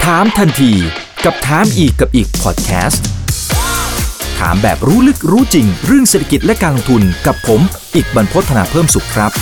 ถามทันทีกับถามอีกกับอีกพอดแคสต์ถามแบบรู้ลึกรู้จริงเรื่องเศรษฐกิจและการลงทุนกับผมอีกบรรพต ธนาเพิ่มสุขครับ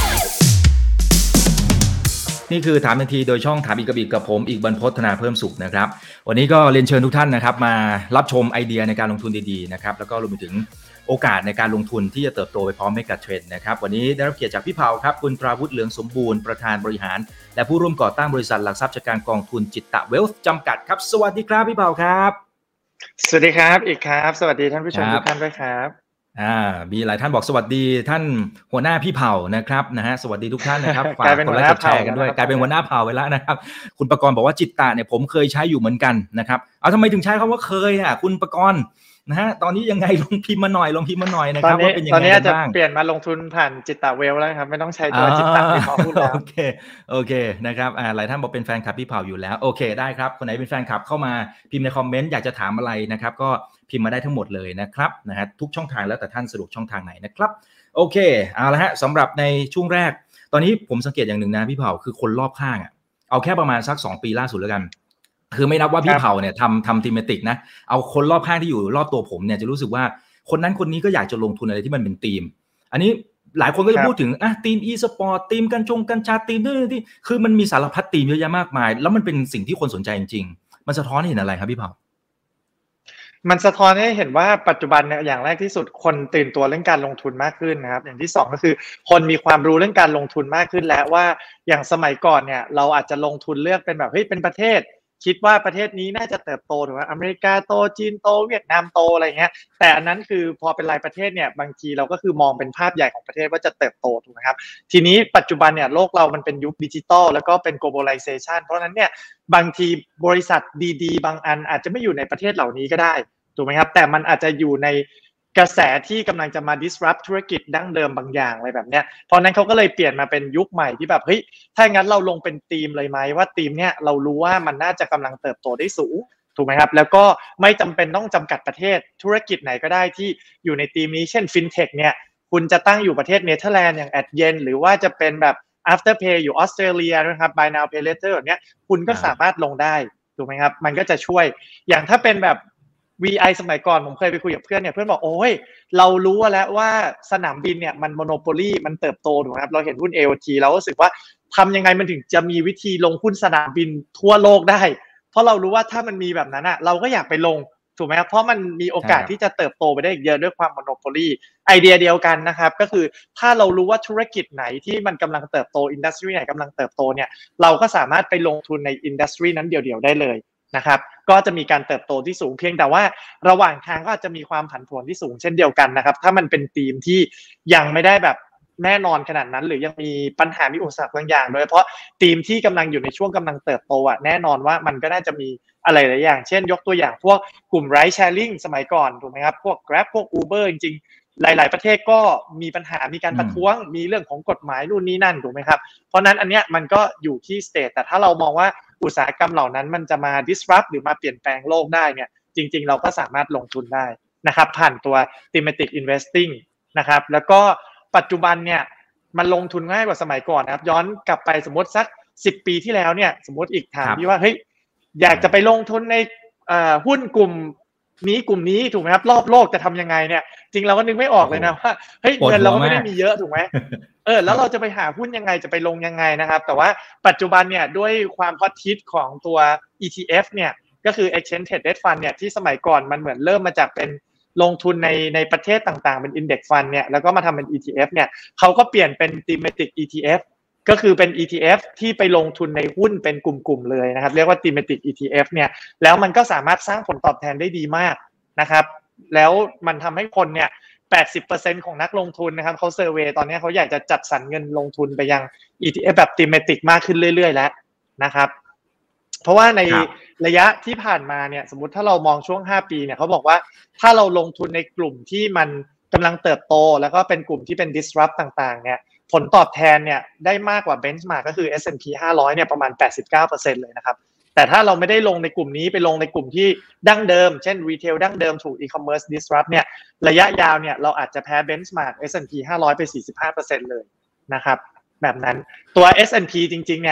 นี่คือถามทันทีโดยช่องถามอีกกับอีกกับผมอีกบรรพต ธนาเพิ่มสุขนะครับวันนี้ก็เรียนเชิญทุกท่านนะครับมารับชมไอเดียในการลงทุนดีๆนะครับแล้วก็รวมไปถึงโอกาสในการลงทุนที่จะเติบโตไปพร้อมเมกะเทรนด์นะครับวันนี้ได้รับเกียรติจากพี่เผาครับคุณตราวุฒิเหลืองสมบูรณ์ประธานบริหารและผู้ร่วมก่อตั้งบริษัทหลักทรัพย์จัดการกองทุนจิตตะเวลธ์จำกัดครับสวัสดีครับพี่เผาครับสวัสดีครับอีกครับสวัสดีท่านผู้ชมทุกท่านด้วยครับมีหลายท่านบอกสวัสดีท่านหัวหน้าพี่เผานะครับนะฮะสวัสดีทุกท่านนะครับฝากกดไลค์กดแชร์กันด้วยกลายเป็นหัวหน้าเผาไปแล้วนะครับคุณประกรณ์บอกว่าจิตตะเนี่ยผมเคยใช้อยู่เหมือนกันนะครับเอาทำไมถึงใช้คำว่าเคยคุณประกรณ์นะฮะตอนนี้ยังไงลองพิมพ์มาหน่อยนะครับว่าเป็นยังไงบ้างตอนนี้จะเปลี่ยนมาลงทุนผ่านจิตตะเวลแล้วครับไม่ต้องใช้ตัวจิตตะที่เขาพูดแล้วโอเคนะครับหลายท่านบอกเป็นแฟนคลับพี่เผาอยู่แล้วโอเคได้ครับคนไหนเป็นแฟนคลับเข้ามาพิมพ์ในคอมเมนต์อยากจะถามอะไรนะครับก็พิมพ์มาได้ทั้งหมดเลยนะครับนะฮะทุกช่องทางแล้วแต่ท่านสะดวกช่องทางไหนนะครับโอเคเอาละฮะสำหรับในช่วงแรกตอนนี้ผมสังเกตอย่างหนึ่งนะพี่เผาคือคนรอบข้างเอาแค่ประมาณสัก2ปีล่าสุดแล้วกันคือไม่นับว่าพี่เผาเนี่ยทำธีมติกนะเอาคนรอบข้างที่อยู่รอบตัวผมเนี่ยจะรู้สึกว่าคนนั้นคนนี้ก็อยากจะลงทุนอะไรที่มันเป็นธีมอันนี้หลายคนก็จะพูดถึงธีม e-sport ธีมกัญชาธีมนู่นที่คือมันมีสารพัดธีมเยอะแยะมากมายแล้วมันเป็นสิ่งที่คนสนใจจริงๆมันสะท้อนให้เห็นอะไรครับพี่เผามันสะท้อนให้เห็นว่าปัจจุบันเนี่ยอย่างแรกที่สุดคนตื่นตัวเรื่องการลงทุนมากขึ้นนะครับอย่างที่2ก็คือคนมีความรู้เรื่องการลงทุนมากขึ้นแล้วว่าอย่างสมัยก่อนเนี่ยเราอาจจะลงทุนเลือกเป็นแบบเฮ้ยเป็นประเทศคิดว่าประเทศนี้น่าจะเติบโตถูกไหมอเมริกาโตจีนโตเวียดนามโตอะไรเงี้ยแต่อันนั้นคือพอเป็นรายประเทศเนี่ยบางทีเราก็คือมองเป็นภาพใหญ่ของประเทศว่าจะเติบโตถูกไหมครับทีนี้ปัจจุบันเนี่ยโลกเรามันเป็นยุคดิจิตอลแล้วก็เป็น globalization เพราะฉะนั้นเนี่ยบางทีบริษัทดีๆบางอันอาจจะไม่อยู่ในประเทศเหล่านี้ก็ได้ถูกไหมครับแต่มันอาจจะอยู่ในกระแสที่กำลังจะมา disrupt ธุรกิจดั้งเดิมบางอย่างอะไรแบบเนี้ยเพราะนั้นเขาก็เลยเปลี่ยนมาเป็นยุคใหม่ที่แบบเฮ้ยถ้างั้นเราลงเป็นธีมเลยไหมว่าธีมเนี้ยเรารู้ว่ามันน่าจะกำลังเติบโตได้สูงถูกไหมครับแล้วก็ไม่จำเป็นต้องจำกัดประเทศธุรกิจไหนก็ได้ที่อยู่ในธีมนี้เช่น fintech เนี่ยคุณจะตั้งอยู่ประเทศเนเธอร์แลนด์อย่าง Adyen หรือว่าจะเป็นแบบ Afterpay อยู่ออสเตรเลียนะครับ Buy Now Pay Later แบบเนี้ยคุณก็สามารถลงได้ถูกไหมครับมันก็จะช่วยอย่างถ้าเป็นแบบVI สมัยก่อนผมเคยไปคุยกับเพื่อนเนี่ยเพื่อนบอกโอ้ยเรารู้แล้วว่าสนามบินเนี่ยมันโมโนโปลีมันเติบโตถูกไหมครับเราเห็นหุ้น AOT เราก็รู้สึกว่าทำยังไงมันถึงจะมีวิธีลงหุ้นสนามบินทั่วโลกได้เพราะเรารู้ว่าถ้ามันมีแบบนั้นเราก็อยากไปลงถูกไหมครับเพราะมันมีโอกาสที่จะเติบโตไปได้อีกเยอะด้วยความโมโนโปลีไอเดียเดียวกันนะครับก็คือถ้าเรารู้ว่าธุรกิจไหนที่มันกำลังเติบโตอินดัสทรีไหนกำลังเติบโตเนี่ยเราก็สามารถไปลงทุนในอินดัสทรีนั้นเดี่ยวๆได้เลยนะครับก็จะมีการเติบโตที่สูงเพียงแต่ว่าระหว่างทางก็อาจจะมีความผันผวนที่สูงเช่นเดียวกันนะครับถ้ามันเป็นธีมที่ยังไม่ได้แบบแน่นอนขนาดนั้นหรือยังมีปัญหามีอุปสรรคบางอย่างโดยเฉพาะธีมที่กำลังอยู่ในช่วงกำลังเติบโตแน่นอนว่ามันก็น่าจะมีอะไรหลายอย่างเช่นยกตัวอย่างพวกกลุ่ม ride sharing สมัยก่อนถูกไหมครับพวก Grab พวก Uber จริงๆหลายๆประเทศก็มีปัญหามีการประท้วงมีเรื่องของกฎหมายนู่นนี่นั่นถูกไหมครับเพราะนั้นอันเนี้ยมันก็อยู่ที่สเตทแต่ถ้าเรามองว่าอุตสาหกรรมเหล่านั้นมันจะมา disrupt หรือมาเปลี่ยนแปลงโลกได้เนี่ยจริงๆเราก็สามารถลงทุนได้นะครับผ่านตัว thematic investing นะครับแล้วก็ปัจจุบันเนี่ยมันลงทุนง่ายกว่าสมัยก่อนนะครับย้อนกลับไปสมมติสัก10ปีที่แล้วเนี่ยสมมติอีกถามพี่ว่าเฮ้ยอยากจะไปลงทุนในหุ้นกลุ่มนี้ถูกไหมครับรอบโลกจะทำยังไงเนี่ยจริงเราก็นึกไม่ออกเลยนะว่าเฮ้ยเงินเราก็ไม่ได้มีเยอะถูกไหมแล้วเราจะไปหาหุ้นยังไงจะไปลงยังไงนะครับแต่ว่าปัจจุบันเนี่ยด้วยความฮอตฮิตของตัว ETF เนี่ยก็คือ Exchange Traded Fund เนี่ยที่สมัยก่อนมันเหมือนเริ่มมาจากเป็นลงทุนในประเทศต่างๆเป็น Index Fund เนี่ยแล้วก็มาทำเป็น ETF เนี่ยเขาก็เปลี่ยนเป็น Thematic ETF ก็คือเป็น ETF ที่ไปลงทุนในหุ้นเป็นกลุ่มๆเลยนะครับเรียกว่า Thematic ETF เนี่ยแล้วมันก็สามารถสร้างผลตอบแทนได้ดีมากนะครับแล้วมันทำให้คนเนี่ย80% ของนักลงทุนนะครับเขาเซอร์เวย์ตอนนี้เขาอยากจะจัดสรรเงินลงทุนไปยัง ETF แบบ thematic มากขึ้นเรื่อยๆแล้วนะครับเพราะว่าในระยะที่ผ่านมาเนี่ยสมมุติถ้าเรามองช่วง5ปีเนี่ยเขาบอกว่าถ้าเราลงทุนในกลุ่มที่มันกำลังเติบโตแล้วก็เป็นกลุ่มที่เป็น disrupt ต่างๆเนี่ยผลตอบแทนเนี่ยได้มากกว่า benchmark ก็คือ S&P 500เนี่ยประมาณ 89% เลยนะครับแต่ถ้าเราไม่ได้ลงในกลุ่มนี้ไปลงในกลุ่มที่ดั้งเดิมเช่นรีเทลดั้งเดิมถูก e-commerce disrupt เนี่ยระยะยาวเนี่ยเราอาจจะแพ้ benchmark S&P 500ไป 45% เลยนะครับแบบนั้นตัว S&P จริงๆเนี่ย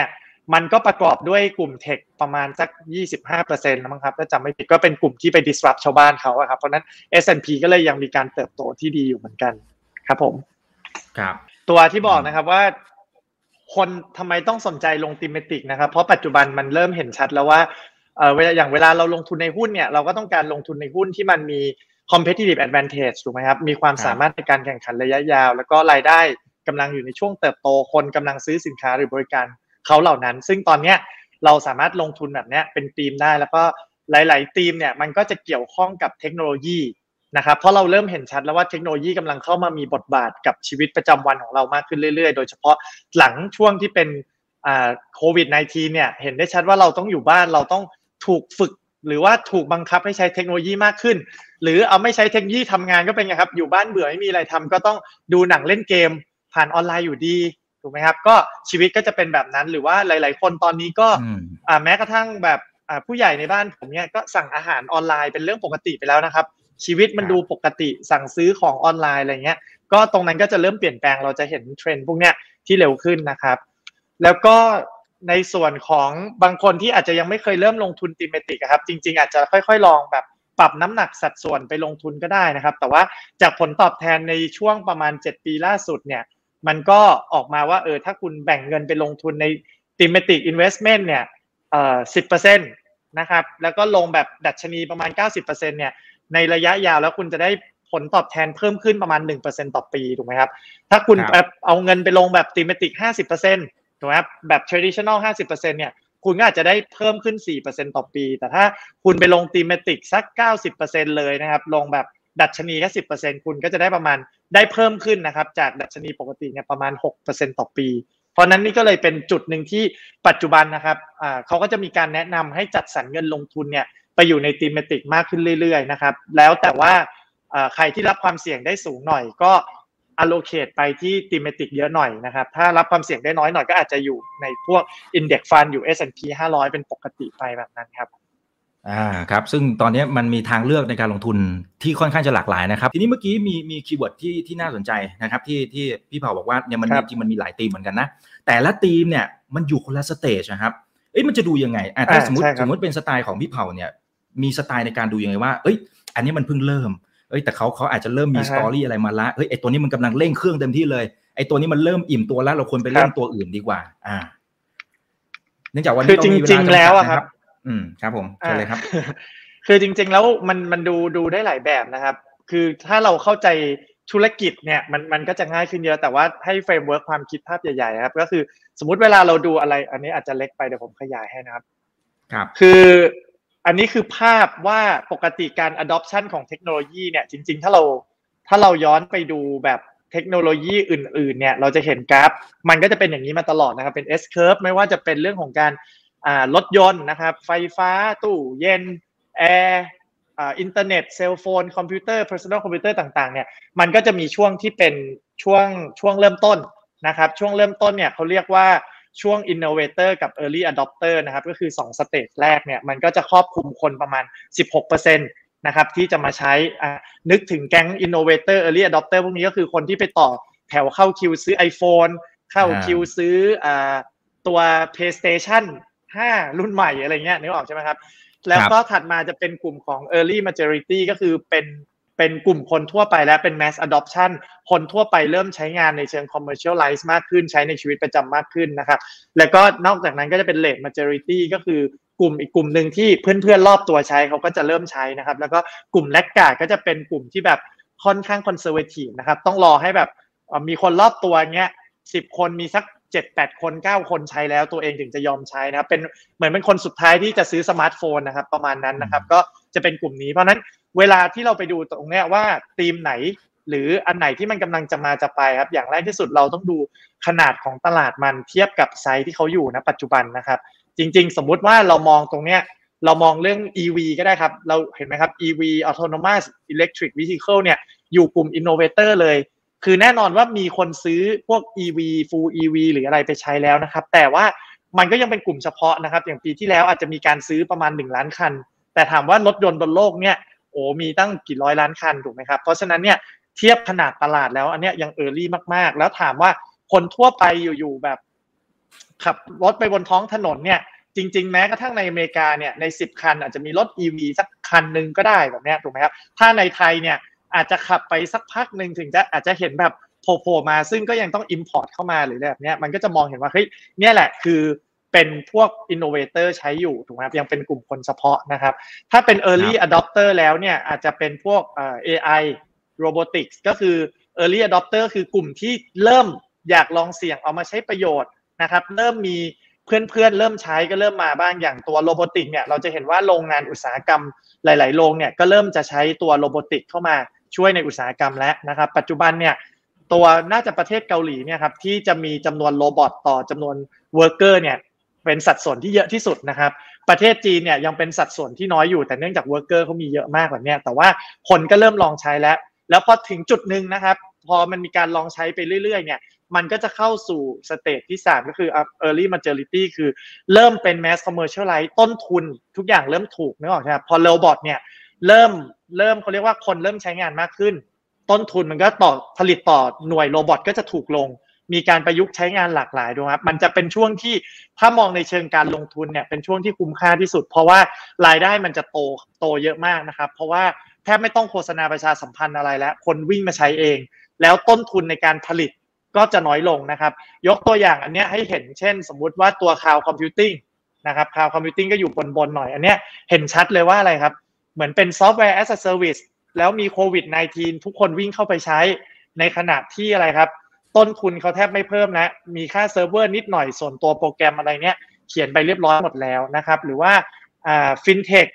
มันก็ประกอบด้วยกลุ่มเทคประมาณสัก 25% มั้งครับถ้าจำไม่ผิดก็เป็นกลุ่มที่ไป disrupt ชาวบ้านเขาครับเพราะนั้น S&P ก็เลยยังมีการเติบโตที่ดีอยู่เหมือนกันครับผมครับตัวที่บอกนะครับว่าคนทำไมต้องสนใจลงธีมติกนะครับเพราะปัจจุบันมันเริ่มเห็นชัดแล้วว่าเวลาเราลงทุนในหุ้นเนี่ยเราก็ต้องการลงทุนในหุ้นที่มันมี competitive advantage ถูกไหมครับมีความสามารถในการแข่งขันระยะยาวแล้วก็รายได้กำลังอยู่ในช่วงเติบโตคนกำลังซื้อสินค้าหรือบริการเขาเหล่านั้นซึ่งตอนเนี้ยเราสามารถลงทุนแบบเนี้ยเป็นธีมได้แล้วก็หลายๆธีมเนี่ยมันก็จะเกี่ยวข้องกับเทคโนโลยีนะครับเพราะเราเริ่มเห็นชัดแล้วว่าเทคโนโลยีกำลังเข้ามามีบทบาทกับชีวิตประจำวันของเรามากขึ้นเรื่อยๆโดยเฉพาะหลังช่วงที่เป็นโควิด -19 เนี่ยเห็นได้ชัดว่าเราต้องอยู่บ้านเราต้องถูกฝึกหรือว่าถูกบังคับให้ใช้เทคโนโลยีมากขึ้นหรือเอาไม่ใช้เทคโนโลยีทำงานก็เป็นไงครับอยู่บ้านเบื่อไม่มีอะไรทำก็ต้องดูหนังเล่นเกมผ่านออนไลน์อยู่ดีถูกไหมครับก็ชีวิตก็จะเป็นแบบนั้นหรือว่าหลายๆคนตอนนี้ก็แม้กระทั่งแบบผู้ใหญ่ในบ้านผมเนี่ยก็สั่งอาหารออนไลน์เป็นเรื่องปกติไปแล้วนะครับชีวิตมันดูปกติสั่งซื้อของออนไลน์อะไรเงี้ยก็ตรงนั้นก็จะเริ่มเปลี่ยนแปลงเราจะเห็นเทรนด์พวกเนี้ยที่เร็วขึ้นนะครับแล้วก็ในส่วนของบางคนที่อาจจะยังไม่เคยเริ่มลงทุนธีมติกครับจริงๆอาจจะค่อยๆลองแบบปรับน้ำหนักสัดส่วนไปลงทุนก็ได้นะครับแต่ว่าจากผลตอบแทนในช่วงประมาณ7ปีล่าสุดเนี่ยมันก็ออกมาว่าถ้าคุณแบ่งเงินไปลงทุนใน thematic investment เนี่ย10% นะครับแล้วก็ลงแบบดัชนีประมาณ 90% เนี่ยในระยะยาวแล้วคุณจะได้ผลตอบแทนเพิ่มขึ้นประมาณ 1% ต่อปีถูกไหมครับถ้าคุณเอาเงินไปลงแบบ thematic 50% ถูกไหมครับแบบ traditional 50% เนี่ยคุณก็อาจจะได้เพิ่มขึ้น 4% ต่อปีแต่ถ้าคุณไปลง thematic สัก 90% เลยนะครับลงแบบดัชนีแค่ 10% คุณก็จะได้ประมาณได้เพิ่มขึ้นนะครับจากดัชนีปกติเนี่ยประมาณ 6% ต่อปีเพราะนั้นนี่ก็เลยเป็นจุดหนึ่งที่ปัจจุบันนะครับเขาก็จะมีการแนะนำให้จัดสรรเงินลงทุนเนี่ยไปอยู่ในธีมติกมากขึ้นเรื่อยๆนะครับแล้วแต่ว่าใครที่รับความเสี่ยงได้สูงหน่อยก็ allocate ไปที่ธีมติกเยอะหน่อยนะครับถ้ารับความเสี่ยงได้น้อยหน่อยก็อาจจะอยู่ในพวก index fund อยู่ S&P 500เป็นปกติไปแบบนั้นครับครับซึ่งตอนนี้มันมีทางเลือกในการลงทุนที่ค่อนข้างจะหลากหลายนะครับทีนี้เมื่อกี้มีคีย์เวิร์ดที่น่าสนใจนะครับที่พี่เผ่าบอกว่าเนี่ยมันจริงมันมีหลายธีมเหมือนกันนะแต่ละธีมเนี่ยมันอยู่คนละสเตจนะครับมันจะดูยังไงถ้าสมมติเป็นสไตล์ของพี่เผ่าเนี่ยมีสไตล์ในการดูยังไงว่าอันนี้มันเพิ่งเริ่มแต่เขาอาจจะเริ่มมีสตอรี่อะไรมาละไอ้ตัวนี้มันกำลังเร่งเครื่องเต็มที่เลยไอ้ตัวนี้มันเริ่มอิ่มตัวแล้วเราควรไปเล่นตัวอื่นดีกว่าเนื่องจากวันนี้เรามีเวลาจำกัดนะครับครับผมเชิญเลยครับคือจริงๆแล้วมันดูได้หลายแบบนะครับคือถ้าเราเข้าใจธุรกิจเนี่ยมันก็จะง่ายขึ้นเยอะแต่ว่าให้เฟรมเวิร์คความคิดภาพใหญ่ๆครับก็คือสมมุติเวลาเราดูอะไรอันนี้อาจจะเล็กไปเดี๋ยวผมขยายให้นะครับคืออันนี้คือภาพว่าปกติการ adoption ของเทคโนโลยีเนี่ยจริงๆถ้าเราย้อนไปดูแบบเทคโนโลยีอื่นๆเนี่ยเราจะเห็นกราฟมันก็จะเป็นอย่างนี้มาตลอดนะครับเป็น S curve ไม่ว่าจะเป็นเรื่องของการรถยนต์นะครับไฟฟ้าตู้เย็นแอร์อินเทอร์เน็ตเซลโฟนคอมพิวเตอร์ personal คอมพิวเตอร์ต่างๆเนี่ยมันก็จะมีช่วงที่เป็นช่วงเริ่มต้นนะครับช่วงเริ่มต้นเนี่ยเขาเรียกว่าช่วง innovator กับ early adopter นะครับก็คือ2สเตจแรกเนี่ยมันก็จะครอบคลุมคนประมาณ 16% นะครับที่จะมาใช้นึกถึงแก๊ง innovator early adopter พวกนี้ก็คือคนที่ไปต่อแถวเข้าคิวซื้อ iPhone เข้าคิวซื้อตัว PlayStation 5 รุ่นใหม่อะไรเงี้ยนึกออกใช่ไหมครับแล้วก็ถัดมาจะเป็นกลุ่มของ early majority ก็คือเป็นกลุ่มคนทั่วไปและเป็น mass adoption คนทั่วไปเริ่มใช้งานในเชิง commercialize มากขึ้นใช้ในชีวิตประจำมากขึ้นนะครับแล้วก็นอกจากนั้นก็จะเป็น late majority ก็คือกลุ่มอีกกลุ่มหนึ่งที่เพื่อนๆรอบตัวใช้เขาก็จะเริ่มใช้นะครับแล้วก็กลุ่ม laggard ก็จะเป็นกลุ่มที่แบบค่อนข้าง conservative นะครับต้องรอให้แบบมีคนรอบตัวเงี้ย10 คนมีสัก7-8 คน 9 คนใช้แล้วตัวเองถึงจะยอมใช้นะครับเป็นเหมือนเป็นคนสุดท้ายที่จะซื้อสมาร์ทโฟนนะครับประมาณนั้นนะครับก็จะเป็นกลุ่มนี้เพราะนั้นเวลาที่เราไปดูตรงนี้ว่าธีมไหนหรืออันไหนที่มันกำลังจะไปครับอย่างแรกที่สุดเราต้องดูขนาดของตลาดมันเทียบกับไซส์ที่เขาอยู่ณปัจจุบันนะครับจริงๆสมมุติว่าเรามองตรงเนี้ยเรามองเรื่อง EV ก็ได้ครับเราเห็นไหมครับ EV Autonomous Electric Vehicle เนี่ยอยู่กลุ่ม Innovator เลยคือแน่นอนว่ามีคนซื้อพวก EV Full EV หรืออะไรไปใช้แล้วนะครับแต่ว่ามันก็ยังเป็นกลุ่มเฉพาะนะครับอย่างปีที่แล้วอาจจะมีการซื้อประมาณ1 ล้านคันแต่ถามว่ารถยนต์บนโลกเนี่ยมีตั้งกี่ร้อยล้านคันถูกไหมครับเพราะฉะนั้นเนี่ยเทียบขนาดตลาดแล้วอันเนี้ยยังearlyมากๆแล้วถามว่าคนทั่วไปอยู่ๆแบบขับรถไปบนท้องถนนเนี่ยจริงๆแม้กระทั่งในอเมริกาเนี่ยใน10คันอาจจะมีรถ EV สักคันนึงก็ได้แบบนี้ถูกไหมครับถ้าในไทยเนี่ยอาจจะขับไปสักพักนึงถึงจะอาจจะเห็นแบบโผล่มาซึ่งก็ยังต้อง import เข้ามาหรือแบบนี้มันก็จะมองเห็นว่าเฮ้ยเนี่ยแหละคือเป็นพวก innovator ใช้อยู่ถูกไหมครับยังเป็นกลุ่มคนเฉพาะนะครับถ้าเป็น early adopter แล้วเนี่ยอาจจะเป็นพวกAI robotics ก็คือ early adopter คือกลุ่มที่เริ่มอยากลองเสี่ยงเอามาใช้ประโยชน์นะครับเริ่มมีเพื่อนๆเริ่มใช้ก็เริ่มมาบ้างอย่างตัวโรบอติกเนี่ยเราจะเห็นว่าโรงงานอุตสาหกรรมหลายๆโรงเนี่ยก็เริ่มจะใช้ตัวโรบอติกเข้ามาช่วยในอุตสาหกรรมแล้วนะครับปัจจุบันเนี่ยตัวน่าจะประเทศเกาหลีเนี่ยครับที่จะมีจำนวนโรบอทต่อจำนวนเวิร์กเกอร์เนี่ยเป็นสัดส่วนที่เยอะที่สุดนะครับประเทศจีนเนี่ยยังเป็นสัดส่วนที่น้อยอยู่แต่เนื่องจากเวิร์กเกอร์เขามีเยอะมากแบบนี้แต่ว่าคนก็เริ่มลองใช้แล้วพอถึงจุดนึงนะครับพอมันมีการลองใช้ไปเรื่อยๆเนี่ยมันก็จะเข้าสู่สเตจที่3ก็คือ early maturity คือเริ่มเป็น mass commercialize ต้นทุนทุกอย่างเริ่มถูกนึกออกใช่ไหมพอ robot เนี่ยเริ่มเขาเรียกว่าคนเริ่มใช้งานมากขึ้นต้นทุนมันก็ต่อผลิตต่อหน่วยโรบอทก็จะถูกลงมีการประยุกต์ใช้งานหลากหลายด้วยครับมันจะเป็นช่วงที่ถ้ามองในเชิงการลงทุนเนี่ยเป็นช่วงที่คุ้มค่าที่สุดเพราะว่ารายได้มันจะโตเยอะมากนะครับเพราะว่าแทบไม่ต้องโฆษณาประชาสัมพันธ์อะไรแล้วคนวิ่งมาใช้เองแล้วต้นทุนในการผลิตก็จะน้อยลงนะครับยกตัวอย่างอันนี้ให้เห็นเช่นสมมุติว่าตัว Cloud Computing นะครับ Cloud Computing ก็อยู่บนหน่อยอันนี้เห็นชัดเลยว่าอะไรครับเหมือนเป็น Software as a Service แล้วมีโควิด -19 ทุกคนวิ่งเข้าไปใช้ในขณะที่อะไรครับต้นทุนเขาแทบไม่เพิ่มนะมีค่าเซิร์ฟเวอร์นิดหน่อยส่วนตัวโปรแกรมอะไรเนี้ยเขียนไปเรียบร้อยหมดแล้วนะครับหรือว่าFinTech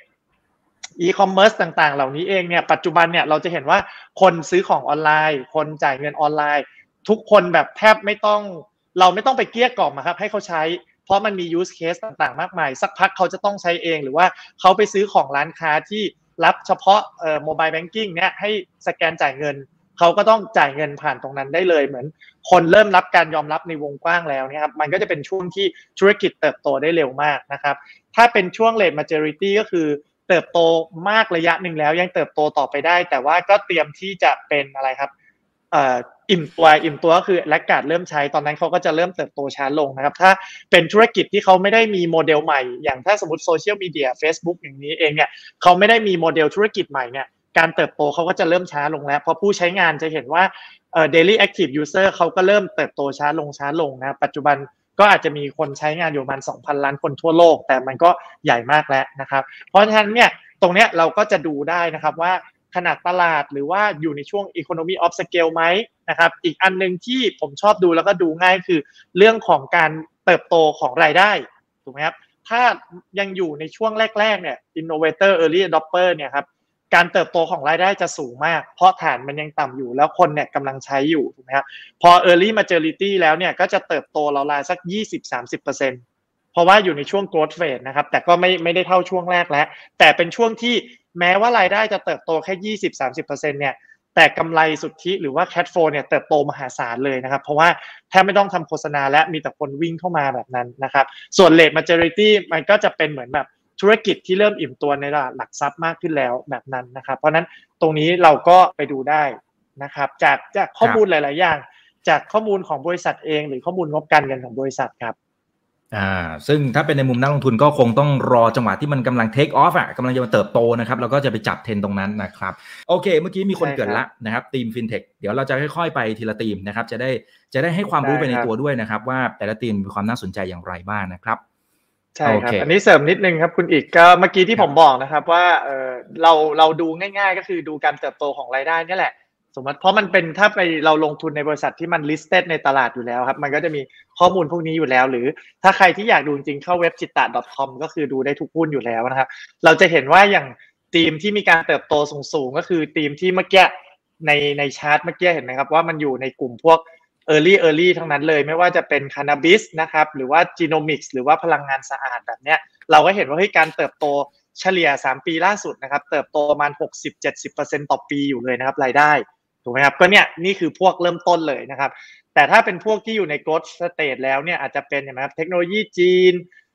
e-commerce ต่างๆเหล่านี้เองเนี่ยปัจจุบันเนี่ยเราจะเห็นว่าคนซื้อของออนไลน์คนจ่ายเงินออนไลน์ทุกคนแบบแทบไม่ต้องเราไม่ต้องไปเกลี้ยกล่อมครับให้เขาใช้เพราะมันมี use case ต่างๆมากมายสักพักเขาจะต้องใช้เองหรือว่าเขาไปซื้อของร้านค้าที่รับเฉพาะmobile banking เนี่ยให้สแกนจ่ายเงินเขาก็ต้องจ่ายเงินผ่านตรงนั้นได้เลยเหมือนคนเริ่มรับการยอมรับในวงกว้างแล้วเนี่ยครับมันก็จะเป็นช่วงที่ธุรกิจเติบโตได้เร็วมากนะครับถ้าเป็นช่วง late maturity ก็คือเติบโตมากระยะหนึ่งแล้วยังเติบโตต่อไปได้แต่ว่าก็เตรียมที่จะเป็นอะไรครับอิ่มตัวก็คือแลกการ์ดเริ่มใช้ตอนนั้นเขาก็จะเริ่มเติบโตช้าลงนะครับถ้าเป็นธุรกิจที่เขาไม่ได้มีโมเดลใหม่อย่างถ้าสมมติโซเชียลมีเดีย Facebook อย่างนี้เองเนี่ยเขาไม่ได้มีโมเดลธุรกิจใหม่เนี่ยการเติบโตเขาก็จะเริ่มช้าลงแล้วเพราะผู้ใช้งานจะเห็นว่าdaily active user เขาก็เริ่มเติบโตช้าลงนะปัจจุบันก็อาจจะมีคนใช้งานอยู่ประมาณ 2,000 ล้านคนทั่วโลกแต่มันก็ใหญ่มากแล้วนะครับเพราะฉะนั้นเนี่ยตรงเนี้ยเราก็จะดูได้นะครับว่าขนาดตลาดหรือว่าอยู่ในช่วง economy of scale ไหมนะครับอีกอันนึงที่ผมชอบดูแล้วก็ดูง่ายคือเรื่องของการเติบโตของรายได้ถูกไหมครับถ้ายังอยู่ในช่วงแรกๆเนี่ย innovator early adopter เนี่ยครับการเติบโตของรายได้จะสูงมากเพราะฐานมันยังต่ำอยู่แล้วคนเนี่ยกำลังใช้อยู่ถูกไหมครับพอ early maturity แล้วเนี่ยก็จะเติบโตราวๆสัก 20-30%เพราะว่าอยู่ในช่วง growth phase นะครับแต่ก็ไม่ได้เท่าช่วงแรกแล้วแต่เป็นช่วงที่แม้ว่ารายได้จะเติบโตแค่ 20-30% เนี่ยแต่กำไรสุทธิหรือว่า cash flow เนี่ยเติบโตมหาศาลเลยนะครับเพราะว่าแทบไม่ต้องทำโฆษณาและมีแต่คนวิ่งเข้ามาแบบนั้นนะครับส่วน late maturity มันก็จะเป็นเหมือนแบบธุรกิจที่เริ่มอิ่มตัวในระดับหลักทรัพย์มากขึ้นแล้วแบบนั้นนะครับเพราะนั้นตรงนี้เราก็ไปดูได้นะครับจากข้อมูลหลายๆอย่างจากข้อมูลของบริษัทเองหรือข้อมูลงบการเงินของบริษัทครับซึ่งถ้าเป็นในมุมนักลงทุนก็คงต้องรอจังหวะที่มันกำลัง take off กำลังจะมาเติบโตนะครับแล้วก็จะไปจับเทรนตรงนั้นนะครับโอเคเมื่อกี้มีคนเกิดละนะครับทีม FinTech เดี๋ยวเราจะค่อยๆไปทีละทีมนะครับจะได้ให้ความรู้ไปในตัวด้วยนะครับว่าแต่ละทีมมีความน่าสนใจอย่างไรบ้างนะครับใช่ครับอันนี้เสริมนิดนึงครับคุณอีกก็เมื่อกี้ที่ผมบอกนะครับว่าเราดูง่ายๆก็คือดูการเติบโตของรายได้นี่แหละสมมติเพราะมันเป็นถ้าไปเราลงทุนในบริษัทที่มัน listed ในตลาดอยู่แล้วครับมันก็จะมีข้อมูลพวกนี้อยู่แล้วหรือถ้าใครที่อยากดูจริงเข้าเว็บ chitta.com ก็คือดูได้ทุกหุ้นอยู่แล้วนะครับเราจะเห็นว่าอย่างทีมที่มีการเติบโตสูงๆก็คือทีมที่เมื่อกี้ในชาร์ตเมื่อกี้เห็นไหมครับว่ามันอยู่ในกลุ่มพวกearly ทั้งนั้นเลยไม่ว่าจะเป็น cannabis นะครับหรือว่า genomics หรือว่าพลังงานสะอาดแบบเนี้ยเราก็เห็นว่าการเติบโตเฉลี่ย3ปีล่าสุดนะครับเติบโตประมาณ 60-70% ต่อปีอยู่เลยนะครับรายได้ถูกไหมครับก็เนี่ยนี่คือพวกเริ่มต้นเลยนะครับแต่ถ้าเป็นพวกที่อยู่ใน growth stage แล้วเนี่ยอาจจะเป็นเห็นไหมครับเทคโนโลยีจีน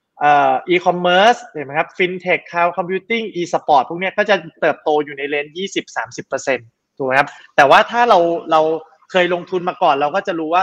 e-commerce เห็นไหมครับ fintech cloud computing e-sport พวกเนี้ยก็จะเติบโตอยู่ในเลน 20-30% ถูกไหมครับแต่ว่าถ้าเราเคยลงทุนมาก่อนเราก็จะรู้ว่า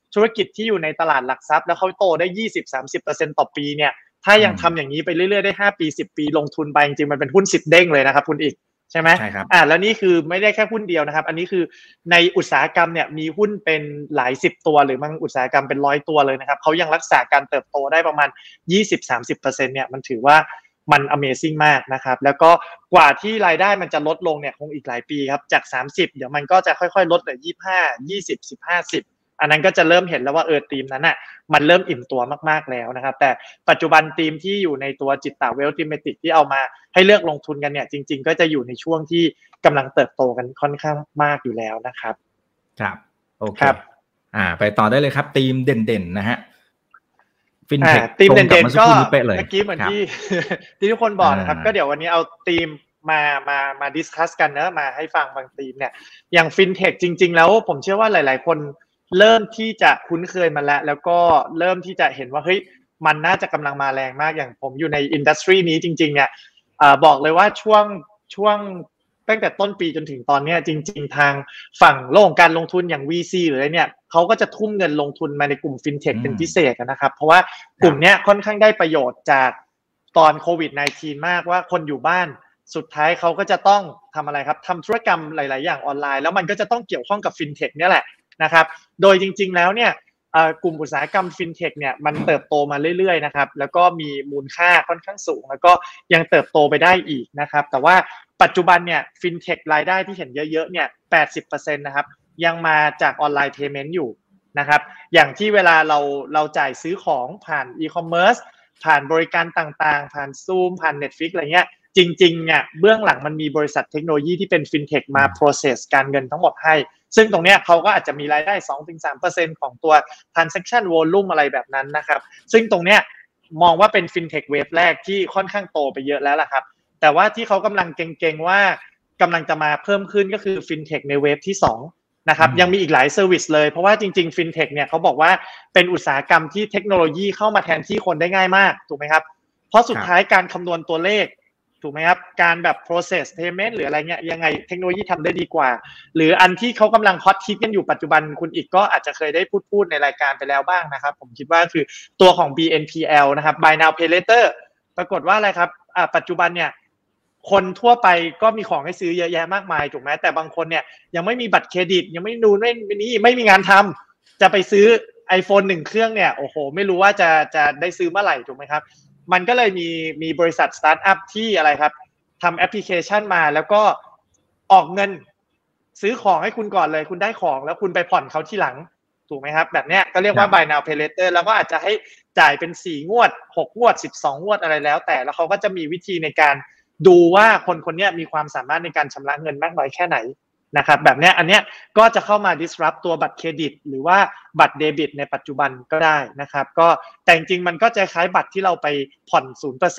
ธุรกิจที่อยู่ในตลาดหลักทรัพย์แล้วเขาโตได้ 20-30% ต่อปีเนี่ยถ้ายังทำอย่างนี้ไปเรื่อยๆได้5 ปี10 ปีลงทุนไปจริงๆมันเป็นหุ้น10 เด้งเลยนะครับคุณอีกใช่ไหมใช่ครับแล้วนี่คือไม่ได้แค่หุ้นเดียวนะครับอันนี้คือในอุตสาหกรรมเนี่ยมีหุ้นเป็นหลาย10 ตัวหรือบางอุตสาหกรรมเป็น100 ตัวเลยนะครับเขายังรักษาการเติบโตได้ประมาณ 20-30% เนี่ยมันถือว่ามัน Amazing มากนะครับแล้วก็กว่าที่รายได้มันจะลดลงเนี่ยคงอีกหลายปีครับจาก30เดี๋ยวมันก็จะค่อยๆลดเหลือ25 20 15 10อันนั้นก็จะเริ่มเห็นแล้วว่าธีมนั้นน่ะมันเริ่มอิ่มตัวมากๆแล้วนะครับแต่ปัจจุบันธีมที่อยู่ในตัวจิตตะเวลธีมเมติกที่เอามาให้เลือกลงทุนกันเนี่ยจริงๆก็จะอยู่ในช่วงที่กำลังเติบโตกันค่อนข้างมากอยู่แล้วนะครับครับโอเคไปต่อได้เลยครับธีมเด่นๆนะฮะฟินเทคธีมเด่นๆก็เมื่อกี้เหมือนที่ทุกคนบอกนะครับก็เดี๋ยววันนี้เอาธีมมาดิสคัสกันนะมาให้ฟังบางธีมเนี่ยอย่างฟินเทคจริงๆแล้วผมเชื่อว่าหลายๆคนเริ่มที่จะคุ้นเคยมันแล้วก็เริ่มที่จะเห็นว่าเฮ้ยมันน่าจะกำลังมาแรงมากอย่างผมอยู่ในอินดัสทรีนี้จริงๆเนี่ยบอกเลยว่าช่วงตั้งแต่ต้นปีจนถึงตอนนี้จริงๆทางฝั่งโลกการลงทุนอย่าง VC หรืออะไรเนี่ยเขาก็จะทุ่มเงินลงทุนมาในกลุ่มฟินเทคเป็นพิเศษนะครับเพราะว่ากลุ่มนี้ค่อนข้างได้ประโยชน์จากตอนโควิด -19 มากว่าคนอยู่บ้านสุดท้ายเขาก็จะต้องทำอะไรครับทำธุรกรรมหลายๆอย่างออนไลน์แล้วมันก็จะต้องเกี่ยวข้องกับฟินเทคเนี่ยแหละนะครับโดยจริงๆแล้วเนี่ยกลุ่มอุตสาหกรรมฟินเทคเนี่ยมันเติบโตมาเรื่อยๆนะครับแล้วก็มีมูลค่าค่อนข้างสูงแล้วก็ยังเติบโตไปได้อีกนะครับแต่ว่าปัจจุบันเนี่ยฟินเทครายได้ที่เห็นเยอะๆเนี่ย 80% นะครับยังมาจากออนไลน์เพย์เมนต์อยู่นะครับอย่างที่เวลาเราจ่ายซื้อของผ่านอีคอมเมิร์ซผ่านบริการต่างๆผ่าน Zoom ผ่าน Netflix อะไรเงี้ยจริงๆเนี่ยเบื้องหลังมันมีบริษัทเทคโนโลยีที่เป็นฟินเทคมา process การเงินทั้งหมดให้ซึ่งตรงเนี้ยเขาก็อาจจะมีรายได้ 2-3% ของตัว transaction volume อะไรแบบนั้นนะครับซึ่งตรงเนี้ยมองว่าเป็นฟินเทคเวฟแรกที่ค่อนข้างโตไปเยอะแล้วล่ะครับแต่ว่าที่เขากำลังเก่งๆว่ากำลังจะมาเพิ่มขึ้นก็คือฟินเทคในเวฟที่2นะครับยังมีอีกหลายเซอร์วิสเลยเพราะว่าจริงๆฟินเทคเนี่ยเขาบอกว่าเป็นอุตสาหกรรมที่เทคโนโลยีเข้ามาแทนที่คนได้ง่ายมากถูกไหมครับเพราะสุดท้ายการคำนวณตัวเลขถูกไหมครับการแบบ process payment หรืออะไรเงี้ยยังไงเทคโนโลยีทำได้ดีกว่าหรืออันที่เขากำลังฮอตฮิตกันอยู่ปัจจุบันคุณอีกก็อาจจะเคยได้พูดในรายการไปแล้วบ้างนะครับผมคิดว่าคือตัวของ BNPL นะครับ Buy Now Pay Later ปรากฏว่าอะไรครับปัจจุบันเนี่ยคนทั่วไปก็มีของให้ซื้อเยอะแยะมากมายถูกไหมแต่บางคนเนี่ยยังไม่มีบัตรเครดิตยังไม่ดูไม่มีงานทำจะไปซื้อ iPhone 1 เครื่องเนี่ยโอ้โหไม่รู้ว่าจะได้ซื้อเมื่อไหร่ถูกไหมครับมันก็เลยมีบริษัทสตาร์ทอัพที่อะไรครับทำแอปพลิเคชันมาแล้วก็ออกเงินซื้อของให้คุณก่อนเลยคุณได้ของแล้วคุณไปผ่อนเขาที่หลังถูกไหมครับแบบเนี้ยก็เรียกว่า Buy Now Pay Later แล้วก็อาจจะให้จ่ายเป็น4 งวด 6 งวด 12 งวดอะไรแล้วแต่แล้วเขาก็จะมีวิธีในการดูว่าคนนี้มีความสามารถในการชำระเงินมากน้อยแค่ไหนนะครับแบบนี้อันเนี้ยก็จะเข้ามา disrupt ตัวบัตรเครดิตหรือว่าบัตรเดบิตในปัจจุบันก็ได้นะครับก็แต่จริงๆมันก็จะคล้ายบัตรที่เราไปผ่อน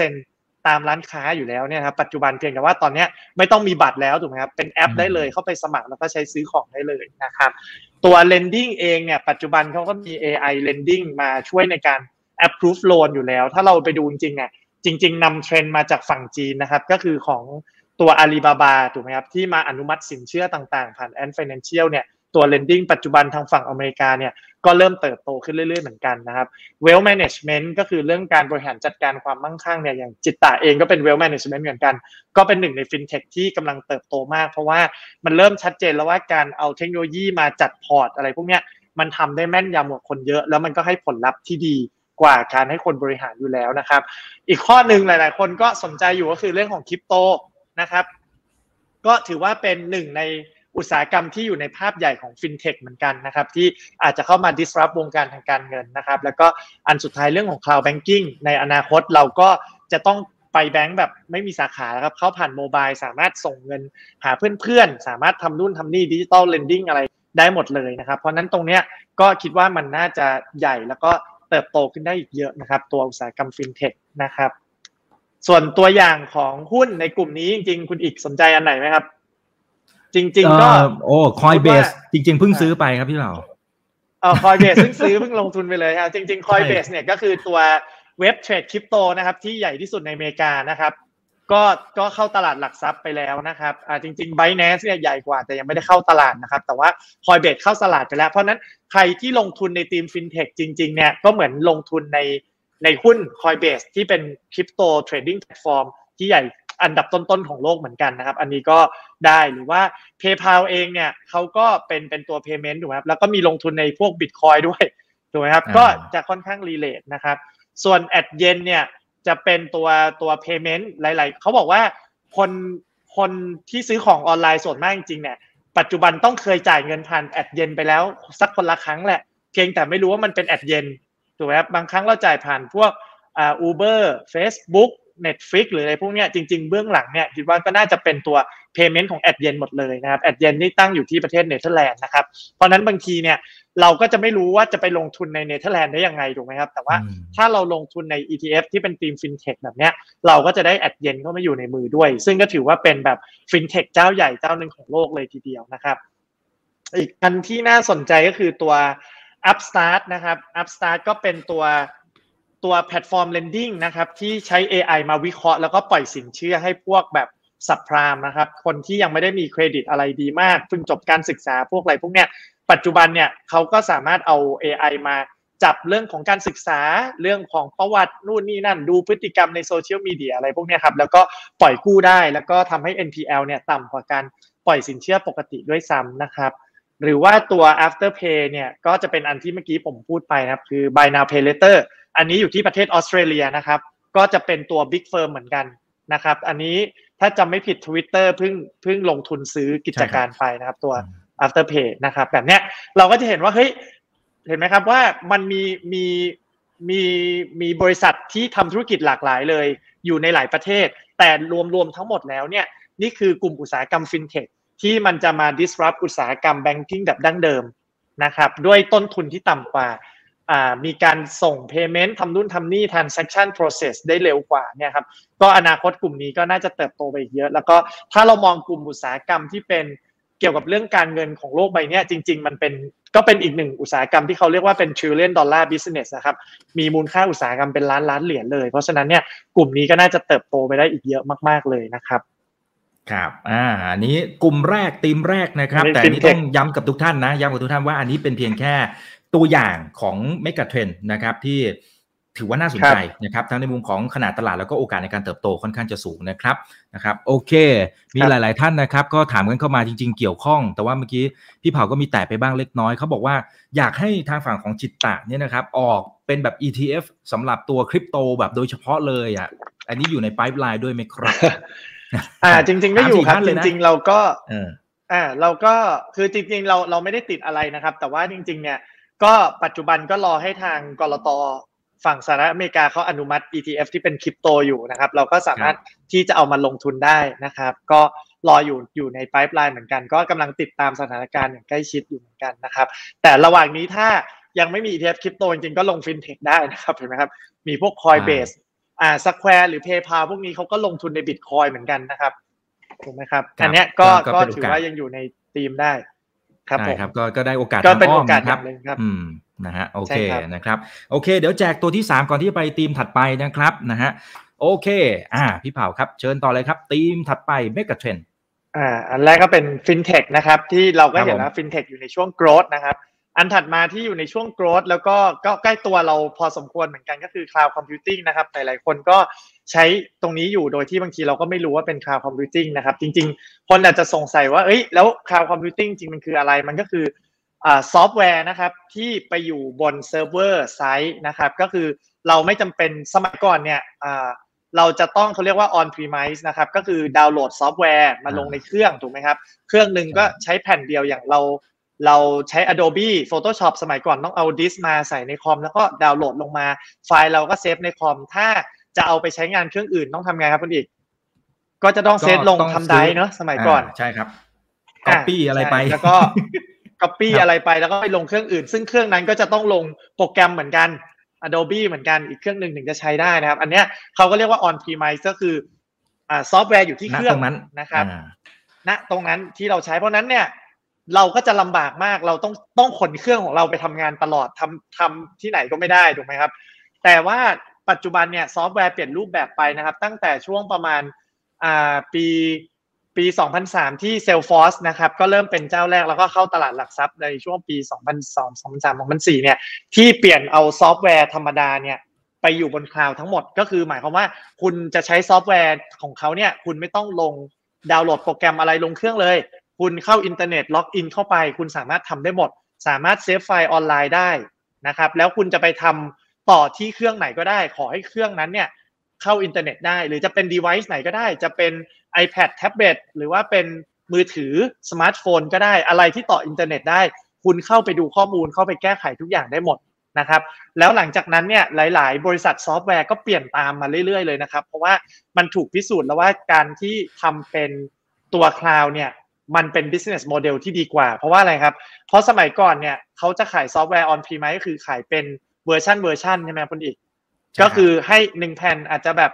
0% ตามร้านค้าอยู่แล้วเนี่ยครับปัจจุบันเพียงแต่ว่าตอนนี้ไม่ต้องมีบัตรแล้วถูกไหมครับเป็นแอปได้เลยเข้าไปสมัครแล้วก็ใช้ซื้อของได้เลยนะครับตัว lending เองเนี่ยปัจจุบันเขาก็มี AI lending มาช่วยในการ approve loan อยู่แล้วถ้าเราไปดูจริงๆนำเทรนด์มาจากฝั่งจีนนะครับก็คือของตัว Alibaba ถูกไหมครับที่มาอนุมัติสินเชื่อต่างๆผ่าน Ant Financial เนี่ยตัว lending ปัจจุบันทางฝั่งอเมริกาเนี่ยก็เริ่มเติบโตขึ้นเรื่อยๆเหมือนกันนะครับ Wealth Management ก็คือเรื่องการบริหารจัดการความมั่งคั่งเนี่ยอย่างจิตตะเองก็เป็น Wealth Management เหมือนกันก็เป็นหนึ่งใน FinTech ที่กำลังเติบโตมากเพราะว่ามันเริ่มชัดเจนแล้วว่าการเอาเทคโนโลยีมาจัดพอร์ตอะไรพวกเนี้ยมันทำได้แม่นยำกว่าคนเยอะแล้วมันก็ให้ผลลัพธ์ที่ดีกว่าการให้คนบริหารอยู่แล้วนะครับอีกข้อนึงหลายๆคนก็สนใจอยู่ก็คือเรื่องของคริปโตนะครับก็ถือว่าเป็นหนึ่งในอุตสาหกรรมที่อยู่ในภาพใหญ่ของฟินเทคเหมือนกันนะครับที่อาจจะเข้ามา disrupt วงการทางการเงินนะครับแล้วก็อันสุดท้ายเรื่องของ cloud banking ในอนาคตเราก็จะต้องไปแบงก์แบบไม่มีสาขาแล้วครับเข้าผ่านโมบายสามารถส่งเงินหาเพื่อนๆสามารถทำนู่นทำนี่ digital lending อะไรได้หมดเลยนะครับเพราะนั้นตรงเนี้ยก็คิดว่ามันน่าจะใหญ่แล้วก็เติบโตขึ้นได้อีกเยอะนะครับตัวอุตสาหกรรมฟินเทคนะครับส่วนตัวอย่างของหุ้นในกลุ่มนี้จริงๆคุณอีกสนใจอันไหนไหมครับจริงๆก็ Coinbase จริงๆเพิ่งซื้อไปครับพี่เหล่า Coinbase เพิ่งลงทุนไปเลยครับจริงๆ Coinbase เนี่ยก็คือตัวเว็บเทรดคริปโตนะครับที่ใหญ่ที่สุดในอเมริกานะครับก็เข้าตลาดหลักทรัพย์ไปแล้วนะครับจริงๆ Binance เนี่ยใหญ่กว่าแต่ยังไม่ได้เข้าตลาดนะครับแต่ว่า Coinbase เข้าตลาดไปแล้วเพราะนั้นใครที่ลงทุนในทีม FinTech จริงๆเนี่ยก็เหมือนลงทุนในหุ้น Coinbase ที่เป็นคริปโตเทรดดิ้งแพลตฟอร์มที่ใหญ่อันดับต้นๆของโลกเหมือนกันนะครับอันนี้ก็ได้หรือว่า PayPal เองเนี่ยเขาก็เป็นตัว payment ถูกไหมครับแล้วก็มีลงทุนในพวก Bitcoin ด้วยถูกไหมครับก็จะค่อนข้าง relate นะครับส่วน @yen เนี่ยจะเป็นตัว payment หลายๆเขาบอกว่าคนที่ซื้อของออนไลน์ส่วนมากจริงๆเนี่ยปัจจุบันต้องเคยจ่ายเงินผ่าน@yen ไปแล้วสักคนละครั้งแหละเพียงแต่ไม่รู้ว่ามันเป็น@yen ถูกไหมครับบางครั้งเราจ่ายผ่านพวกUber Facebook Netflix หรืออะไรพวกเนี้ยจริงๆเบื้องหลังเนี่ยคิดว่าก็น่าจะเป็นตัว payment ของ@yen หมดเลยนะครับ @yen นี่ตั้งอยู่ที่ประเทศเนเธอร์แลนด์นะครับเพราะนั้นบางทีเนี่ยเราก็จะไม่รู้ว่าจะไปลงทุนในเนเธอร์แลนด์ได้ยังไงถูกไหมครับแต่ว่าถ้าเราลงทุนใน ETF ที่เป็นทีม FinTech แบบเนี้ยเราก็จะได้@yenเข้ามาอยู่ในมือด้วยซึ่งก็ถือว่าเป็นแบบ FinTech เจ้าใหญ่เจ้านึงของโลกเลยทีเดียวนะครับอีกอันที่น่าสนใจก็คือตัว Upstart นะครับ Upstart ก็เป็นตัวแพลตฟอร์ม lending นะครับที่ใช้ AI มาวิเคราะห์แล้วก็ปล่อยสินเชื่อให้พวกแบบซับไพรม์นะครับคนที่ยังไม่ได้มีเครดิตอะไรดีมากเพิ่งจบการศึกษาพวกอะไรพวกเนี้ยปัจจุบันเนี่ยเขาก็สามารถเอา AI มาจับเรื่องของการศึกษาเรื่องของประวัตินู่นนี่นั่นดูพฤติกรรมในโซเชียลมีเดียอะไรพวกเนี้ยครับแล้วก็ปล่อยกู้ได้แล้วก็ทำให้ NPL เนี่ยต่ำกว่าการปล่อยสินเชื่อปกติด้วยซ้ำนะครับหรือว่าตัว Afterpay เนี่ยก็จะเป็นอันที่เมื่อกี้ผมพูดไปนะครับคือ Buy Now Pay Laterอันนี้อยู่ที่ประเทศออสเตรเลียนะครับก็จะเป็นตัว Big Firm เหมือนกันนะครับอันนี้ถ้าจำไม่ผิด Twitter เพิ่งลงทุนซื้อกิจการไปนะครับตัว Afterpay นะครับแบบเนี้ยเราก็จะเห็นว่าเฮ้ยเห็นไหมครับว่ามันมีบริษัทที่ทำธุรกิจหลากหลายเลยอยู่ในหลายประเทศแต่รวมทั้งหมดแล้วเนี่ยนี่คือกลุ่มอุตสาหกรรม FinTech ที่มันจะมา disrupt อุตสาหกรรม banking แบบดั้งเดิมนะครับด้วยต้นทุนที่ต่ำกว่ามีการส่ง payment ทำนู่นทำนี่ transaction process ได้เร็วกว่าเนี่ยครับก็อนาคตกลุ่มนี้ก็น่าจะเติบโตไปอีกเยอะแล้วก็ถ้าเรามองกลุ่มอุตสาหกรรมที่เป็นเกี่ยวกับเรื่องการเงินของโลกใบนี้จริงๆมันเป็นก็เป็นอีกหนึ่งอุตสาหกรรมที่เขาเรียกว่าเป็น trillion dollar business นะครับมีมูลค่าอุตสาหกรรมเป็นล้านเหรียญเลยเพราะฉะนั้นเนี่ยกลุ่มนี้ก็น่าจะเติบโตไปได้อีกเยอะมากๆเลยนะครับครับอันนี้กลุ่มแรกทีมแรกนะครับแต่นี่ต้องย้ำกับทุกท่านนะย้ำกับทุกท่านว่าอันนี้เป็นเพียงแค่ตัวอย่างของเมกะเทรนด์นะครับที่ถือว่าน่าสนใจนะครับทั้งในมุมของขนาดตลาดแล้วก็โอกาสในการเติบโตค่อนข้างจะสูงนะครับโอเคมีหลายๆท่านนะครับก็ถามกันเข้ามาจริงๆเกี่ยวข้องแต่ว่าเมื่อกี้พี่เผาก็มีแตะไปบ้างเล็กน้อยเขาบอกว่าอยากให้ทางฝั่งของจิตตะเนี่ยนะครับออกเป็นแบบ ETF สำหรับตัวคริปโตแบบโดยเฉพาะเลยอันนี้อยู่ในไพป์ไลน์ด้วยไหมครับจริงๆไม่อยู่ครับจริงๆเราก็คือจริงๆเราไม่ได้ติดอะไรนะครับแต่ว่าจริงๆเนี่ยก็ปัจจุบันก็รอให้ทางกลต.ฝั่งสหรัฐอเมริกาเขาอนุมัติ ETF ที่เป็นคริปโตอยู่นะครับเราก็สามารถที่จะเอามาลงทุนได้นะครับก็รออยู่ในไพป์ไลน์เหมือนกันก็กำลังติดตามสถานการณ์อย่างใกล้ชิดอยู่เหมือนกันนะครับแต่ระหว่างนี้ถ้ายังไม่มี ETF คริปโตจริงๆก็ลง FinTech ได้นะครับเห็นไหมครับมีพวก Coinbase Square หรือ PayPal พวกนี้เขาก็ลงทุนใน Bitcoin เหมือนกันนะครับถูกไหมครับอันเนี้ยก็ถือว่ายังอยู่ในธีมได้ครับผมครับก็ได้โอกาสก็เป็นโอกาสอย่างนึงครับนะฮะโอเคนะครับโอเคเดี๋ยวแจกตัวที่3ก่อนที่จะไปธีมถัดไปนะครับนะฮะโอเคพี่เผาครับเชิญต่อเลยครับธีมถัดไปเมกะเทรนด์อันแรกก็เป็น FinTech นะครับที่เราก็เห็นว่า FinTech อยู่ในช่วง growth นะครับอันถัดมาที่อยู่ในช่วง growth แล้วก็ใกล้ตัวเราพอสมควรเหมือนกันก็คือ Cloud Computing นะครับหลายๆคนก็ใช้ตรงนี้อยู่โดยที่บางทีเราก็ไม่รู้ว่าเป็น Cloud Computing นะครับจริงๆคนอาจจะสงสัยว่าแล้ว Cloud Computing จริงมันคืออะไรมันก็คือซอฟต์แวร์นะครับที่ไปอยู่บนเซิร์ฟเวอร์ไซต์นะครับก็คือเราไม่จำเป็นสมัยก่อนเนี่ยเราจะต้องเขาเรียกว่า on premise นะครับก็คือดาวน์โหลดซอฟต์แวร์มาลงในเครื่องถูกไหมครับเครื่องนึงก็ใช้แผ่นเดียวอย่างเราใช้ Adobe Photoshop สมัยก่อนต้องเอาดิสก์มาใส่ในคอมแล้วก็ดาวน์โหลดลงมาไฟล์เราก็เซฟในคอมถ้าจะเอาไปใช้งานเครื่องอื่นต้องทำไงครับคุณอีกก็จะต้องเซฟลงทำไดร์เนาะสมัยก่อนใช่ครับ copy อะไรไปแล้วก็ copy อะไรไปแล้วก็ไปลงเครื่องอื่นซึ่งเครื่องนั้นก็จะต้องลงโปรแกรมเหมือนกัน Adobe เหมือนกันอีกเครื่องนึงถึงจะใช้ได้นะครับอันเนี้ยเขาก็เรียกว่า on premise ก็คือซอฟต์แวร์อยู่ที่เครื่องนะครับณตรงนั้นที่เราใช้เพราะนั้นเนี่ยเราก็จะลำบากมากเราต้องขนเครื่องของเราไปทำงานตลอดทำที่ไหนก็ไม่ได้ถูกไหมครับแต่ว่าปัจจุบันเนี่ยซอฟต์แวร์เปลี่ยนรูปแบบไปนะครับตั้งแต่ช่วงประมาณปี 2003 ที่ Salesforce นะครับก็เริ่มเป็นเจ้าแรกแล้วก็เข้าตลาดหลักทรัพย์ในช่วงปี 2002 2003 2004 เนี่ยที่เปลี่ยนเอาซอฟต์แวร์ธรรมดาเนี่ยไปอยู่บนคลาวด์ทั้งหมดก็คือหมายความว่าคุณจะใช้ซอฟต์แวร์ของเขาเนี่ยคุณไม่ต้องลงดาวน์โหลดโปรแกรมอะไรลงเครื่องเลยคุณเข้าอินเทอร์เน็ตล็อกอินเข้าไปคุณสามารถทำได้หมดสามารถเซฟไฟล์ออนไลน์ได้นะครับแล้วคุณจะไปทำต่อที่เครื่องไหนก็ได้ขอให้เครื่องนั้นเนี่ยเข้าอินเทอร์เน็ตได้หรือจะเป็น device ไหนก็ได้จะเป็น iPad แท็บเล็ตหรือว่าเป็นมือถือสมาร์ทโฟนก็ได้อะไรที่ต่ออินเทอร์เน็ตได้คุณเข้าไปดูข้อมูลเข้าไปแก้ไขทุกอย่างได้หมดนะครับแล้วหลังจากนั้นเนี่ยหลายๆบริษัทซอฟต์แวร์ก็เปลี่ยนตามมาเรื่อยๆเลยนะครับเพราะว่ามันถูกพิสูจน์แล้วว่าการที่ทำเป็นตัวคลาวด์เนี่ยมันเป็น business model ที่ดีกว่าเพราะว่าอะไรครับเพราะสมัยก่อนเนี่ยเขาจะขายซอฟต์แวร์ on premise ก็คือขายเป็นเวอร์ชันใช่ไหมคุณอีกก็คือให้1แผ่นอาจจะแบบ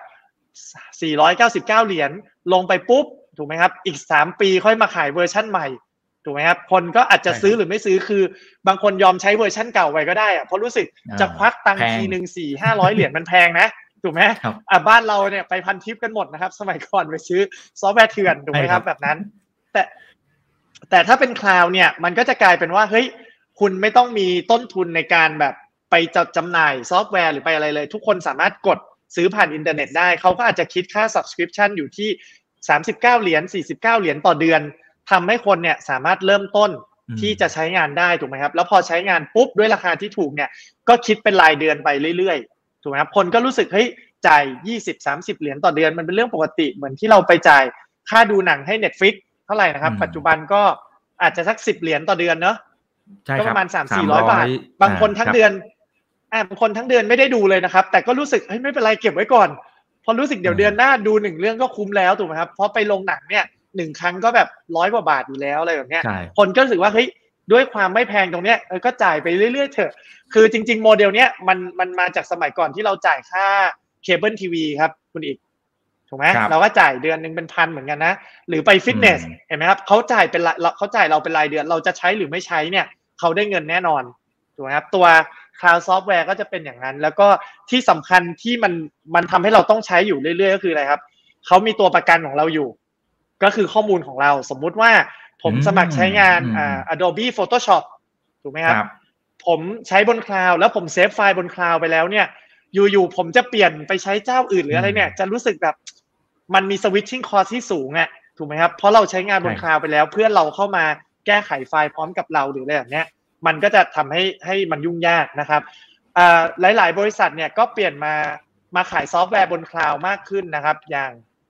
499เหรียญลงไปปุ๊บถูกไหมครับอีก3ปีค่อยมาขายเวอร์ชันใหม่ถูกไหมครับคนก็อาจจะซื้อหรือไม่ซื้อคือบางคนยอมใช้เวอร์ชันเก่าไว้ก็ได้อะเพราะรู้สึกจะควักตังค์ทีนึง 400-500 เหรียญมันแพงนะถูกไหมบ้านเราเนี่ยไปพันทิปกันหมดนะครับสมัยก่อนไปซื้อซอฟต์แวร์เถื่อนถูกไหมครับแบบนั้นแต่ถ้าเป็นคลาวด์เนี่ยมันก็จะกลายเป็นว่าเฮ้ยคุณไม่ต้องมีต้นทุนในการแบบไปจำหน่ายซอฟต์แวร์หรือไปอะไรเลยทุกคนสามารถกดซื้อผ่านอินเทอร์เน็ตได้เขาก็อาจจะคิดค่า subscription อยู่ที่39เหรียญ49เหรียญต่อเดือนทำให้คนเนี่ยสามารถเริ่มต้นที่จะใช้งานได้ถูกไหมครับแล้วพอใช้งานปุ๊บด้วยราคาที่ถูกเนี่ยก็คิดเป็นรายเดือนไปเรื่อยๆถูกไหมครับคนก็รู้สึกเฮ้ยจ่าย20-30เหรียญต่อเดือนมันเป็นเรื่องปกติเหมือนที่เราไปจ่ายค่าดูหนังให้ Netflix เท่าไหร่นะครับปัจจุบันก็อาจจะสัก10เหรียญต่อเดือนเนอะก็ประมาณ 300-400 บาทบางคนทั้งเดือนบางคนทั้งเดือนไม่ได้ดูเลยนะครับแต่ก็รู้สึกเฮ้ยไม่เป็นไรเก็บไว้ก่อนพอรู้สึกเดี๋ยวเดือนหน้าดู1เรื่องก็คุ้มแล้วถูกไหมครับเพราะไปลงหนังเนี่ย1ครั้งก็แบบ100กว่าบาทอยู่แล้วอะไรแบบเนี้ยคนก็รู้สึกว่าเฮ้ยด้วยความไม่แพงตรงเนี้ยก็จ่ายไปเรื่อยๆเถอะคือจริงๆโมเดลเนี้ยมันมาจากสมัยก่อนที่เราจ่ายค่าเคเบิลทีวีครับคุณอีกถูกไหมเราก็จ่ายเดือนนึงเป็นพันเหมือนกันนะหรือไปฟิตเนสเห็นไหมครับเขาจ่ายเราเป็นรายเดือนเราจะใช้หรือไม่ใช้เนี่ยเขาได้เงินแน่นอนถูกไหมครับตัวคลาวด์ซอฟต์แวร์ก็จะเป็นอย่างนั้นแล้วก็ที่สำคัญที่มันทำให้เราต้องใช้อยู่เรื่อยๆก็คืออะไรครับเขามีตัวประกันของเราอยู่ก็คือข้อมูลของเราสมมุติว่าผมสมัครใช้งานAdobe Photoshop ถูกไหมครับผมใช้บนคลาวด์แล้วผมเซฟไฟล์บนคลาวด์ไปแล้วเนี่ยอยู่ๆผมจะเปลี่ยนไปใช้เจ้าอื่นหรืออะไรเนี่ยจะรู้สึกแบบมันมี switching cost ที่สูงอ่ะถูกไหมครับเพราะเราใช้งานบนคลาวด์ไปแล้วเพื่อนเราเข้ามาแก้ไขไฟล์พร้อมกับเราหรืออะไรแบบเนี้ยมันก็จะทำให้มันยุ่งยากนะครับหลายๆบริษัทเนี่ยก็เปลี่ยนมาขายซอฟต์แวร์บนคลาวด์มากขึ้นนะครับอย่าง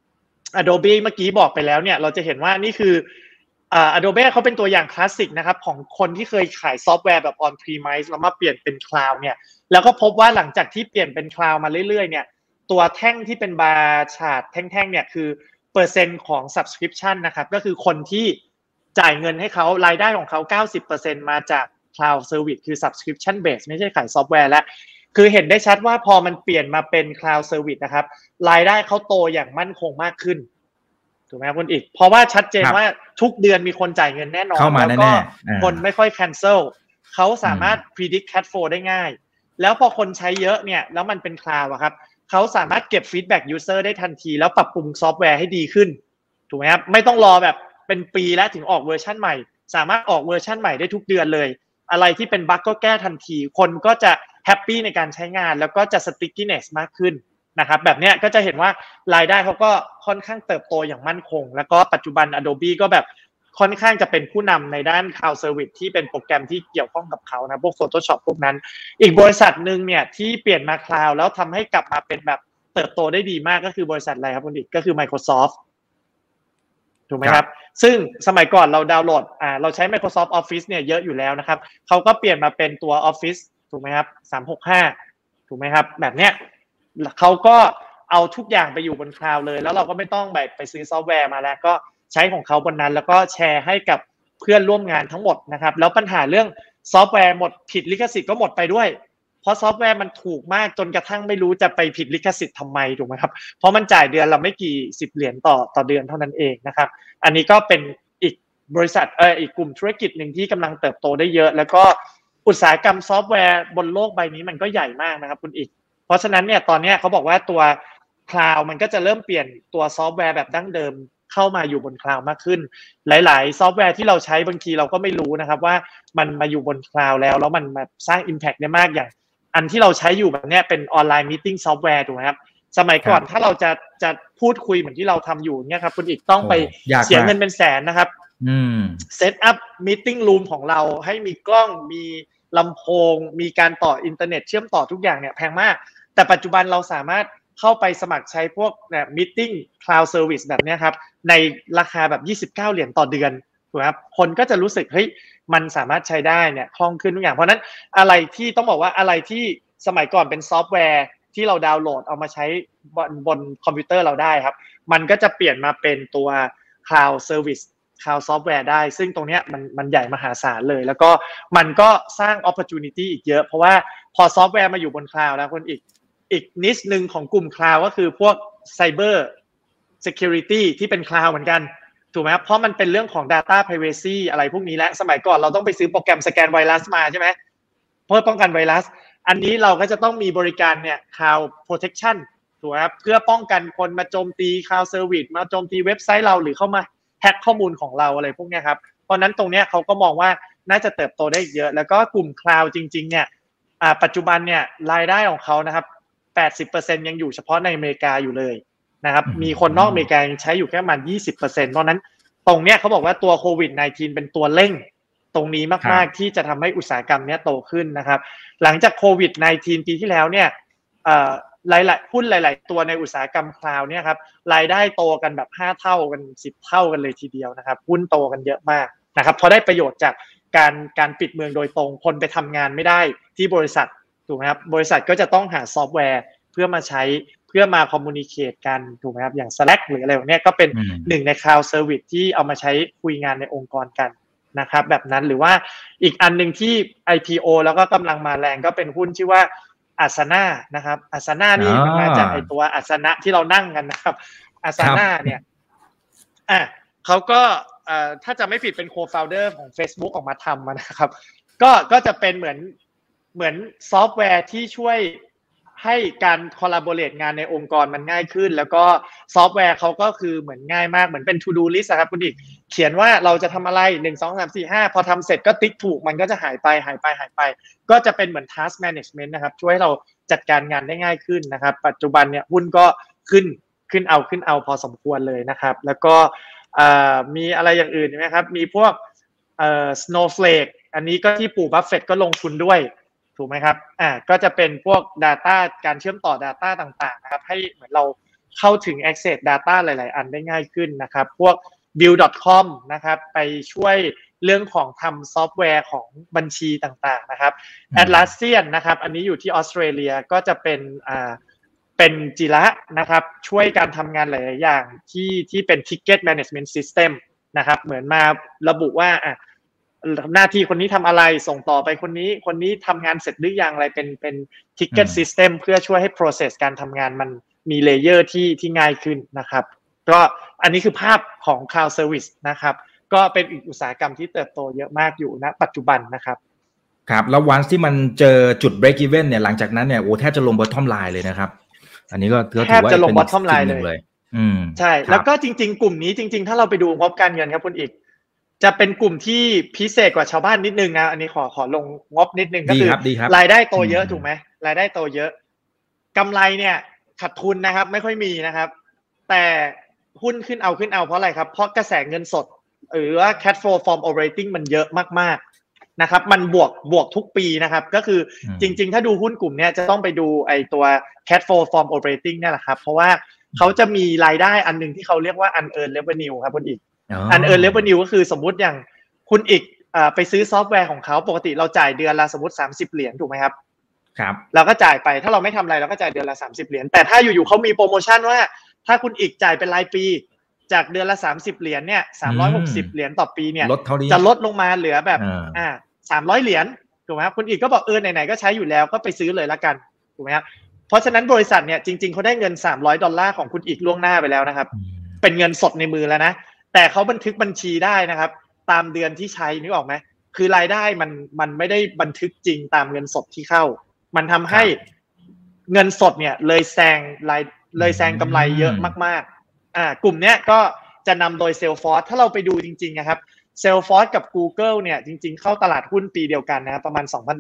Adobe เมื่อกี้บอกไปแล้วเนี่ยเราจะเห็นว่านี่คือAdobe เขาเป็นตัวอย่างคลาสสิกนะครับของคนที่เคยขายซอฟต์แวร์แบบ on premise แล้วมาเปลี่ยนเป็นคลาวด์เนี่ยแล้วก็พบว่าหลังจากที่เปลี่ยนเป็นคลาวด์มาเรื่อยๆเนี่ยตัวแท่งที่เป็นบาร์ชาร์ตแท่งๆเนี่ยคือเปอร์เซ็นต์ของ subscription นะครับก็คือคนที่จ่ายเงินให้เขารายได้ของเขา 90% มาจาก cloud service คือ subscription base ไม่ใช่ขายซอฟต์แวร์แล้วคือเห็นได้ชัดว่าพอมันเปลี่ยนมาเป็น cloud service นะครับรายได้เขาโตอย่างมั่นคงมากขึ้นถูกไหมครับคุณอีกเพราะว่าชัดเจนว่าทุกเดือนมีคนจ่ายเงินแน่นอนแล้วก็คนไม่ค่อย cancel เขาสามารถ predict cash flow ได้ง่ายแล้วพอคนใช้เยอะเนี่ยแล้วมันเป็น cloud อะครับเขาสามารถเก็บ feedback user ได้ทันทีแล้วปรับปรุงซอฟต์แวร์ให้ดีขึ้นถูกไหมครับไม่ต้องรอแบบเป็นปีแล้วถึงออกเวอร์ชันใหม่สามารถออกเวอร์ชันใหม่ได้ทุกเดือนเลยอะไรที่เป็นบั๊กก็แก้ทันทีคนก็จะแฮปปี้ในการใช้งานแล้วก็จะ stickiness มากขึ้นนะครับแบบเนี้ยก็จะเห็นว่ารายได้เขาก็ค่อนข้างเติบโตอย่างมั่นคงแล้วก็ปัจจุบัน Adobe ก็แบบค่อนข้างจะเป็นผู้นำในด้าน Cloud Service ที่เป็นโปรแกรมที่เกี่ยวข้องกับเขานะพวก Photoshop พวกนั้นอีกบริษัทนึงเนี่ยที่เปลี่ยนมา Cloud แล้วทำให้กลับมาเป็นแบบเติบโตได้ดีมากก็คือบริษัทอะไรครับคุณอีกก็คือ Microsoft ถูกไหมครับซึ่งสมัยก่อนเราดาวน์โหลดเราใช้ Microsoft Office เนี่ยเยอะอยู่แล้วนะครับเขาก็เปลี่ยนมาเป็นตัว Office ถูกไหมครับ365ถูกไหมครับแบบเนี้ยเขาก็เอาทุกอย่างไปอยู่บนคลาวด์เลยแล้วเราก็ไม่ต้องไปซื้อซอฟต์แวร์มาแล้วก็ใช้ของเขาบนนั้นแล้วก็แชร์ให้กับเพื่อนร่วมงานทั้งหมดนะครับแล้วปัญหาเรื่องซอฟต์แวร์หมดผิดลิขสิทธิ์ก็หมดไปด้วยเพราะซอฟต์แวร์มันถูกมากจนกระทั่งไม่รู้จะไปผิดลิขสิทธิ์ทำไมถูกไหมครับเพราะมันจ่ายเดือนเราไม่กี่10เหรียญต่อเดือนเท่านั้นเองนะครับอันนี้ก็เป็นอีกบริษัทอีกกลุ่มธุรกิจหนึ่งที่กำลังเติบโตได้เยอะแล้วก็อุตสาหกรรมซอฟต์แวร์บนโลกใบนี้มันก็ใหญ่มากนะครับคุณอีกเพราะฉะนั้นเนี่ยตอนนี้เขาบอกว่าตัวคลาวด์มันก็จะเริ่มเปลี่ยนตัวซอฟต์แวร์แบบดั้งเดิมเข้ามาอยู่บนคลาวด์มากขึ้นหลายๆซอฟต์แวร์ที่เราใช้บางทีเราก็ไม่รู้นะครับว่ามันมาอยู่บนคลาวด์แล้วมันมาสร้าง impact ได้มากอย่างอันที่เราใช้อยู่แบบเนี้ยเป็นออนไลน์มีตติ้งซอฟต์แวร์ถูกไหมครับสมัยก่อนถ้าเราจะพูดคุยเหมือนที่เราทำอยู่เนี่ยครับคุณอีกต้องไปเสียเงินเป็นแสนนะครับเซตอัพมีตติ้งรูมของเราให้มีกล้องมีลำโพงมีการต่ออินเทอร์เน็ตเชื่อมต่อทุกอย่างเนี่ยแพงมากแต่ปัจจุบันเราสามารถเข้าไปสมัครใช้พวกแบบมีตติ้งคลาวด์เซอร์วิสแบบนี้ครับในราคาแบบ29เหรียญต่อเดือนถูกครับคนก็จะรู้สึกเฮ้ยมันสามารถใช้ได้เนี่ยคล่องขึ้นทุกอย่างเพราะนั้นอะไรที่ต้องบอกว่าอะไรที่สมัยก่อนเป็นซอฟต์แวร์ที่เราดาวน์โหลดเอามาใช้บนคอมพิวเตอร์เราได้ครับมันก็จะเปลี่ยนมาเป็นตัว cloud service cloud software ได้ซึ่งตรงเนี้ยมันใหญ่มหาศาลเลยแล้วก็มันก็สร้าง opportunity อีกเยอะเพราะว่าพอซอฟต์แวร์มาอยู่บน cloud นะคนอีกนิดนึงของกลุ่ม cloud ก็คือพวก cyber security ที่เป็น cloud เหมือนกันถูกไหมครับเพราะมันเป็นเรื่องของ data privacy อะไรพวกนี้และสมัยก่อนเราต้องไปซื้อโปรแกรมสแกนไวรัสมาใช่ไหมเพื่อป้องกันไวรัสอันนี้เราก็จะต้องมีบริการเนี่ย cloud protection ถูกไหมครับเพื่อป้องกันคนมาโจมตี cloud service มาโจมตีเว็บไซต์เราหรือเข้ามาแฮ็กข้อมูลของเราอะไรพวกนี้ครับเพราะนั้นตรงนี้เขาก็มองว่าน่าจะเติบโตได้เยอะแล้วก็กลุ่ม cloud จริงๆเนี่ยปัจจุบันเนี่ยรายได้ของเขานะครับ 80% ยังอยู่เฉพาะในอเมริกาอยู่เลยนะครับมีคนนอกอเมริกายังใช้อยู่แค่ประมาณ 20% เพราะนั้นตรงเนี้ยเขาบอกว่าตัวโควิด -19 เป็นตัวเร่งตรงนี้มากๆที่จะทำให้อุตสาหกรรมเนี้ยโตขึ้นนะครับหลังจากโควิด -19 ปีที่แล้วเนี่ยหลายๆหุ้นหลายๆตัวในอุตสาหกรรมคลาวด์เนี่ยครับรายได้โตกันแบบ5เท่ากัน10เท่ากันเลยทีเดียวนะครับหุ้นโตกันเยอะมากนะครับเพราะได้ประโยชน์จากการปิดเมืองโดยตรงคนไปทำงานไม่ได้ที่บริษัทถูกไหมครับบริษัทก็จะต้องหาซอฟต์แวร์เพื่อมาใช้เพื่อมาคอมมูนิเคตกันถูกไหมครับอย่าง Slack หรืออะไรแบบนี้ก็เป็นหนึ่งใน Cloud Service ที่เอามาใช้คุยงานในองค์กรกันนะครับแบบนั้นหรือว่าอีกอันนึงที่ IPO แล้วก็กำลังมาแรงก็เป็นหุ้นชื่อว่าอาสนะนะครับอาสนะนี่มันมาจากไอตัวอาสนะที่เรานั่งกันนะครับอาสนะเนี่ยเขาก็ถ้าจะไม่ผิดเป็น co-founder ของ Facebook ออกมาทำนะครับก็จะเป็นเหมือนซอฟต์แวร์ที่ช่วยให้การคอลลาโบเรตงานในองค์กรมันง่ายขึ้นแล้วก็ซอฟต์แวร์เขาก็คือเหมือนง่ายมากเหมือนเป็น to do list ครับคุณดิเขียนว่าเราจะทำอะไร1 2 3 4 5พอทำเสร็จก็ติ๊กถูกมันก็จะหายไปก็จะเป็นเหมือน task management นะครับช่วยให้เราจัดการงานได้ง่ายขึ้นนะครับปัจจุบันเนี่ยหุ้นก็ขึ้นเอาพอสมควรเลยนะครับแล้วก็มีอะไรอย่างอื่นไหมครับมีพวกSnowflake อันนี้ก็ที่ปู่บัฟเฟตต์ก็ลงทุนด้วยถูกไหมครับก็จะเป็นพวก data การเชื่อมต่อ data ต่างๆนะครับให้เหมือนเราเข้าถึง access data หลายๆอันได้ง่ายขึ้นนะครับพวก build.com นะครับไปช่วยเรื่องของทำซอฟต์แวร์ของบัญชีต่างๆนะครับ Atlassian นะครับอันนี้อยู่ที่ออสเตรเลียก็จะเป็นจิระนะครับช่วยการทำงานหลายๆอย่างที่เป็น ticket management system นะครับเหมือนมาระบุว่าหน้าที่คนนี้ทำอะไรส่งต่อไปคนนี้ทำงานเสร็จหรือยังอะไรเป็น ticket system เพื่อช่วยให้ process การทำงานมันมีเลเยอร์ที่ง่ายขึ้นนะครับก็อันนี้คือภาพของ cloud service นะครับก็เป็นอีกอุตสาหกรรมที่เติบโตเยอะมากอยู่ณปัจจุบันนะครับครับแล้ววันที่มันเจอจุด break even เนี่ยหลังจากนั้นเนี่ยแทบจะลง bottom line เลยนะครับอันนี้ก็ถือว่าเป็น bottom line เลยใช่แล้วก็จริงๆกลุ่มนี้จริงๆถ้าเราไปดูงบการเงินครับคุณอีกจะเป็นกลุ่มที่พิเศษกว่าชาวบ้านนิดนึงนะอันนี้ขอลงงบนิดนึงก็คือรายได้โตเยอะถูกไหมรายได้โตเยอะกำไรเนี่ยขาดทุนนะครับไม่ค่อยมีนะครับแต่หุ้นขึ้นเอาเพราะอะไรครับเพราะกระแสเงินสดหรือว่า cash flow from operating มันเยอะมากๆนะครับมันบวกทุกปีนะครับก็คือจริงๆถ้าดูหุ้นกลุ่มนี้จะต้องไปดูไอตัว cash flow from operating นี่แหละครับเพราะว่าเขาจะมีรายได้อันนึงที่เขาเรียกว่า unearned revenue ครับคุณอีกunearned revenue ก็คือสมมุติอย่างคุณอีกไปซื้อซอฟต์แวร์ของเขาปกติเราจ่ายเดือนละสมมุติ30เหรียญถูกไหมครับครับเราก็จ่ายไปถ้าเราไม่ทำอะไรเราก็จ่ายเดือนละ30เหรียญแต่ถ้าอยู่ๆเขามีโปรโมชั่นว่าถ้าคุณอีกจ่ายเป็นรายปีจากเดือนละ30เหรียญเนี่ย360เหรียญต่อปีเนี่ยจะลดลงมาเหลือแบบ300เหรียญถูกไหมครับคุณอีกก็บอกไหนๆก็ใช้อยู่แล้วก็ไปซื้อเลยละกันถูกไหมครับเพราะฉะนั้นบริษัทเนี่ยจริงๆเขาได้เงิน$300ของคุณอีกล่วงหน้าไปแล้วนะครับเป็นเงินสดในมือแล้วนะแต่เขาบันทึกบัญชีได้นะครับตามเดือนที่ใช้นึกออกไหมคือรายได้มันไม่ได้บันทึกจริงตามเงินสดที่เข้ามันทำให้เงินสดเนี่ยเลยแซงเลยแซงกำไรเยอะมากๆกลุ่มเนี้ยก็จะนำโดย Salesforce ถ้าเราไปดูจริงๆนะครับ Salesforce กับ Google เนี่ยจริงๆเข้าตลาดหุ้นปีเดียวกันนะประมาณ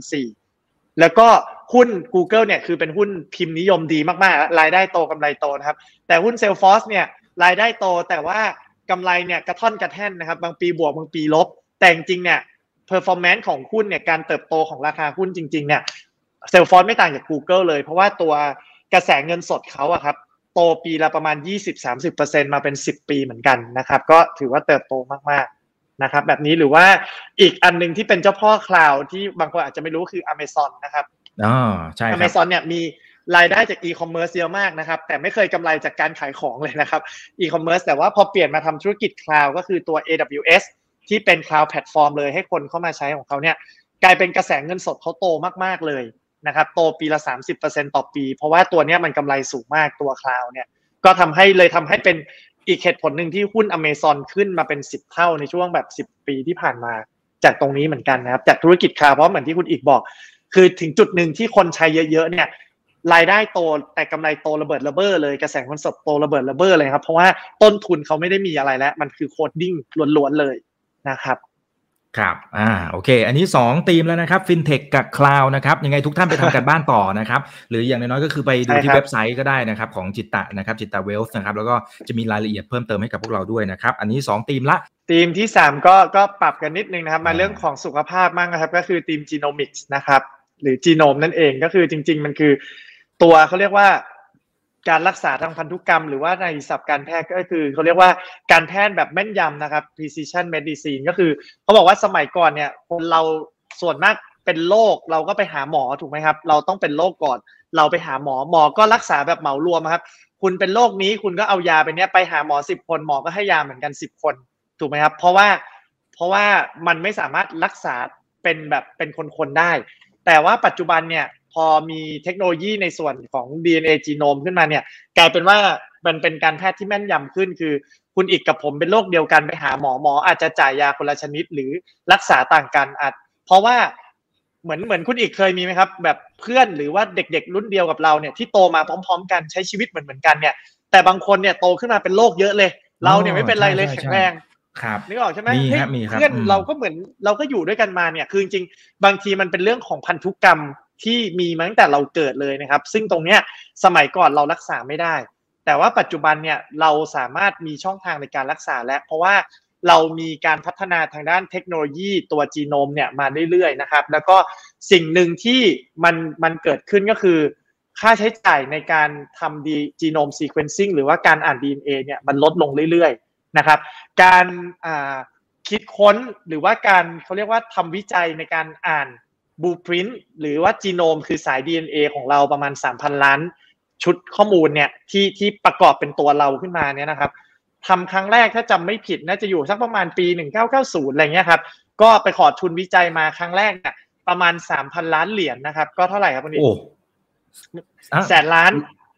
2004แล้วก็หุ้น Google เนี่ยคือเป็นหุ้นพิมพ์นิยมดีมากๆรายได้โตกำไรโตนะครับแต่หุ้น Salesforce เนี่ยรายได้โตแต่ว่ากำไรเนี่ยกระท่อนกระแท่นนะครับบางปีบวกบางปีลบแต่จริงๆเนี่ย performance ของหุ้นเนี่ยการเติบโตของราคาหุ้นจริงๆเนี่ย Salesforce ไม่ต่างจาก Google เลยเพราะว่าตัวกระแสเงินสดเขาอะครับโตปีละประมาณ 20-30% มาเป็น10ปีเหมือนกันนะครับก็ถือว่าเติบโตมากๆนะครับแบบนี้หรือว่าอีกอันนึงที่เป็นเจ้าพ่อคลาวด์ที่บางคนอาจจะไม่รู้คือ Amazon นะครับใช่ครับ Amazon เนี่ยมีรายได้จากอีคอมเมิร์ซเยอะมากนะครับแต่ไม่เคยกำไรจากการขายของเลยนะครับอีคอมเมิร์ซแต่ว่าพอเปลี่ยนมาทำธุรกิจคลาวด์ก็คือตัว AWS ที่เป็นคลาวด์แพลตฟอร์มเลยให้คนเข้ามาใช้ของเขาเนี่ยกลายเป็นกระแสเงินสดเขาโตมากๆเลยนะครับโตปีละ 30% ต่อปีเพราะว่าตัวเนี้ยมันกำไรสูงมากตัวคลาวด์เนี่ยก็ทำให้เป็นอีกเหตุผลหนึ่งที่หุ้น Amazon ขึ้นมาเป็น10เท่าในช่วงแบบ10ปีที่ผ่านมาจากตรงนี้เหมือนกันนะครับจากธุรกิจคลาวด์เพราะเหมือนที่คุณอีกบอกคือถึงจุดหนึ่งที่คนใช้เยอะๆเนี่ยรายได้โตแต่กำไรโตระเบิดระเบ้อเลยกระแสเงินสดโตระเบิดระเบ้อเลยครับเพราะว่าต้นทุนเขาไม่ได้มีอะไรแล้วมันคือโคดดิ้งล้วนๆเลยนะครับครับโอเคอันนี้2ธีมแล้วนะครับ FinTech กับ Cloud นะครับยังไงทุกท่านไปทำกันบ้านต่อนะครับหรืออย่างน้อยๆก็คือไปดูที่เว็บไซต์ก็ได้นะครับของจิตตะนะครับจิตตะ Wealth นะครับแล้วก็จะมีรายละเอียดเพิ่มเติมให้กับพวกเราด้วยนะครับอันนี้2ธีมละธีมที่3ก็ปรับกันนิดนึงนะครับมาเรื่องของสุขภาพมั่งนะครับก็คือธีม Genomics นะครับหรือ Genome นั่นเองก็คือจริงๆมันคือตัวเขาเรียกว่าการรักษาทางพันธุกรรมหรือว่าในศัพท์การแพทย์ก็คือเขาเรียกว่าการแพทย์แบบแม่นยำนะครับ precision medicine ก็คือเขาบอกว่าสมัยก่อนเนี่ยคนเราส่วนมากเป็นโรคเราก็ไปหาหมอถูกไหมครับเราต้องเป็นโรคก่อนเราไปหาหมอก็รักษาแบบเหมารวมครับคุณเป็นโรคนี้คุณก็เอายาไปเนี้ยไปหาหมอ10คนหมอก็ให้ยาเหมือนกัน10คนถูกไหมครับเพราะว่ามันไม่สามารถรักษาเป็นคนๆได้แต่ว่าปัจจุบันเนี่ยพอมีเทคโนโลยีในส่วนของ DNA จีโนมขึ้นมาเนี่ยกลายเป็นว่ามันเป็นการแพทย์ที่แม่นยำขึ้นคือคุณอีกกับผมเป็นโรคเดียวกันไปหาหมออาจจะจ่ายยาคนละชนิดหรือรักษาต่างกันเพราะว่าเหมือนคุณอีกเคยมีไหมครับแบบเพื่อนหรือว่าเด็กๆรุ่นเดียวกับเราเนี่ยที่โตมาพร้อมๆกันใช้ชีวิตเหมือนกันเนี่ยแต่บางคนเนี่ยโตขึ้นมาเป็นโรคเยอะเลยเราเนี่ยไม่เป็นไรเลยแข็งแรงนึกออกใช่ไหมเพื่อนเราก็เหมือนเราก็อยู่ด้วยกันมาเนี่ยคือจริงๆบางทีมันเป็นเรื่องของพันธุกรรมที่มีมาตั้งแต่เราเกิดเลยนะครับซึ่งตรงเนี้ยสมัยก่อนเรารักษาไม่ได้แต่ว่าปัจจุบันเนี่ยเราสามารถมีช่องทางในการรักษาแล้วเพราะว่าเรามีการพัฒนาทางด้านเทคโนโลยีตัวจีโนมเนี่ยมาเรื่อยๆนะครับแล้วก็สิ่งหนึ่งที่มันเกิดขึ้นก็คือค่าใช้จ่ายในการทำจีโนมซีเควนซิ่งหรือว่าการอ่าน DNA เนี่ยมันลดลงเรื่อยๆนะครับการคิดค้นหรือว่าการเขาเรียกว่าทำวิจัยในการอ่านblueprint หรือว่าจีโนมคือสาย DNA ของเราประมาณ 3,000 ล้านชุดข้อมูลเนี่ยที่ประกอบเป็นตัวเราขึ้นมาเนี่ยนะครับทำครั้งแรกถ้าจำไม่ผิดน่าจะอยู่สักประมาณปี1990อะไรเงี้ยครับก็ไปขอทุนวิจัยมาครั้งแรกเนี่ยประมาณ 3,000 ล้านเหรียญนะครับก็เท่าไหร่ครับคุณอีกแสนล้าน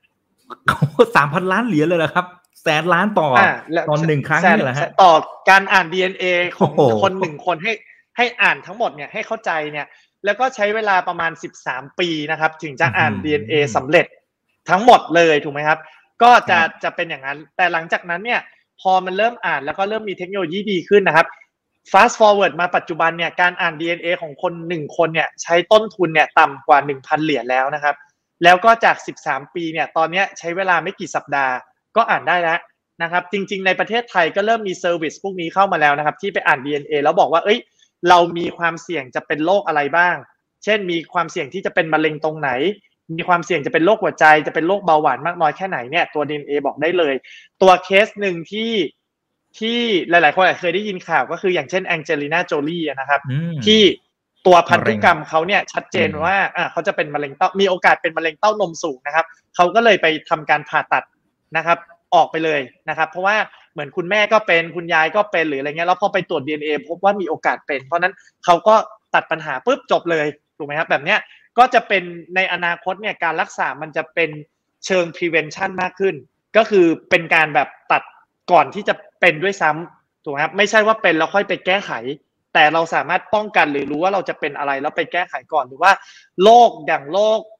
3,000 ล้านเหรียญเลยเหรอครับแสนล้านต่อ1ครั้งนี่แหละฮะต่อการอ่าน DNA ของคน1คนให้อ่านทั้งหมดเนี่ยให้เข้าใจเนี่ยแล้วก็ใช้เวลาประมาณ13ปีนะครับถึงจะอ่าน DNA สำเร็จทั้งหมดเลยถูกไหมครับก็จะเป็นอย่างนั้นแต่หลังจากนั้นเนี่ยพอมันเริ่มอ่านแล้วก็เริ่มมีเทคโนโลยีดีขึ้นนะครับ fast forward มาปัจจุบันเนี่ยการอ่าน DNA ของคน1คนเนี่ยใช้ต้นทุนเนี่ยต่ำกว่า 1,000 เหรียญแล้วนะครับแล้วก็จาก13ปีเนี่ยตอนนี้ใช้เวลาไม่กี่สัปดาห์ก็อ่านได้แล้วนะครับจริงๆในประเทศไทยก็เริ่มมีเซอร์วิสพวกนี้เข้ามาแล้วนะครับที่ไปอ่าน DNA แล้วบอกว่าเรามีความเสี่ยงจะเป็นโรคอะไรบ้างเช่นมีความเสี่ยงที่จะเป็นมะเร็งตรงไหนมีความเสี่ยงจะเป็นโรคหัวใจจะเป็นโรคเบาหวานมากน้อยแค่ไหนเนี่ยตัว DNA บอกได้เลยตัวเคสหนึ่งที่หลายๆคนอาจจะเคยได้ยินข่าวก็คืออย่างเช่นแองเจลิน่าโจลี่นะครับที่ตัวพันธุกรรมเขาเนี่ยชัดเจนว่าเขาจะเป็นมะเร็งเต้ามีโอกาสเป็นมะเร็งเต้านมสูงนะครับเขาก็เลยไปทำการผ่าตัดนะครับออกไปเลยนะครับเพราะว่าเหมือนคุณแม่ก็เป็นคุณยายก็เป็นหรืออะไรเงี้ยแล้วพอไปตรวจ DNA พบว่ามีโอกาสเป็นเพราะนั้นเขาก็ตัดปัญหาปุ๊บจบเลยถูกไหมครับแบบเนี้ยก็จะเป็นในอนาคตเนี่ยการรักษามันจะเป็นเชิง prevention มากขึ้นก็คือเป็นการแบบตัดก่อนที่จะเป็นด้วยซ้ำถูกไหมครับไม่ใช่ว่าเป็นแล้วค่อยไปแก้ไขแต่เราสามารถป้องกันหรือรู้ว่าเราจะเป็นอะไรแล้วไปแก้ไขก่อนหรือว่าโรคอย่างโรค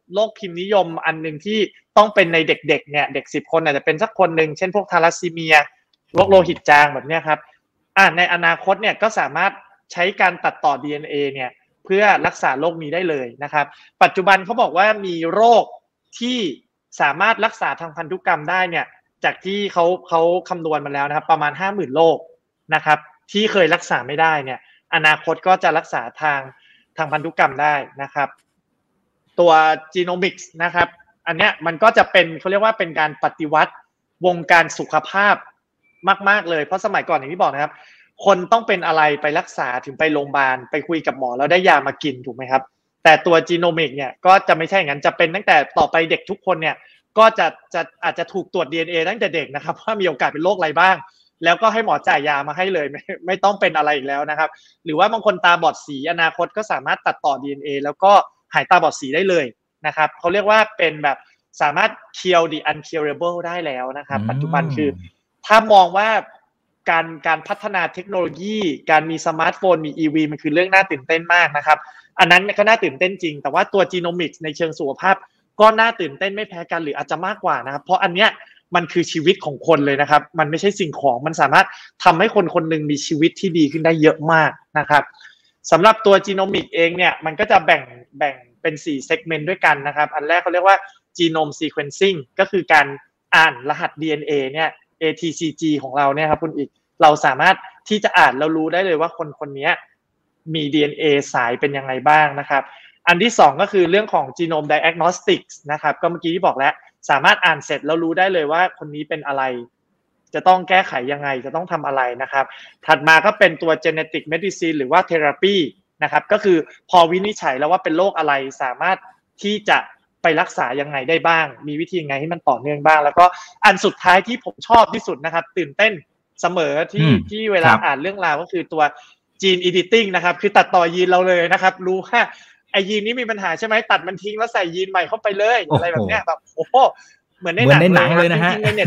โรคพิมพ์นิยมอันนึงที่ต้องเป็นในเด็กๆเนี่ยเด็ก10คนอาจจะเป็นสักคนนึงเช่นพวกทาลัสซีเมียโรคโลหิตจางแบบเนี้ยครับในอนาคตเนี่ยก็สามารถใช้การตัดต่อ DNA เนี่ยเพื่อรักษาโรคนี้ได้เลยนะครับปัจจุบันเขาบอกว่ามีโรคที่สามารถรักษาทางพันธุกรรมได้เนี่ยจากที่เขาคำนวณมาแล้วนะครับประมาณ 50,000 โรคนะครับที่เคยรักษาไม่ได้เนี่ยอนาคตก็จะรักษาทางพันธุกรรมได้นะครับตัวจีโนมิกส์นะครับอันเนี้ยมันก็จะเป็นเขาเรียกว่าเป็นการปฏิวัติวงการสุขภาพมากๆเลยเพราะสมัยก่อนอย่างที่บอกนะครับคนต้องเป็นอะไรไปรักษาถึงไปโรงพยาบาลไปคุยกับหมอแล้วได้ยามากินถูกไหมครับแต่ตัวจีโนมิกเนี่ยก็จะไม่ใช่อย่างนั้นจะเป็นตั้งแต่ต่อไปเด็กทุกคนเนี่ยก็จะอาจจะถูกตรวจ DNA ตั้งแต่เด็กนะครับว่ามีโอกาสเป็นโรคอะไรบ้างแล้วก็ให้หมอจ่ายยามาให้เลยไม่ต้องเป็นอะไรอีกแล้วนะครับหรือว่าบางคนตาบอดสีอนาคตก็สามารถตัดต่อ DNA แล้วก็หายตาบอดสีได้เลยนะครับเขาเรียกว่าเป็นแบบสามารถ cure the uncurable ได้แล้วนะครับปัจจุบันคือถ้ามองว่าการพัฒนาเทคโนโลยีการมีสมาร์ทโฟนมี EV มันคือเรื่องน่าตื่นเต้นมากนะครับอันนั้นก็น่าตื่นเต้นจริงแต่ว่าตัวจีโนมิกส์ในเชิงสุขภาพก็น่าตื่นเต้นไม่แพ้กันหรืออาจจะมากกว่านะครับเพราะอันเนี้ยมันคือชีวิตของคนเลยนะครับมันไม่ใช่สิ่งของมันสามารถทำให้คนคนหนึ่งมีชีวิตที่ดีขึ้นได้เยอะมากนะครับสำหรับตัวจีโนมิกเองเนี่ยมันก็จะแบ่งเป็น4เซกเมนต์ด้วยกันนะครับอันแรกเขาเรียกว่า genome sequencing ก็คือการอ่านรหัส DNA เนี่ย ATCG ของเราเนี่ยครับคุณอีกเราสามารถที่จะอ่านแล้วรู้ได้เลยว่าคนนี้มี DNA สายเป็นยังไงบ้างนะครับอันที่2ก็คือเรื่องของ genome diagnostics นะครับก็เมื่อกี้ที่บอกแล้วสามารถอ่านเสร็จแล้วรู้ได้เลยว่าคนนี้เป็นอะไรจะต้องแก้ไขยังไงจะต้องทำอะไรนะครับถัดมาก็เป็นตัว genetic medicine หรือว่า therapy นะครับก็คือพอวินิจฉัยแล้วว่าเป็นโรคอะไรสามารถที่จะไปรักษายังไงได้บ้างมีวิธียังไงให้มันต่อเนื่องบ้างแล้วก็อันสุดท้ายที่ผมชอบที่สุดนะครับตื่นเต้นเสมอที่เวลาอ่านเรื่องราวก็คือตัว gene editing นะครับคือตัดต่อยีนเราเลยนะครับรู้ว่าไอยีนนี้มีปัญหาใช่ไหมตัดมันทิ้งแล้วใส่ยีนใหม่เข้าไปเลยอะไรแบบเนี้ยแบบโอ้โหเหมือนในหนังเลยนะฮะใน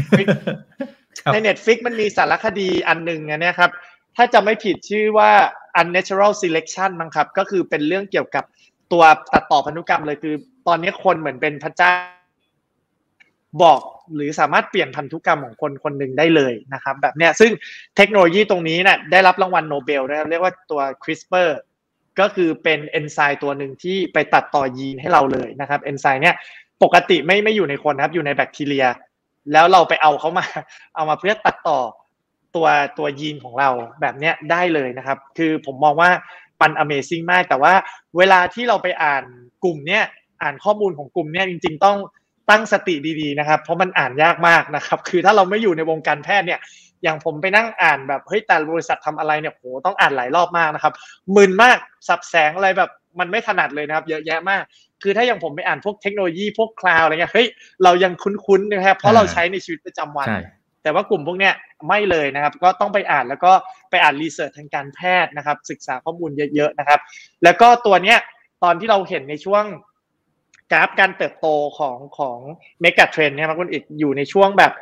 Netflix มันมีสารคดีอันนึงเนี่ยครับถ้าจะไม่ผิดชื่อว่า unnatural selection มั้งครับก็คือเป็นเรื่องเกี่ยวกับตัวตัดต่อพันธุกรรมเลยคือตอนนี้คนเหมือนเป็นพระเจ้าบอกหรือสามารถเปลี่ยนพันธุกรรมของคนคนหนึ่งได้เลยนะครับแบบเนี้ยซึ่งเทคโนโลยีตรงนี้เนี่ยได้รับรางวัลโนเบลนะครับเรียกว่าตัว CRISPR ก็คือเป็นเอนไซม์ตัวหนึ่งที่ไปตัดต่อยีนให้เราเลยนะครับเอนไซม์เนี่ยปกติไม่อยู่ในคนนะครับอยู่ในแบคทีเรียแล้วเราไปเอามาเพื่อตัดต่อตัวยีนของเราแบบเนี้ยได้เลยนะครับคือผมมองว่ามัน Amazing มากแต่ว่าเวลาที่เราไปอ่านกลุ่มเนี้ยอ่านข้อมูลของกลุ่มเนี้ยจริงๆต้องตั้งสติดีๆนะครับเพราะมันอ่านยากมากนะครับคือถ้าเราไม่อยู่ในวงการแพทย์เนี่ยอย่างผมไปนั่งอ่านแบบเฮ้ยแต่บริษัททำอะไรเนี่ยโหต้องอ่านหลายรอบมากนะครับมึนมากสับแสงอะไรแบบมันไม่ถนัดเลยนะครับเยอะแยะมากคือถ้าอย่างผมไปอ่านพวกเทคโนโลยีพวกคลาวด์อะไรเงี้ยเฮ้ยเรายังคุ้นๆนะครับเพราะเราใช้ในชีวิตประจำวันแต่ว่ากลุ่มพวกเนี้ยไม่เลยนะครับก็ต้องไปอ่านแล้วก็ไปอ่านรีเสิร์ชทางการแพทย์นะครับศึกษาข้อมูลเยอะๆนะครับแล้วก็ตัวเนี้ยตอนที่เราเห็นในช่วงกราฟการเติบโตของเมกะเทรนด์เนี่ยมันอีกอยู่ในช่วงแบบ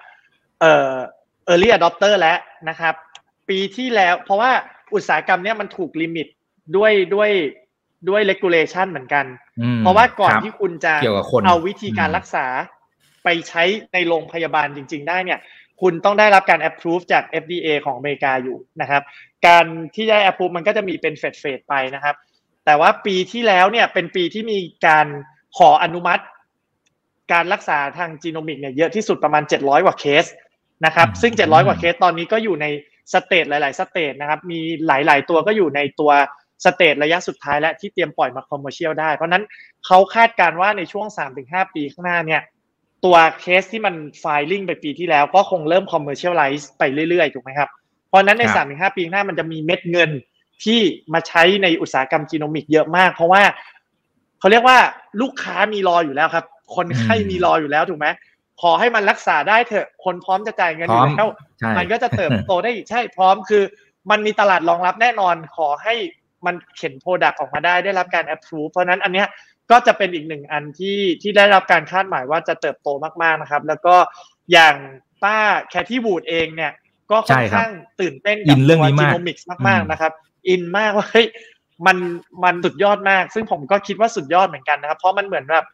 early adopter แล้วนะครับปีที่แล้วเพราะว่าอุตสาหกรรมเนี้ยมันถูกลิมิตด้วย regulation เหมือนกันเพราะว่าก่อนที่คุณจะเอาวิธีการรักษาไปใช้ในโรงพยาบาลจริงๆได้เนี่ยคุณต้องได้รับการ approve จาก FDA ของอเมริกาอยู่นะครับการที่ได้ approve มันก็จะมีเป็นเฟสไปนะครับแต่ว่าปีที่แล้วเนี่ยเป็นปีที่มีการขออนุมัติการรักษาทางจีโนมิกเนี่ยเยอะที่สุดประมาณ700กว่าเคสนะครับซึ่ง700กว่าเคสตอนนี้ก็อยู่ในสเตจหลายๆสเตจนะครับมีหลายๆตัวก็อยู่ในตัวสเตจระยะสุดท้ายและที่เตรียมปล่อยมาคอมเมอร์เชียลได้เพราะนั้นเขาคาดการณ์ว่าในช่วง 3-5 ปีข้างหน้าเนี่ยตัวเคสที่มันไฟลิ่งไปปีที่แล้วก็คงเริ่มคอมเมอร์เชียลไลซ์ไปเรื่อยๆถูกไหมครับเพราะนั้นใน 3-5 ปีข้างหน้ามันจะมีเม็ดเงินที่มาใช้ในอุตสาหกรรมจีโนมิกเยอะมากเพราะว่าเขาเรียกว่าลูกค้ามีรออยู่แล้วครับคนไข้มีรออยู่แล้วถูกไหมขอให้มันรักษาได้เถอะคนพร้อมจะจ่ายเงินอยู่แล้วมันก็จะเติบโตได้อีกใช่พร้อมคือมันมีตลาดรองรับแน่นอนขอให้มันเข็นโปรดักต์ออกมาได้รับการ approve เพราะนั้นอันเนี้ยก็จะเป็นอีกหนึ่งอันที่ได้รับการคาดหมายว่าจะเติบโตมากๆนะครับแล้วก็อย่างป้าแคทตี้วูดเองเนี่ยก็ค่อนข้างตื่นเต้นกับตัวจีโนมิกส์มากๆนะครับอินมากว่าเฮ้ยมันสุดยอดมากซึ่งผมก็คิดว่าสุดยอดเหมือนกันนะครับเพราะมันเหมือนแบบ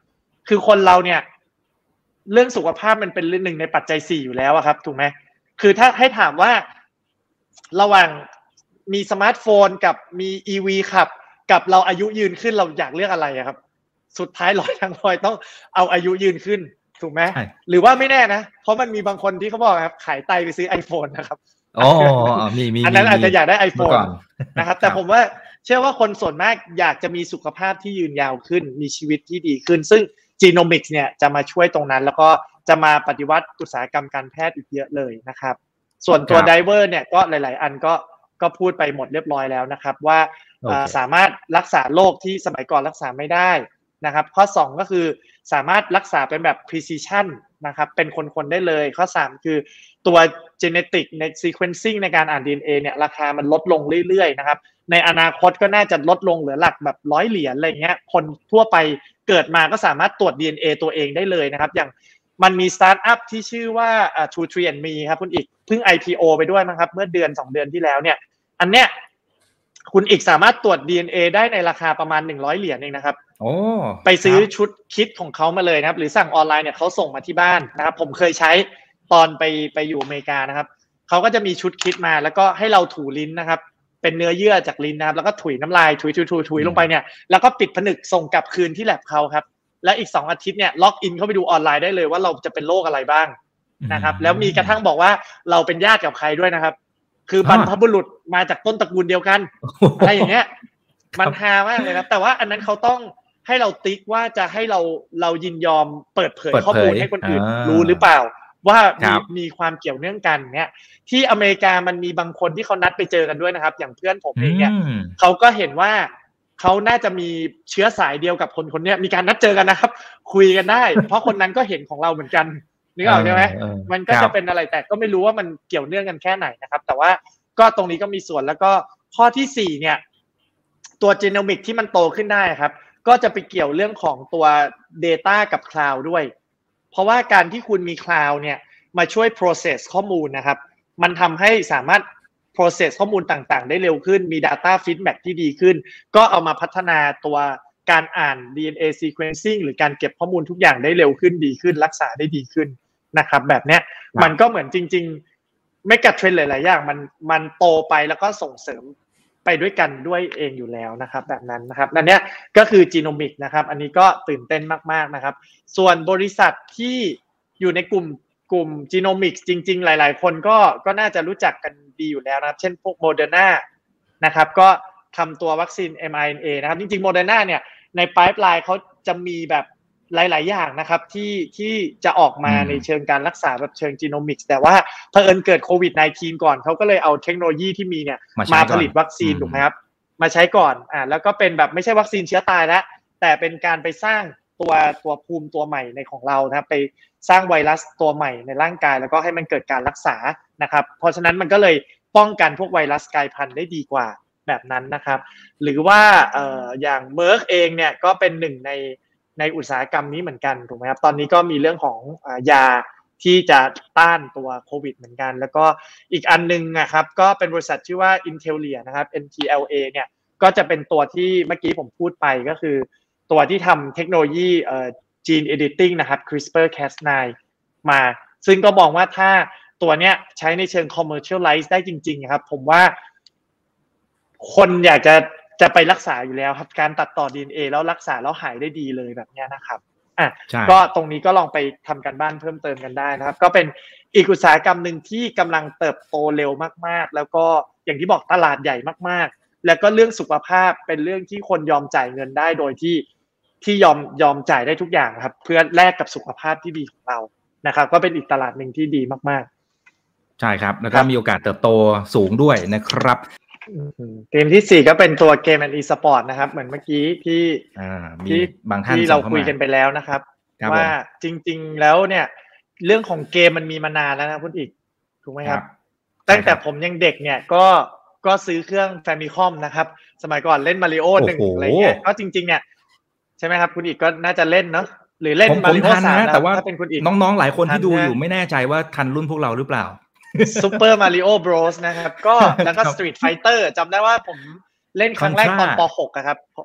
คือคนเราเนี่ยเรื่องสุขภาพมันเป็นเรื่องหนึ่งในปัจจัย4อยู่แล้วครับถูกไหมคือถ้าให้ถามว่าระหว่างมีสมาร์ทโฟนกับมี EV ขับกับเราอายุยืนขึ้นเราอยากเลือกอะไรครับสุดท้ายร้อยทั้งร้อยต้องเอาอายุยืนขึ้นถูกไหมหรือว่าไม่แน่นะเพราะมันมีบางคนที่เขาบอกครับขายไตไปซื้อ iPhone นะครับอ๋อมีอันนั้นอาจจะอยากได้ iPhone นะครับแต่ผมว่าเชื่อว่าคนส่วนมากอยากจะมีสุขภาพที่ยืนยาวขึ้นมีชีวิตที่ดีขึ้นซึ่ง Genomics เนี่ยจะมาช่วยตรงนั้นแล้วก็จะมาปฏิวัติอุตสาหกรรมการแพทย์อีกเยอะเลยนะครับส่วนตัว Diver เนี่ยก็หลายๆอันก็พูดไปหมดเรียบร้อยแล้วนะครับว่าสามารถรักษาโรคที่สมัยก่อนรักษาไม่ได้นะครับข้อ2ก็คือสามารถรักษาเป็นแบบ precision นะครับเป็นคนๆได้เลยข้อ3คือตัว genetic ใน sequencing ในการอ่าน DNA เนี่ยราคามันลดลงเรื่อยๆนะครับในอนาคตก็น่าจะลดลงเหลือหลักแบบ100เหรียญอะไรเงี้ยคนทั่วไปเกิดมาก็สามารถตรวจ DNA ตัวเองได้เลยนะครับอย่างมันมีสตาร์ทอัพที่ชื่อว่า2-3andme ครับคุณอีกเพิ่ง IPO ไปด้วยมั้งครับเมื่อ2 เดือนที่แล้วเนี่ยอันเนี้ยคุณอีกสามารถตรวจ DNA ได้ในราคาประมาณ100เหรียญเองนะครับไปซื้อชุดคิดของเขามาเลยนะครับหรือสั่งออนไลน์เนี่ยเขาส่งมาที่บ้านนะครับผมเคยใช้ตอนไปอยู่อเมริกานะครับเขาก็จะมีชุดคิดมาแล้วก็ให้เราถูลิ้นนะครับเป็นเนื้อเยื่อจากลิ้นนะครับแล้วก็ถุยน้ำลายถุยลงไปเนี่ยแล้วก็ปิดผนึกส่งกลับคืนที่แลบเขาครับและอีก2อาทิตย์เนี่ยล็อกอินเข้าไปดูออนไลน์ได้เลยว่าเราจะเป็นโรคอะไรบ้างนะครับแล้วมีกระทั่งบอกว่าเราเป็นญาติกับใครด้วยนะครับคือบรรพบุรุษมาจากต้นตระกูลเดียวกันอะไรอย่างเงี้ยมันฮามากเลยนะแต่ว่าอันนั้นเขาต้องให้เราติ๊กว่าจะให้เรายินยอมเปิดเผยข้อมูลให้คนอื่นรู้หรือเปล่าว่ามีความเกี่ยวเนื่องกันเนี่ยที่อเมริกามันมีบางคนที่เขานัดไปเจอกันด้วยนะครับอย่างเพื่อนผมเองเนี่ยเขาก็เห็นว่าเขาน่าจะมีเชื้อสายเดียวกับคนนี้มีการนัดเจอกันนะครับคุยกันได้เพราะคนนั้นก็เห็นของเราเหมือนกันนึกออกใช่ไหมมันก็จะเป็นอะไรแต่ก็ไม่รู้ว่ามันเกี่ยวเนื่องกันแค่ไหนนะครับแต่ว่าก็ตรงนี้ก็มีส่วนแล้วก็ข้อที่4เนี่ยตัว genomic ที่มันโตขึ้นได้ครับก็จะไปเกี่ยวเรื่องของตัว data กับ cloud ด้วยเพราะว่าการที่คุณมี cloud เนี่ยมาช่วย process ข้อมูลนะครับมันทำให้สามารถ process ข้อมูลต่างๆได้เร็วขึ้นมี data feedback ที่ดีขึ้นก็เอามาพัฒนาตัวการอ่าน DNA sequencing หรือการเก็บข้อมูลทุกอย่างได้เร็วขึ้นดีขึ้นรักษาได้ดีขึ้นนะครับแบบเนี้ยมันก็เหมือนจริงๆไม่กัดเทรนด์หลายๆอย่างมันโตไปแล้วก็ส่งเสริมไปด้วยกันด้วยเองอยู่แล้วนะครับแบบนั้นนะครับนั่นเนี้ยก็คือ Genomics นะครับอันนี้ก็ตื่นเต้นมากๆนะครับส่วนบริษัทที่อยู่ในกลุ่ม Genomics จริงๆหลายๆคนก็น่าจะรู้จักกันดีอยู่แล้วนะครับเช่นพวก Moderna นะครับก็ทำตัววัคซีน mRNA นะครับจริงๆ Moderna เนี่ยใน pipeline เขาจะมีแบบหลายๆอย่างนะครับที่จะออกมาในเชิงการรักษาแบบเชิง Genomics แต่ว่าเผอิญเกิดโควิด -19 ก่อนเขาก็เลยเอาเทคโนโลยีที่มีเนี่ยมาผลิตวัคซีนถูกไหมครับมาใช้ก่อนแล้วก็เป็นแบบไม่ใช่วัคซีนเชื้อตายแล้วแต่เป็นการไปสร้างตัวภูมิตัวใหม่ในของเรานะครับไปสร้างไวรัสตัวใหม่ในร่างกายแล้วก็ให้มันเกิดการรักษานะครับเพราะฉะนั้นมันก็เลยป้องกันพวกไวรัสกลายพันธุ์ได้ดีกว่าแบบนั้นนะครับหรือว่าอย่างเมอร์กเองเนี่ยก็เป็นหนึ่งในอุตสาหกรรมนี้เหมือนกันถูกไหมครับตอนนี้ก็มีเรื่องของยาที่จะต้านตัวโควิดเหมือนกันแล้วก็อีกอันนึงนะครับก็เป็นบริษัทชื่อว่า Intellia นะครับ NTLA เนี่ยก็จะเป็นตัวที่เมื่อกี้ผมพูดไปก็คือตัวที่ทำเทคโนโลยีgene editing นะครับ CRISPR-Cas9 มาซึ่งก็มองว่าถ้าตัวเนี้ยใช้ในเชิง commercialize ได้จริงๆครับผมว่าคนอยากจะไปรักษาอยู่แล้วครับการตัดต่อ DNA แล้วรักษาแล้วหายได้ดีเลยแบบนี้นะครับก็ตรงนี้ก็ลองไปทำกันบ้านเพิ่มเติมกันได้นะครับก็เป็นอีกอุตสาหกรรมหนึ่งที่กำลังเติบโตเร็วมากๆแล้วก็อย่างที่บอกตลาดใหญ่มากๆแล้วก็เรื่องสุขภาพเป็นเรื่องที่คนยอมจ่ายเงินได้โดยที่ยอมจ่ายได้ทุกอย่างครับเพื่อแลกกับสุขภาพที่ดีของเรานะครับก็เป็นอีกตลาดหนึ่งที่ดีมากๆใช่ครับแล้วก็มีโอกาสเติบโตสูงด้วยนะครับเกมที่4ก็เป็นตัวเกม and e-sport นะครับเหมือนเมื่อกี้ที่บางท่านที่เราคุยกันไปแล้วนะครับว่าจริงๆแล้วเนี่ยเรื่องของเกมมันมีมานานแล้วนะคุณอีกถูกไหมครับตั้งแต่ผมยังเด็กเนี่ยก็ซื้อเครื่อง Famicom นะครับสมัยก่อนเล่น Mario 1อะไรเงี้ยก็จริงๆเนี่ยใช่ไหมครับคุณอีกก็น่าจะเล่นเนาะหรือเล่น Mario 3 แต่ว่าน้องๆหลายคนที่ดูอยู่ไม่แน่ใจว่าทันรุ่นพวกเราหรือเปล่า Super Mario Bros นะครับก็แล้วก็ Street Fighter จำได้ว่าผมเล่นครั้งแรกตอนป .6 ครับ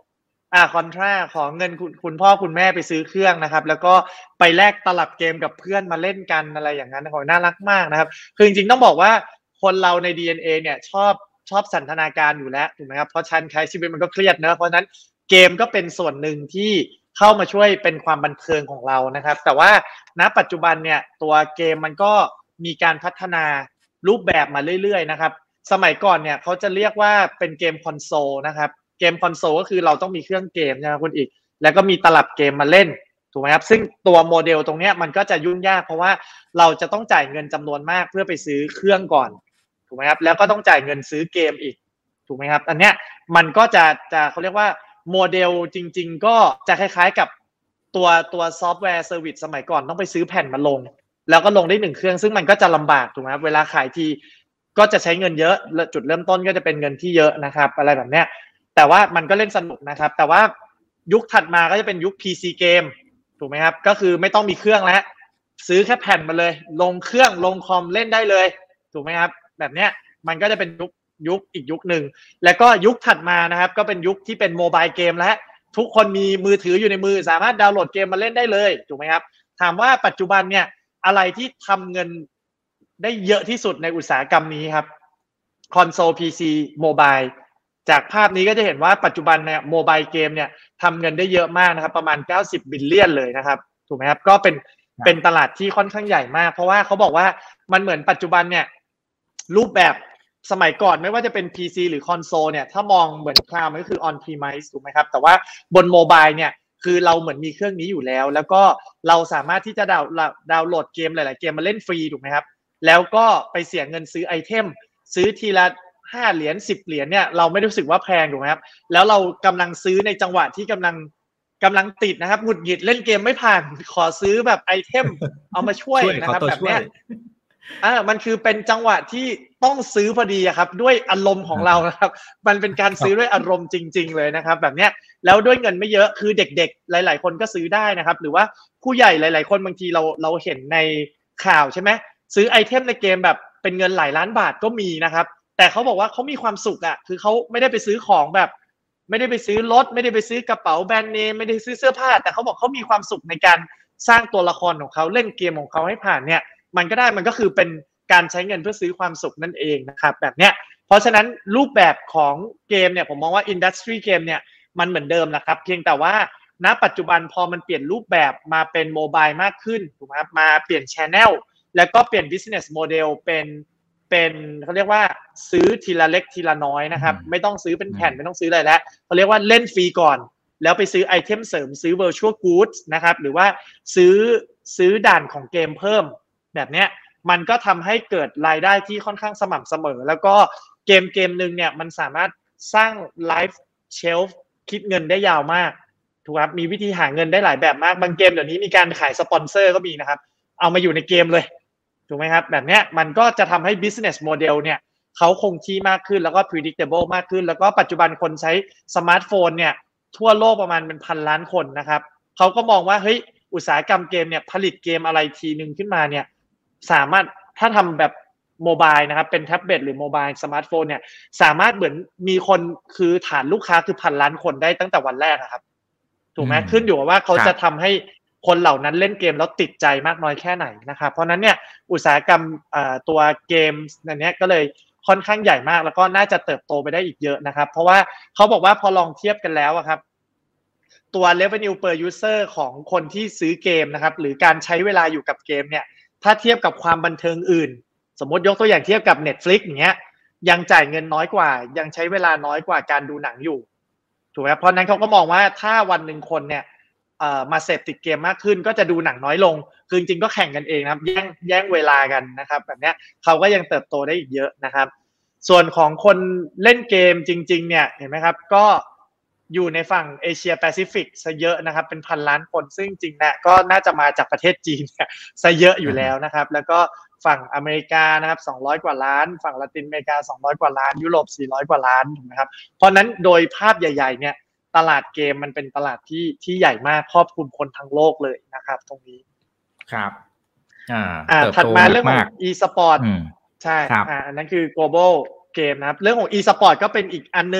คอนทราขอเงินคุณพ่อคุณแม่ไปซื้อเครื่องนะครับแล้วก็ไปแลกตลับเกมกับเพื่อนมาเล่นกันอะไรอย่างนั้นน่ารักมากนะครับคือจริงๆต้องบอกว่าคนเราใน DNA เนี่ยชอบสันทนาการอยู่แล้วถูกไหมครับเพราะใช้ชีวิตมันก็เครียดเนอะเพราะฉะนั้นเกมก็เป็นส่วนหนึ่งที่เข้ามาช่วยเป็นความบันเทิงของเรานะครับแต่ว่าณปัจจุบันเนี่ยตัวเกมมันก็มีการพัฒนารูปแบบมาเรื่อยๆนะครับสมัยก่อนเนี่ยเขาจะเรียกว่าเป็นเกมคอนโซลนะครับเกมคอนโซลก็คือเราต้องมีเครื่องเกมใช่ไหมคุณอีกแล้วก็มีตลับเกมมาเล่นถูกไหมครับซึ่งตัวโมเดลตรงนี้มันก็จะยุ่งยากเพราะว่าเราจะต้องจ่ายเงินจำนวนมากเพื่อไปซื้อเครื่องก่อนถูกไหมครับแล้วก็ต้องจ่ายเงินซื้อเกมอีกถูกไหมครับอันเนี้ยมันก็จะเขาเรียกว่าโมเดลจริงๆก็จะคล้ายๆกับตัวซอฟต์แวร์เซอร์วิสสมัยก่อนต้องไปซื้อแผ่นมาลงแล้วก็ลงได้1เครื่องซึ่งมันก็จะลำบากถูกไหมครับเวลาขายทีก็จะใช้เงินเยอะจุดเริ่มต้นก็จะเป็นเงินที่เยอะนะครับอะไรแบบเนี้ยแต่ว่ามันก็เล่นสนุกนะครับแต่ว่ายุคถัดมาก็จะเป็นยุค PC เกมถูกไหมครับก็คือไม่ต้องมีเครื่องแล้วซื้อแค่แผ่นมาเลยลงเครื่องลงคอมเล่นได้เลยถูกไหมครับแบบเนี้ยมันก็จะเป็นยุคอีกยุคหนึ่งแล้วก็ยุคถัดมานะครับก็เป็นยุคที่เป็นโมบายเกมแล้วทุกคนมีมือถืออยู่ในมือสามารถดาวน์โหลดเกมมาเล่นได้เลยถูกไหมครับถามว่าปัจจุบันเนี่ยอะไรที่ทำเงินได้เยอะที่สุดในอุตสาหกรรมนี้ครับคอนโซล PC โมบายจากภาพนี้ก็จะเห็นว่าปัจจุบันเนี่ยโมบายเกมเนี่ยทำเงินได้เยอะมากนะครับประมาณ90บิลเลียนเลยนะครับถูกไหมครับก็เป็นตลาดที่ค่อนข้างใหญ่มากเพราะว่าเขาบอกว่ามันเหมือนปัจจุบันเนี่ยรูปแบบสมัยก่อนไม่ว่าจะเป็น PC หรือคอนโซลเนี่ยถ้ามองเหมือนคลาวด์มันก็คือ on premise ถูกไหมครับแต่ว่าบนโมบายเนี่ยคือเราเหมือนมีเครื่องนี้อยู่แล้วแล้วก็เราสามารถที่จะดาวน์โหลดเกมหลายๆเกมมาเล่นฟรีถูกไหมครับแล้วก็ไปเสียเงินซื้อไอเทมซื้อทีละ5เหรียญ10เหรียญเนี่ยเราไม่รู้สึกว่าแพงถูกไหมครับแล้วเรากำลังซื้อในจังหวะที่กำลังติดนะครับหงุดหงิดเล่นเกมไม่ผ่านขอซื้อแบบไอเทมเอามาช่วยนะครับแบบเนี้ยมันคือเป็นจังหวะที่ต้องซื้อพอดีครับด้วยอารมณ์ของเรานะครับมันเป็นการซื้อด้วยอารมณ์จริงๆเลยนะครับแบบเนี้ยแล้วด้วยเงินไม่เยอะคือเด็กๆหลายๆคนก็ซื้อได้นะครับหรือว่าผู้ใหญ่หลายๆคนบางทีเราเห็นในข่าวใช่ไหมซื้อไอเทมในเกมแบบเป็นเงินหลายล้านบาทก็มีนะครับแต่เขาบอกว่าเขามีความสุขอ่ะคือเขาไม่ได้ไปซื้อของแบบไม่ได้ไปซื้อรถไม่ได้ไปซื้อกระเป๋าแบรนด์เนมไม่ได้ซื้อเสื้อผ้าแต่เขาบอกเขามีความสุขในการสร้างตัวละครของเขาเล่นเกมของเขาให้ผ่านเนี่ยมันก็คือเป็นการใช้เงินเพื่อซื้อความสุขนั่นเองนะครับแบบเนี้ยเพราะฉะนั้นรูปแบบของเกมเนี่ยผมมองว่าอินดัสทรีเกมเนี่ยมันเหมือนเดิมนะครับเพียงแต่ว่าณปัจจุบันพอมันเปลี่ยนรูปแบบมาเป็นโมบายมากขึ้นถูกไหมครับมาเปลี่ยน channel แล้วก็เปลี่ยน business model เป็นเขาเรียกว่าซื้อทีละเล็กทีละน้อยนะครับไม่ต้องซื้อเป็นแผ่นไม่ต้องซื้ออะไรแล้วเขาเรียกว่าเล่นฟรีก่อนแล้วไปซื้อไอเทมเสริมซื้อ virtual goods นะครับหรือว่าซื้อด่านของเกมเพิ่มแบบเนี้ยมันก็ทำให้เกิดรายได้ที่ค่อนข้างสม่ำเสมอแล้วก็เกมนึงเนี่ยมันสามารถสร้างไลฟ์เชลฟ์คิดเงินได้ยาวมากถูกครับมีวิธีหาเงินได้หลายแบบมากบางเกมเดี๋ยวนี้มีการขายสปอนเซอร์ก็มีนะครับเอามาอยู่ในเกมเลยถูกไหมครับแบบเนี้ยมันก็จะทำให้ business model เนี่ยเขาคงที่มากขึ้นแล้วก็ predictable มากขึ้นแล้วก็ปัจจุบันคนใช้สมาร์ทโฟนเนี่ยทั่วโลกประมาณเป็น1,000 ล้านคนนะครับเขาก็มองว่าเฮ้ยอุตสาหกรรมเกมเนี่ยผลิตเกมอะไรทีนึงขึ้นมาเนี่ยสามารถถ้าทำแบบโมบายนะครับเป็นแท็บเล็ตหรือโมบายสมาร์ทโฟนเนี่ยสามารถเหมือนมีคนคือฐานลูกค้าคือ1,000 ล้านคนได้ตั้งแต่วันแรกครับถูกไหมขึ้นอยู่กับว่าเขาจะทำให้คนเหล่านั้นเล่นเกมแล้วติดใจมากน้อยแค่ไหนนะครับเพราะนั้นเนี่ยอุตสาหกรรมตัวเกมอันนี้ก็เลยค่อนข้างใหญ่มากแล้วก็น่าจะเติบโตไปได้อีกเยอะนะครับเพราะว่าเขาบอกว่าพอลองเทียบกันแล้วครับตัว revenue per user ของคนที่ซื้อเกมนะครับหรือการใช้เวลาอยู่กับเกมเนี่ยถ้าเทียบกับความบันเทิงอื่นสมมติยกตัวอย่างเทียบกับ Netflix อย่างเงี้ยยังจ่ายเงินน้อยกว่ายังใช้เวลาน้อยกว่าการดูหนังอยู่ถูกไหมเพราะนั้นเขาก็มองว่าถ้าวันหนึ่งคนเนี่ยมาเสพติดเกมมากขึ้นก็จะดูหนังน้อยลงคือจริงๆก็แข่งกันเองนะครับแย่งเวลากันนะครับแบบนี้เขาก็ยังเติบโตได้อีกเยอะนะครับส่วนของคนเล่นเกมจริงๆเนี่ยเห็นไหมครับก็อยู่ในฝั่งเอเชียแปซิฟิกซะเยอะนะครับเป็น1,000 ล้านคนซึ่งจริงๆนะก็น่าจะมาจากประเทศจีนซะเยอะอยู่แล้วนะครับแล้วก็ฝั่งอเมริกานะครับ200 กว่าล้านฝั่งละตินอเมริกา200 กว่าล้านยุโรป400 กว่าล้านถูกไหมครับเพราะนั้นโดยภาพใหญ่ๆเนี่ยตลาดเกมมันเป็นตลาดที่ใหญ่มากครอบคลุมคนทั้งโลกเลยนะครับตรงนี้ครับถัดมาเรื่องของ e-sport ใช่อันนั้นคือ global game นะครับเรื่องของ e-sport ก็เป็นอีกอันนึง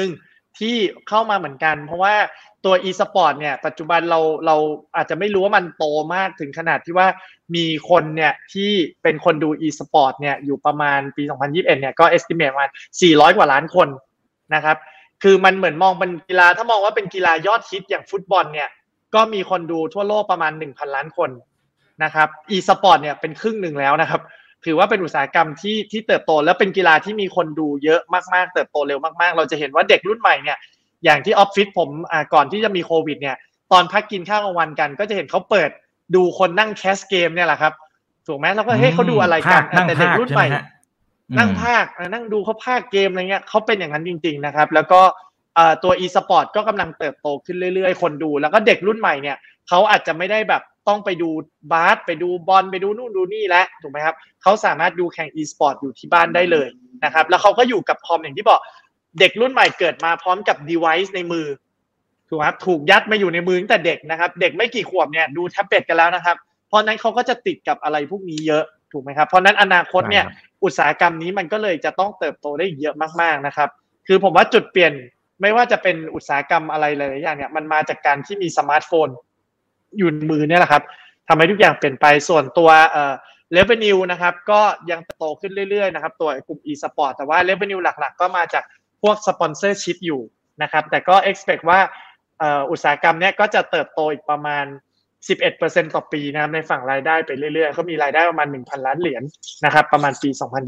ที่เข้ามาเหมือนกันเพราะว่าตัว e-sport เนี่ยปัจจุบันเราอาจจะไม่รู้ว่ามันโตมากถึงขนาดที่ว่ามีคนเนี่ยที่เป็นคนดู e-sport เนี่ยอยู่ประมาณปี2021เนี่ยก็ estimate ประมาณ400กว่าล้านคนนะครับคือมันเหมือนมองเป็นกีฬาถ้ามองว่าเป็นกีฬายอดฮิตอย่างฟุตบอลเนี่ยก็มีคนดูทั่วโลกประมาณ 1,000 ล้านคนนะครับ e-sport เนี่ยเป็นครึ่งหนึ่งแล้วนะครับถือว่าเป็นอุตสาหกรรมที่เติบโตแล้วเป็นกีฬาที่มีคนดูเยอะมากๆเติบโตเร็วมากๆเราจะเห็นว่าเด็กรุ่นใหม่เนี่ยอย่างที่ออฟฟิศผมก่อนที่จะมีโควิดเนี่ยตอนพักกินข้าวกลางวันกันก็จะเห็นเขาเปิดดูคนนั่งแคสเกมเนี่ยแหละครับถูกไหมแล้วก็เฮ้ยเขาดูอะไรกันแต่เด็กรุ่นใหม่นั่งพากนั่งดูเขาพากเกมอะไรเงี้ยเขาเป็นอย่างนั้นจริงๆนะครับแล้วก็ตัว e-sport ก็กำลังเติบโตขึ้นเรื่อยๆคนดูแล้วก็เด็กรุ่นใหม่เนี่ยเขาอาจจะไม่ได้แบบต้องไปดูบาสไปดูบอลไปดูนู่นดูนี่แล้วถูกไหมครับเขาสามารถดูแข่ง e-sport อยู่ที่บ้านได้เลยนะครับแล้วเขาก็อยู่กับคอมอย่างที่บอกเด็กรุ่นใหม่เกิดมาพร้อมกับ device ในมือถูกไหมครับถูกยัดมาอยู่ในมือตั้งแต่เด็กนะครับเด็กไม่กี่ขวบเนี่ยดูแท็บเล็ตกันแล้วนะครับเพราะนั้นเขาก็จะติดกับอะไรพวกนี้เยอะถูกไหมครับเพราะนั้นอนาคตเนี่ยอุตสาหกรรมนี้มันก็เลยจะต้องเติบโตได้เยอะมากๆนะครับคือผมว่าจุดเปลี่ยนไม่ว่าจะเป็นอุตสาหกรรมอะไรหลายๆอย่างเนี่ยมันมาจากการที่มีสมาร์ทโฟนอยู่ในมือเนี่ยแหละครับทำให้ทุกอย่างเปลี่ยนไปส่วนตัวrevenue นะครับก็ยังโตขึ้นเรื่อยๆนะครับตัวกลุ่ม e-sport แต่ว่า revenue หลักๆก็มาจากพวก sponsorship อยู่นะครับแต่ก็ expect ว่าอุตสาหกรรมเนี้ยก็จะเติบโตอีกประมาณ 11% ต่อปีนะครับในฝั่งรายได้ไปเรื่อยๆเขามีรายได้ประมาณ 1,000 ล้านเหรียญนะครับประมาณปี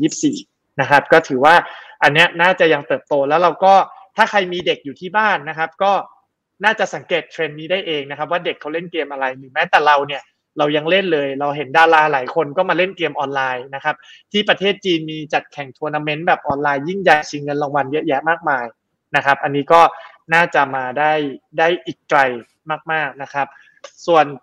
2024นะครับก็ถือว่าอันเนี้ยน่าจะยังเติบโตแล้วเราก็ถ้าใครมีเด็กอยู่ที่บ้านนะครับก็น่าจะสังเกตเทรนด์นี้ได้เองนะครับว่าเด็กเขาเล่นเกมอะไรหรือแม้แต่เราเนี่ยเรายังเล่นเลยเราเห็นดาราหลายคนก็มาเล่นเกมออนไลน์นะครับที่ประเทศจีนมีจัดแข่งทัวร์นาเมนต์แบบออนไลน์ยิ่งใหญ่ชิงเงินรางวัลเยอะแยะมากมายนะครับอันนี้ก็น่าจะมาได้อีกไกลมากๆนะครับส่วน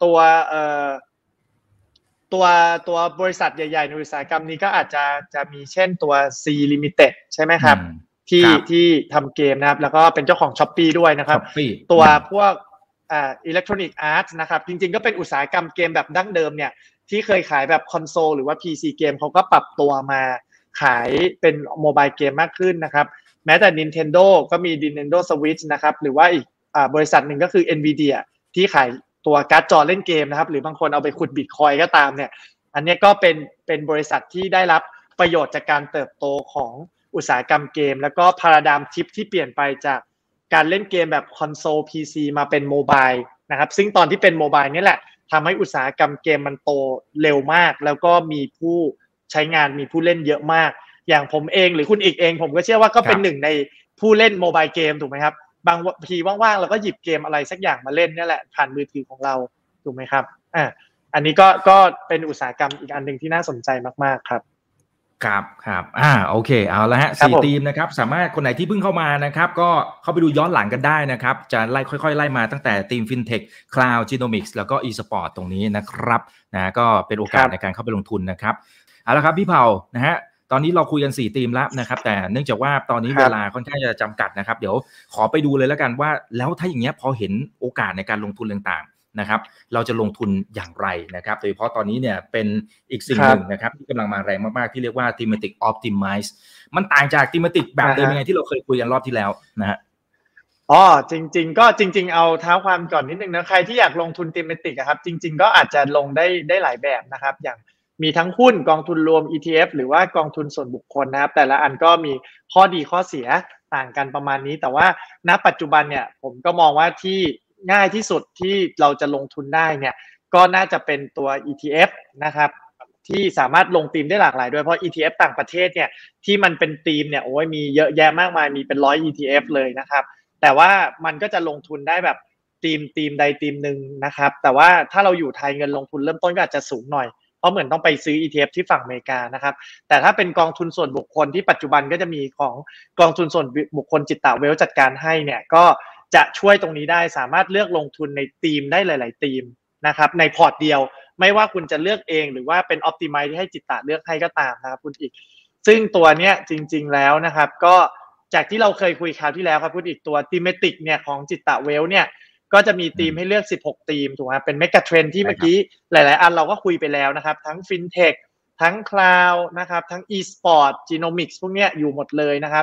ตัวบริษัทใหญ่ๆในอุตสาหกรรมนี้ก็อาจจะมีเช่นตัว C Limited ใช่ไหมครับที่ทำเกมนะครับแล้วก็เป็นเจ้าของ Shopee ด้วยนะครับตัวพวกElectronic Arts นะครับจริงๆก็เป็นอุตสาหกรรมเกมแบบดั้งเดิมเนี่ยที่เคยขายแบบคอนโซลหรือว่า PC เกมเขาก็ปรับตัวมาขายเป็นโมบายเกมมากขึ้นนะครับแม้แต่ Nintendo ก็มี Nintendo Switch นะครับหรือว่าอีกบริษัทหนึ่งก็คือ Nvidia ที่ขายตัวการ์ดจอเล่นเกมนะครับหรือบางคนเอาไปขุด Bitcoin ก็ตามเนี่ยอันนี้ก็เป็นบริษัทที่ได้รับประโยชน์จากการเติบโตของอุตสาหกรรมเกมแล้วก็พาราดามชิฟที่เปลี่ยนไปจากการเล่นเกมแบบคอนโซล PC มาเป็นโมบายนะครับซึ่งตอนที่เป็นโมบายนี่แหละทำให้อุตสาหกรรมเกมมันโตเร็วมากแล้วก็มีผู้ใช้งานมีผู้เล่นเยอะมากอย่างผมเองหรือคุณอีกเองผมก็เชื่อว่าก็เป็นหนึ่งในผู้เล่นโมบายเกมถูกไหมครับบางทีว่างๆเราก็หยิบเกมอะไรสักอย่างมาเล่นนี่แหละผ่านมือถือของเราถูกไหมครับอันนี้ก็เป็นอุตสาหกรรมอีกอันหนึ่งที่น่าสนใจมากๆครับครับโอเคเอาละฮะ4ทีมนะครับสามารถคนไหนที่เพิ่งเข้ามานะครับก็เข้าไปดูย้อนหลังกันได้นะครับจะค่อยๆไล่มาตั้งแต่ทีม FinTech Cloud Genomics แล้วก็ e-sport ตรงนี้นะครับนะก็เป็นโอกาสในการเข้าไปลงทุนนะครับเอาละครับพี่เผานะฮะตอนนี้เราคุยกัน4ทีมแล้วนะครับแต่เนื่องจากว่าตอนนี้เวลาค่อนข้างจะจำกัดนะครับเดี๋ยวขอไปดูเลยแล้วกันว่าแล้วถ้าอย่างเงี้ยพอเห็นโอกาสในการลงทุนต่างๆนะครับเราจะลงทุนอย่างไรนะครับโดยเฉพาะตอนนี้เนี่ยเป็นอีกสิ่งหนึ่งนะครับที่กำลังมาแรงมากๆที่เรียกว่า thematic optimize มันต่างจาก thematic แบบเดิมยังไงที่เราเคยคุยกันรอบที่แล้วนะฮะจริงเอาเท้าความก่อนนิดนึงนะใครที่อยากลงทุน thematic ครับจริงๆก็อาจจะลงได้หลายแบบนะครับอย่างมีทั้งหุ้นกองทุนรวม ETF หรือว่ากองทุนส่วนบุคคลนะครับแต่ละอันก็มีข้อดีข้อเสียต่างกันประมาณนี้แต่ว่าณปัจจุบันเนี่ยผมก็มองว่าที่ง่ายที่สุดที่เราจะลงทุนได้เนี่ยก็น่าจะเป็นตัว ETF นะครับที่สามารถลงธีมได้หลากหลายด้วยเพราะ ETF ต่างประเทศเนี่ยที่มันเป็นธีมเนี่ยโอ้ยมีเยอะแยะมากมายมีเป็น100 ETF เลยนะครับแต่ว่ามันก็จะลงทุนได้แบบธีมใดธีมหนึ่งนะครับแต่ว่าถ้าเราอยู่ไทยเงินลงทุนเริ่มต้นก็อาจจะสูงหน่อยเพราะเหมือนต้องไปซื้อ ETF ที่ฝั่งอเมริกานะครับแต่ถ้าเป็นกองทุนส่วนบุคคลที่ปัจจุบันก็จะมีของกองทุนส่วนบุคคลจิตตะเวลจัดการให้เนี่ยก็จะช่วยตรงนี้ได้สามารถเลือกลงทุนในธีมได้หลายๆธีมนะครับในพอร์ตเดียวไม่ว่าคุณจะเลือกเองหรือว่าเป็น Optimize ที่ให้จิตตะเลือกให้ก็ตามนะครับคุณอีกซึ่งตัวเนี้ยจริงๆแล้วนะครับก็จากที่เราเคยคุยคราวที่แล้วครับคุณอีกตัว Thematic เนี่ยของจิตตะเวลเนี่ยก็จะมีธีมให้เลือก16ธีมถูกไหมเป็นเมกะเทรนด์ที่เมื่อกี้หลายๆอันเราก็คุยไปแล้วนะครับทั้ง FinTech ทั้ง Cloud นะครับทั้ง e-sport Genomics พวกเนี้ยอยู่หมดเลยนะครับ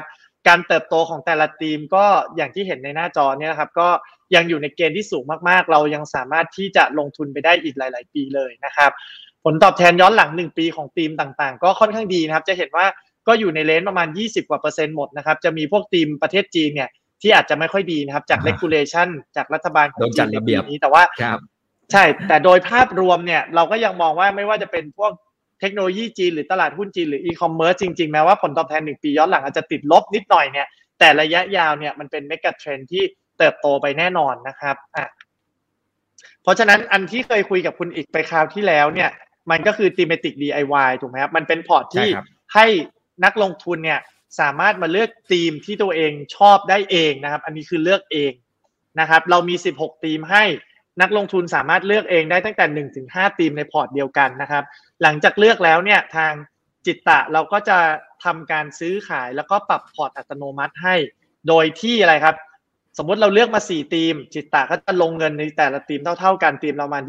การเติบโตของแต่ละทีมก็อย่างที่เห็นในหน้าจอเนี่ยนะครับก็ยังอยู่ในเกณฑ์ที่สูงมากๆเรายังสามารถที่จะลงทุนไปได้อีกหลายๆปีเลยนะครับผลตอบแทนย้อนหลัง1ปีของทีมต่างๆก็ค่อนข้างดีนะครับจะเห็นว่าก็อยู่ในเลนจ์ประมาณ20%กว่าหมดนะครับจะมีพวกทีมประเทศจีนเนี่ยที่อาจจะไม่ค่อยดีนะครับจาก regulation จากรัฐบาลของจีนในปีนี้แต่ว่าใช่แต่โดยภาพรวมเนี่ยเราก็ยังมองว่าไม่ว่าจะเป็นพวกเทคโนโลยีจีนหรือตลาดหุ้นจีนหรืออีคอมเมิร์ซจริงๆแม้ว่าผลตอบแทน1ปีย้อนหลังอาจจะติดลบนิดหน่อยเนี่ยแต่ระยะยาวเนี่ยมันเป็นเมกะเทรนด์ที่เติบโตไปแน่นอนนะครับเพราะฉะนั้นอันที่เคยคุยกับคุณอีกไปคราวที่แล้วเนี่ยมันก็คือ thematic DIY ถูกไหมครับมันเป็นพอร์ตที่ให้นักลงทุนเนี่ยสามารถมาเลือกธีมที่ตัวเองชอบได้เองนะครับอันนี้คือเลือกเองนะครับเรามี16ธีมให้นักลงทุนสามารถเลือกเองได้ตั้งแต่ 1-5 ธีมในพอร์ตเดียวกันนะครับหลังจากเลือกแล้วเนี่ยทางจิตตะเราก็จะทำการซื้อขายแล้วก็ปรับพอร์ตอัตโนมัติให้โดยที่อะไรครับสมมติเราเลือกมา4ธีมจิตตะก็จะลงเงินในแต่ละธีมเท่าๆกันธีมประมาณ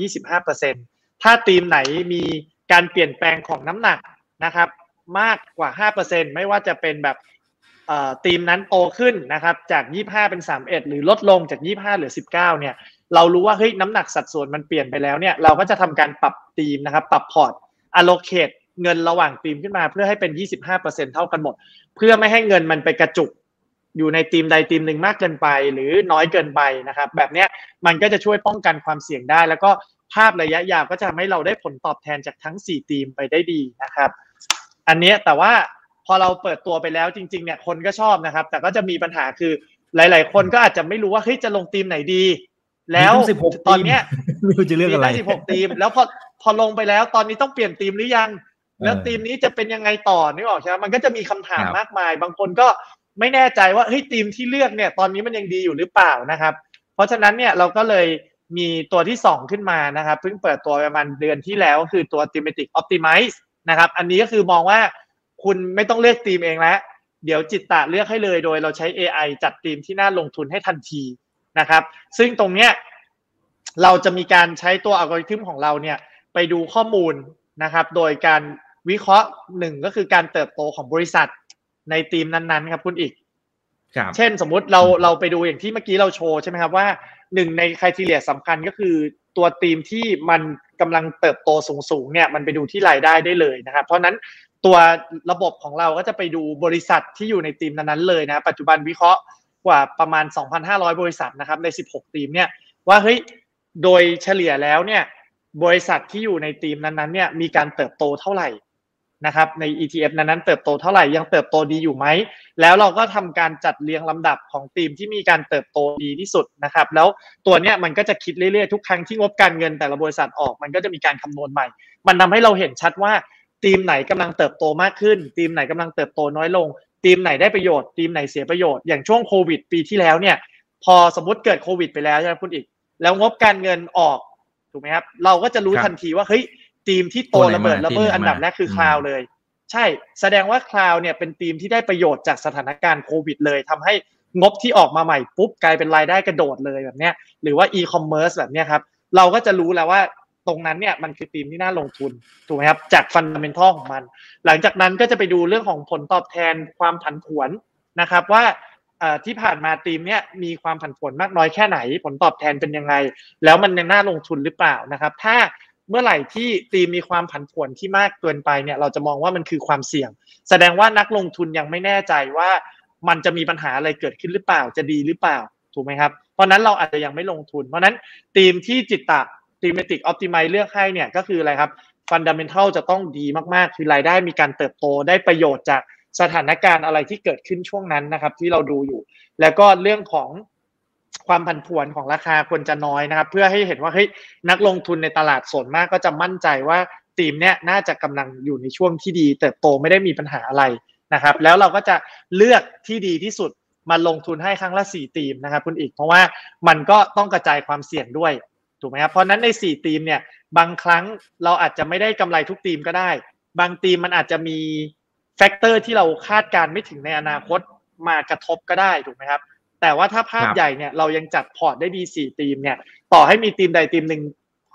25% ถ้าธีมไหนมีการเปลี่ยนแปลงของน้ำหนักนะครับมากกว่า 5% ไม่ว่าจะเป็นแบบธีมนั้นโตขึ้นนะครับจาก25เป็น31หรือลดลงจาก25เหลือ19เนี่ยเรารู้ว่าเฮ้ยน้ำหนักสัดส่วนมันเปลี่ยนไปแล้วเนี่ยเราก็จะทำการปรับธีมนะครับปรับพอร์ต allocate เงินระหว่างธีมขึ้นมาเพื่อให้เป็น 25% เท่ากันหมดเพื่อไม่ให้เงินมันไปกระจุกอยู่ในธีมใดธีมหนึ่งมากเกินไปหรือน้อยเกินไปนะครับแบบเนี้ยมันก็จะช่วยป้องกันความเสี่ยงได้แล้วก็ภาพระยะยาวก็จะทำให้เราได้ผลตอบแทนจากทั้ง4ธีมไปได้ดีนะครับอันนี้แต่ว่าพอเราเปิดตัวไปแล้วจริงๆเนี่ยคนก็ชอบนะครับแต่ก็จะมีปัญหาคือหลายๆคนก็อาจจะไม่รู้ว่าเฮ้ยจะลงธีมไหนดีแล้วตอนเนี้ยไม่รู้จะเลือกอะไรมี16ธีมแล้วพอลงไปแล้วตอนนี้ต้องเปลี่ยนธีมหรือยังแล้วธีมนี้จะเป็นยังไงต่อนึกออกใช่ไหมมันก็จะมีคำถามมากมายบางคนก็ไม่แน่ใจว่าเฮ้ยธีมที่เลือกเนี่ยตอนนี้มันยังดีอยู่หรือเปล่านะครับเพราะฉะนั้นเนี่ยเราก็เลยมีตัวที่2ขึ้นมานะครับเพิ่งเปิดตัวประมาณเดือนที่แล้วคือตัว thematic optimize นะครับอันนี้ก็คือมองว่าคุณไม่ต้องเลือกธีมเองแล้วเดี๋ยวจิตตะเลือกให้เลยโดยเราใช้ AI จัดธีมที่น่าลงทุนให้ทันทีนะครับซึ่งตรงเนี้ยเราจะมีการใช้ตัวอัลกอริทึมของเราเนี่ยไปดูข้อมูลนะครับโดยการวิเคราะห์1ก็คือการเติบโตของบริษัทในธีมนั้นๆครับคุณอีกเช่นสมมุติเราไปดูอย่างที่เมื่อกี้เราโชว์ใช่ไหมครับว่า1ในไครทีเรียสำคัญก็คือตัวธีมที่มันกำลังเติบโตสูงๆเนี่ยมันไปดูที่รายได้ได้เลยนะครับเพราะนั้นตัวระบบของเราก็จะไปดูบริษัทที่อยู่ในธีมนั้นๆเลยนะปัจจุบันวิเคราะห์กว่าประมาณ 2,500 บริษัทนะครับใน16ธีมเนี่ยว่าเฮ้ยโดยเฉลี่ยแล้วเนี่ยบริษัทที่อยู่ในธีมนั้นๆเนี่ยมีการเติบโตเท่าไหร่นะครับใน ETF นั้นๆเติบโตเท่าไหร่ยังเติบโตดีอยู่ไหมแล้วเราก็ทำการจัดเรียงลำดับของธีมที่มีการเติบโตดีที่สุดนะครับแล้วตัวเนี้ยมันก็จะคิดเรื่อยๆทุกครั้งที่งบการเงินแต่ละบริษัทออกมันก็จะมีการคำนวณใหม่มันทำให้เราเห็นชัดว่าธีมไหนกำลังเติบโตมากขึ้นธีมไหนกำลังเติบโตน้อยลงธีมไหนได้ประโยชน์ธีมไหนเสียประโยชน์อย่างช่วงโควิดปีที่แล้วเนี่ยพอสมมติเกิดโควิดไปแล้วใช่ไหมคุณอีกแล้วงบการเงินออกถูกไหมครับเราก็จะรู้ทันทีว่าเฮ้ยธีมที่โตระเบิดระเบ้ออันดับแรกคือคลาวด์เลยใช่แสดงว่าคลาวด์เนี่ยเป็นธีมที่ได้ประโยชน์จากสถานการณ์โควิดเลยทำให้งบที่ออกมาใหม่ปุ๊บกลายเป็นรายได้กระโดดเลยแบบเนี้ยหรือว่าอีคอมเมิร์ซแบบเนี้ยครับเราก็จะรู้แล้วว่าตรงนั้นเนี่ยมันคือธีมที่น่าลงทุนถูกไหมครับจากฟันดัมเมนทัลของมันหลังจากนั้นก็จะไปดูเรื่องของผลตอบแทนความผันผวนนะครับว่าที่ผ่านมาธีมเนี่ยมีความผันผวนมากน้อยแค่ไหนผลตอบแทนเป็นยังไงแล้วมันยังน่าลงทุนหรือเปล่านะครับถ้าเมื่อไหร่ที่ธีมมีความผันผวนที่มากเกินไปเนี่ยเราจะมองว่ามันคือความเสี่ยงแสดงว่านักลงทุนยังไม่แน่ใจว่ามันจะมีปัญหาอะไรเกิดขึ้นหรือเปล่าจะดีหรือเปล่าถูกไหมครับเพราะนั้นเราอาจจะยังไม่ลงทุนเพราะนั้นธีมที่จิตตะ thematic optimize เลือกให้เนี่ยก็คืออะไรครับ fundamental จะต้องดีมากๆคือรายได้มีการเติบโตได้ประโยชน์จากสถานการณ์อะไรที่เกิดขึ้นช่วงนั้นนะครับที่เราดูอยู่แล้วก็เรื่องของความผันผวนของราคาควรจะน้อยนะครับเพื่อให้เห็นว่าเฮ้ยนักลงทุนในตลาดส่วนมากก็จะมั่นใจว่าธีมเนี้ยน่าจะกำลังอยู่ในช่วงที่ดีเติบโตไม่ได้มีปัญหาอะไรนะครับแล้วเราก็จะเลือกที่ดีที่สุดมาลงทุนให้ครั้งละ4ธีมนะครับคุณอีกเพราะว่ามันก็ต้องกระจายความเสี่ยงด้วยถูกไหมครับเพราะนั้นใน4ธีมเนี่ยบางครั้งเราอาจจะไม่ได้กำไรทุกธีมก็ได้บางธีมมันอาจจะมีแฟกเตอร์ที่เราคาดการไม่ถึงในอนาคตมากระทบก็ได้ถูกไหมครับแต่ว่าถ้าภาพใหญ่เนี่ยเรายังจัดพอร์ตได้ดี4ธีมเนี่ยต่อให้มีธีมใดธีมหนึ่ง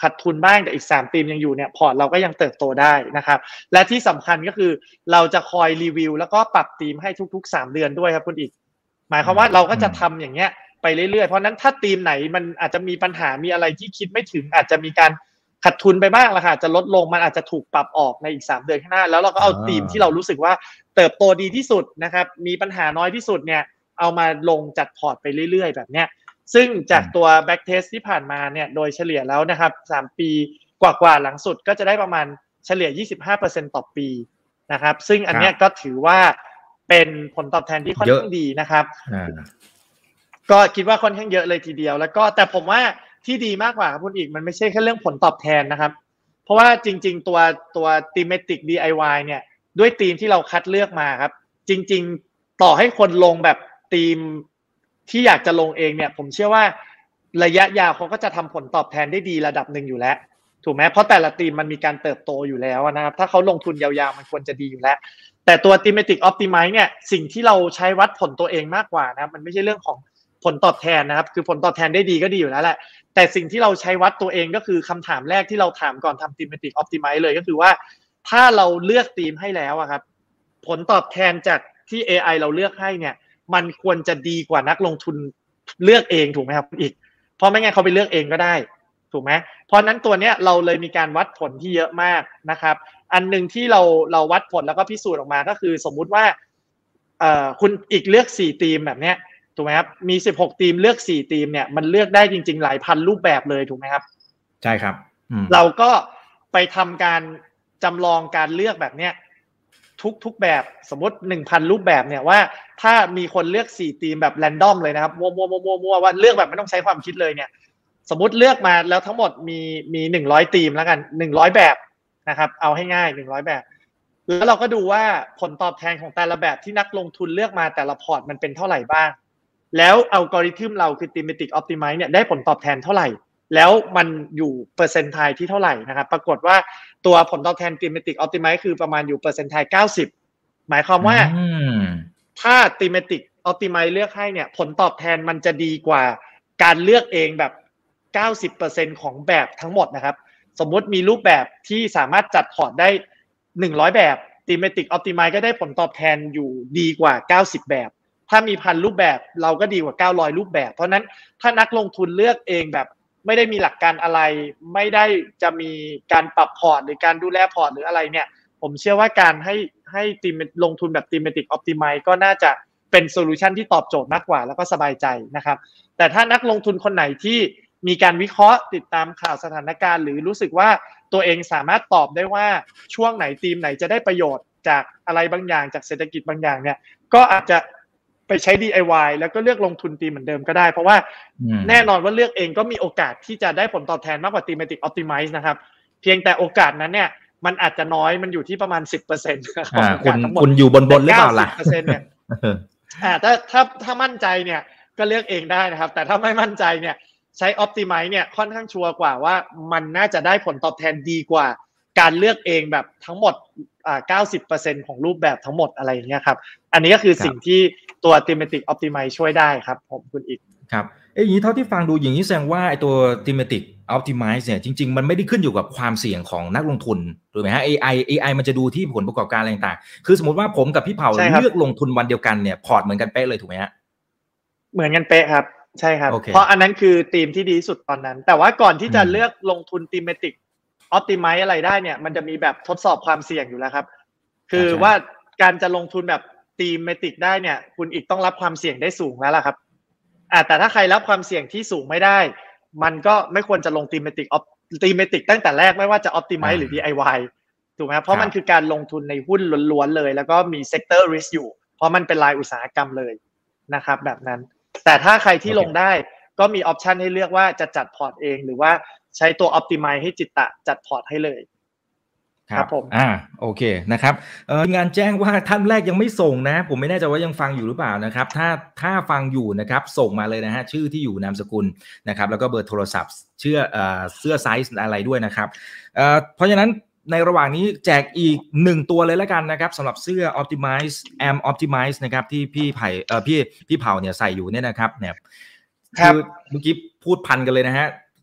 ขาดทุนบ้างแต่อีก3ทีมยังอยู่เนี่ยพอร์ตเราก็ยังเติบโตได้นะครับและที่สำคัญก็คือเราจะคอยรีวิวแล้วก็ปรับทีมให้ทุกๆ3เดือนด้วยครับคุณอีกหมายความว่าเราก็จะทำอย่างเงี้ยไปเรื่อยๆเพราะนั้นถ้าทีมไหนมันอาจจะมีปัญหามีอะไรที่คิดไม่ถึงอาจจะมีการขาดทุนไปบ้างราคาจะลดลงมันอาจจะถูกปรับออกในอีก3เดือนข้างหน้าแล้วเราก็เอาทีมที่เรารู้สึกว่าเติบโตดีที่สุดนะครับมีปัญหาน้อยที่สุดเนี่ยเอามาลงจัดพอร์ตไปเรื่อยๆแบบเนี้ยซึ่งจากตัว back test ที่ผ่านมาเนี่ยโดยเฉลี่ยแล้วนะครับ3ปีกว่าๆหลังสุดก็จะได้ประมาณเฉลี่ย 25% ต่อปีนะครับซึ่งอันเนี้ยก็ถือว่าเป็นผลตอบแทนที่ค่อนข้างดีนะครับก็คิดว่าค่อนข้างเยอะเลยทีเดียวแล้วก็แต่ผมว่าที่ดีมากกว่าครับคุณอีกมันไม่ใช่แค่เรื่องผลตอบแทนนะครับเพราะว่าจริงๆตัว thematic DIY เนี่ยด้วยธีมที่เราคัดเลือกมาครับจริงๆต่อให้คนลงแบบธีมที่อยากจะลงเองเนี่ยผมเชื่อว่าระยะยาวเขาก็จะทำผลตอบแทนได้ดีระดับหนึ่งอยู่แล้วถูกไหมเพราะแต่ละธีมมันมีการเติบโตอยู่แล้วนะครับถ้าเขาลงทุนยาวๆมันควรจะดีอยู่แล้วแต่ตัว thematic optimize เนี่ยสิ่งที่เราใช้วัดผลตัวเองมากกว่านะมันไม่ใช่เรื่องของผลตอบแทนนะครับคือผลตอบแทนได้ดีก็ดีอยู่แล้วแหละแต่สิ่งที่เราใช้วัดตัวเองก็คือคำถามแรกที่เราถามก่อนทำ thematic optimize เลยก็คือว่าถ้าเราเลือกธีมให้แล้วครับผลตอบแทนจากที่ AI เราเลือกให้เนี่ยมันควรจะดีกว่านักลงทุนเลือกเองถูกไหมครับอีกเพราะไม่งั้นเขาไปเลือกเองก็ได้ถูกไหมเพราะนั้นตัวเนี้ยเราเลยมีการวัดผลที่เยอะมากนะครับอันนึงที่เราวัดผลแล้วก็พิสูจน์ออกมาก็คือสมมุติว่าคุณอีกเลือก4ทีมแบบเนี้ยถูกไหมครับมี16ทีมเลือก4ทีมเนี่ยมันเลือกได้จริงๆหลายพันรูปแบบเลยถูกไหมครับใช่ครับเราก็ไปทำการจำลองการเลือกแบบเนี้ยทุกแบบสมมติ 1,000 รูปแบบเนี่ยว่าถ้ามีคนเลือก4ทีมแบบแรนดอมเลยนะครับมั่วว่าเลือกแบบไม่ต้องใช้ความคิดเลยเนี่ยสมมติเลือกมาแล้วทั้งหมดมี100ทีมแล้วกัน100แบบนะครับเอาให้ง่าย100แบบแล้วเราก็ดูว่าผลตอบแทนของแต่ละแบบที่นักลงทุนเลือกมาแต่ละพอร์ตมันเป็นเท่าไหร่บ้างแล้วอัลกอริทึมเราคือ thematic optimize เนี่ยได้ผลตอบแทนเท่าไหร่แล้วมันอยู่เปอร์เซ็นต์ไทล์ที่เท่าไหร่นะครับปรากฏว่าตัวผลตอบแทน thematic optimize คือประมาณอยู่เปอร์เซ็นต์ไทล์90หมายความว่าถ้า thematic optimize เลือกให้เนี่ยผลตอบแทนมันจะดีกว่าการเลือกเองแบบ 90% ของแบบทั้งหมดนะครับสมมติมีรูปแบบที่สามารถจัดพอร์ตได้100แบบ thematic optimize ก็ได้ผลตอบแทนอยู่ดีกว่า90แบบถ้ามี1,000รูปแบบเราก็ดีกว่า900รูปแบบเพราะนั้นถ้านักลงทุนเลือกเองแบบไม่ได้มีหลักการอะไรไม่ได้จะมีการปรับพอร์ตหรือการดูแลพอร์ตหรืออะไรเนี่ยผมเชื่อว่าการให้ทีมลงทุนแบบ thematic optimize ก็น่าจะเป็นโซลูชันที่ตอบโจทย์มากกว่าแล้วก็สบายใจนะครับแต่ถ้านักลงทุนคนไหนที่มีการวิเคราะห์ติดตามข่าวสถานการณ์หรือรู้สึกว่าตัวเองสามารถตอบได้ว่าช่วงไหนทีมไหนจะได้ประโยชน์จากอะไรบางอย่างจากเศรษฐกิจบางอย่างเนี่ยก็อาจจะไปใช้ DIY แล้วก็เลือกลงทุนทีมเหมือนเดิมก็ได้เพราะว่าแน่นอนว่าเลือกเองก็มีโอกาสที่จะได้ผลตอบแทนมากกว่า thematic optimize นะครับเพียงแต่โอกาสนั้นเนี่ยมันอาจจะน้อยมันอยู่ที่ประมาณ 10% ของโอกาสทั้งหมดคุณอยู่บนหรือเปล่าล่ะ 90% เนี่ยถ้ามั่นใจเนี่ยก็เลือกเองได้นะครับแต่ถ้าไม่มั่นใจเนี่ยใช้ optimize เนี่ยค่อนข้างชัวร์กว่าว่ามันน่าจะได้ผลตอบแทนดีกว่าการเลือกเองแบบทั้งหมด90% ของรูปแบบทั้งหมดอะไรอย่างเงี้ยครับอันนี้ก็คือสิ่งที่ตัว thematic optimize ช่วยได้ครับผมคุณอีกครับอย่างนี้เท่าที่ฟังดูอย่างนี้แสดงว่าไอ้ตัว thematic optimize เนี่ยจริงๆมันไม่ได้ขึ้นอยู่กับความเสี่ยงของนักลงทุนถูกไหมฮะ AI มันจะดูที่ผลประกอบการอะไรต่างๆคือสมมติว่าผมกับพี่เผ่าเลือกลงทุนวันเดียวกันเนี่ยพอร์ตเหมือนกันเป๊ะเลยถูกไหมฮะเหมือนกันเป๊ะครับใช่ครับเพราะอันนั้นคือธีมที่ดีที่สุดตอนนั้นแต่ว่าก่อนที่จะเลือกลงทุน thematic optimize อะไรได้เนี่ยมันจะมีแบบทดสอบความเสี่ยงอยู่แล้วครับคือว่าการจะลงทุนแบบ thematic ได้เนี่ยคุณอีกต้องรับความเสี่ยงได้สูงแล้วล่ะครับแต่ถ้าใครรับความเสี่ยงที่สูงไม่ได้มันก็ไม่ควรจะลง thematic ตั้งแต่แรกไม่ว่าจะ optimize หรือ DIY ถูกไหมเพราะมันคือการลงทุนในหุ้นล้วนๆเลยแล้วก็มี sector risk อยู่เพราะมันเป็นรายอุตสาหกรรมเลยนะครับแบบนั้นแต่ถ้าใครที่ลงได้ก็มีออปชันให้เลือกว่าจะจัดพอร์ตเองหรือว่าใช้ตัว optimize ให้จิตตะจัดพอร์ตให้เลยครับผมโอเคนะครับงานแจ้งว่าท่านแรกยังไม่ส่งนะผมไม่แน่ใจว่ายังฟังอยู่หรือเปล่านะครับถ้าฟังอยู่นะครับส่งมาเลยนะฮะชื่อที่อยู่นามสกุลนะครับแล้วก็เบอร์โทรศัพท์เสื้อไซส์อะไรด้วยนะครับเพราะฉะนั้นในระหว่างนี้แจกอีก1ตัวเลยแล้วกันนะครับสำหรับเสื้อ Optimize Am Optimize นะครับที่พี่เผ่าเนี่ยใส่อยู่เนี่ยนะครับเนี่ยคือเมื่อกี้พูดพันกันเลยนะฮะ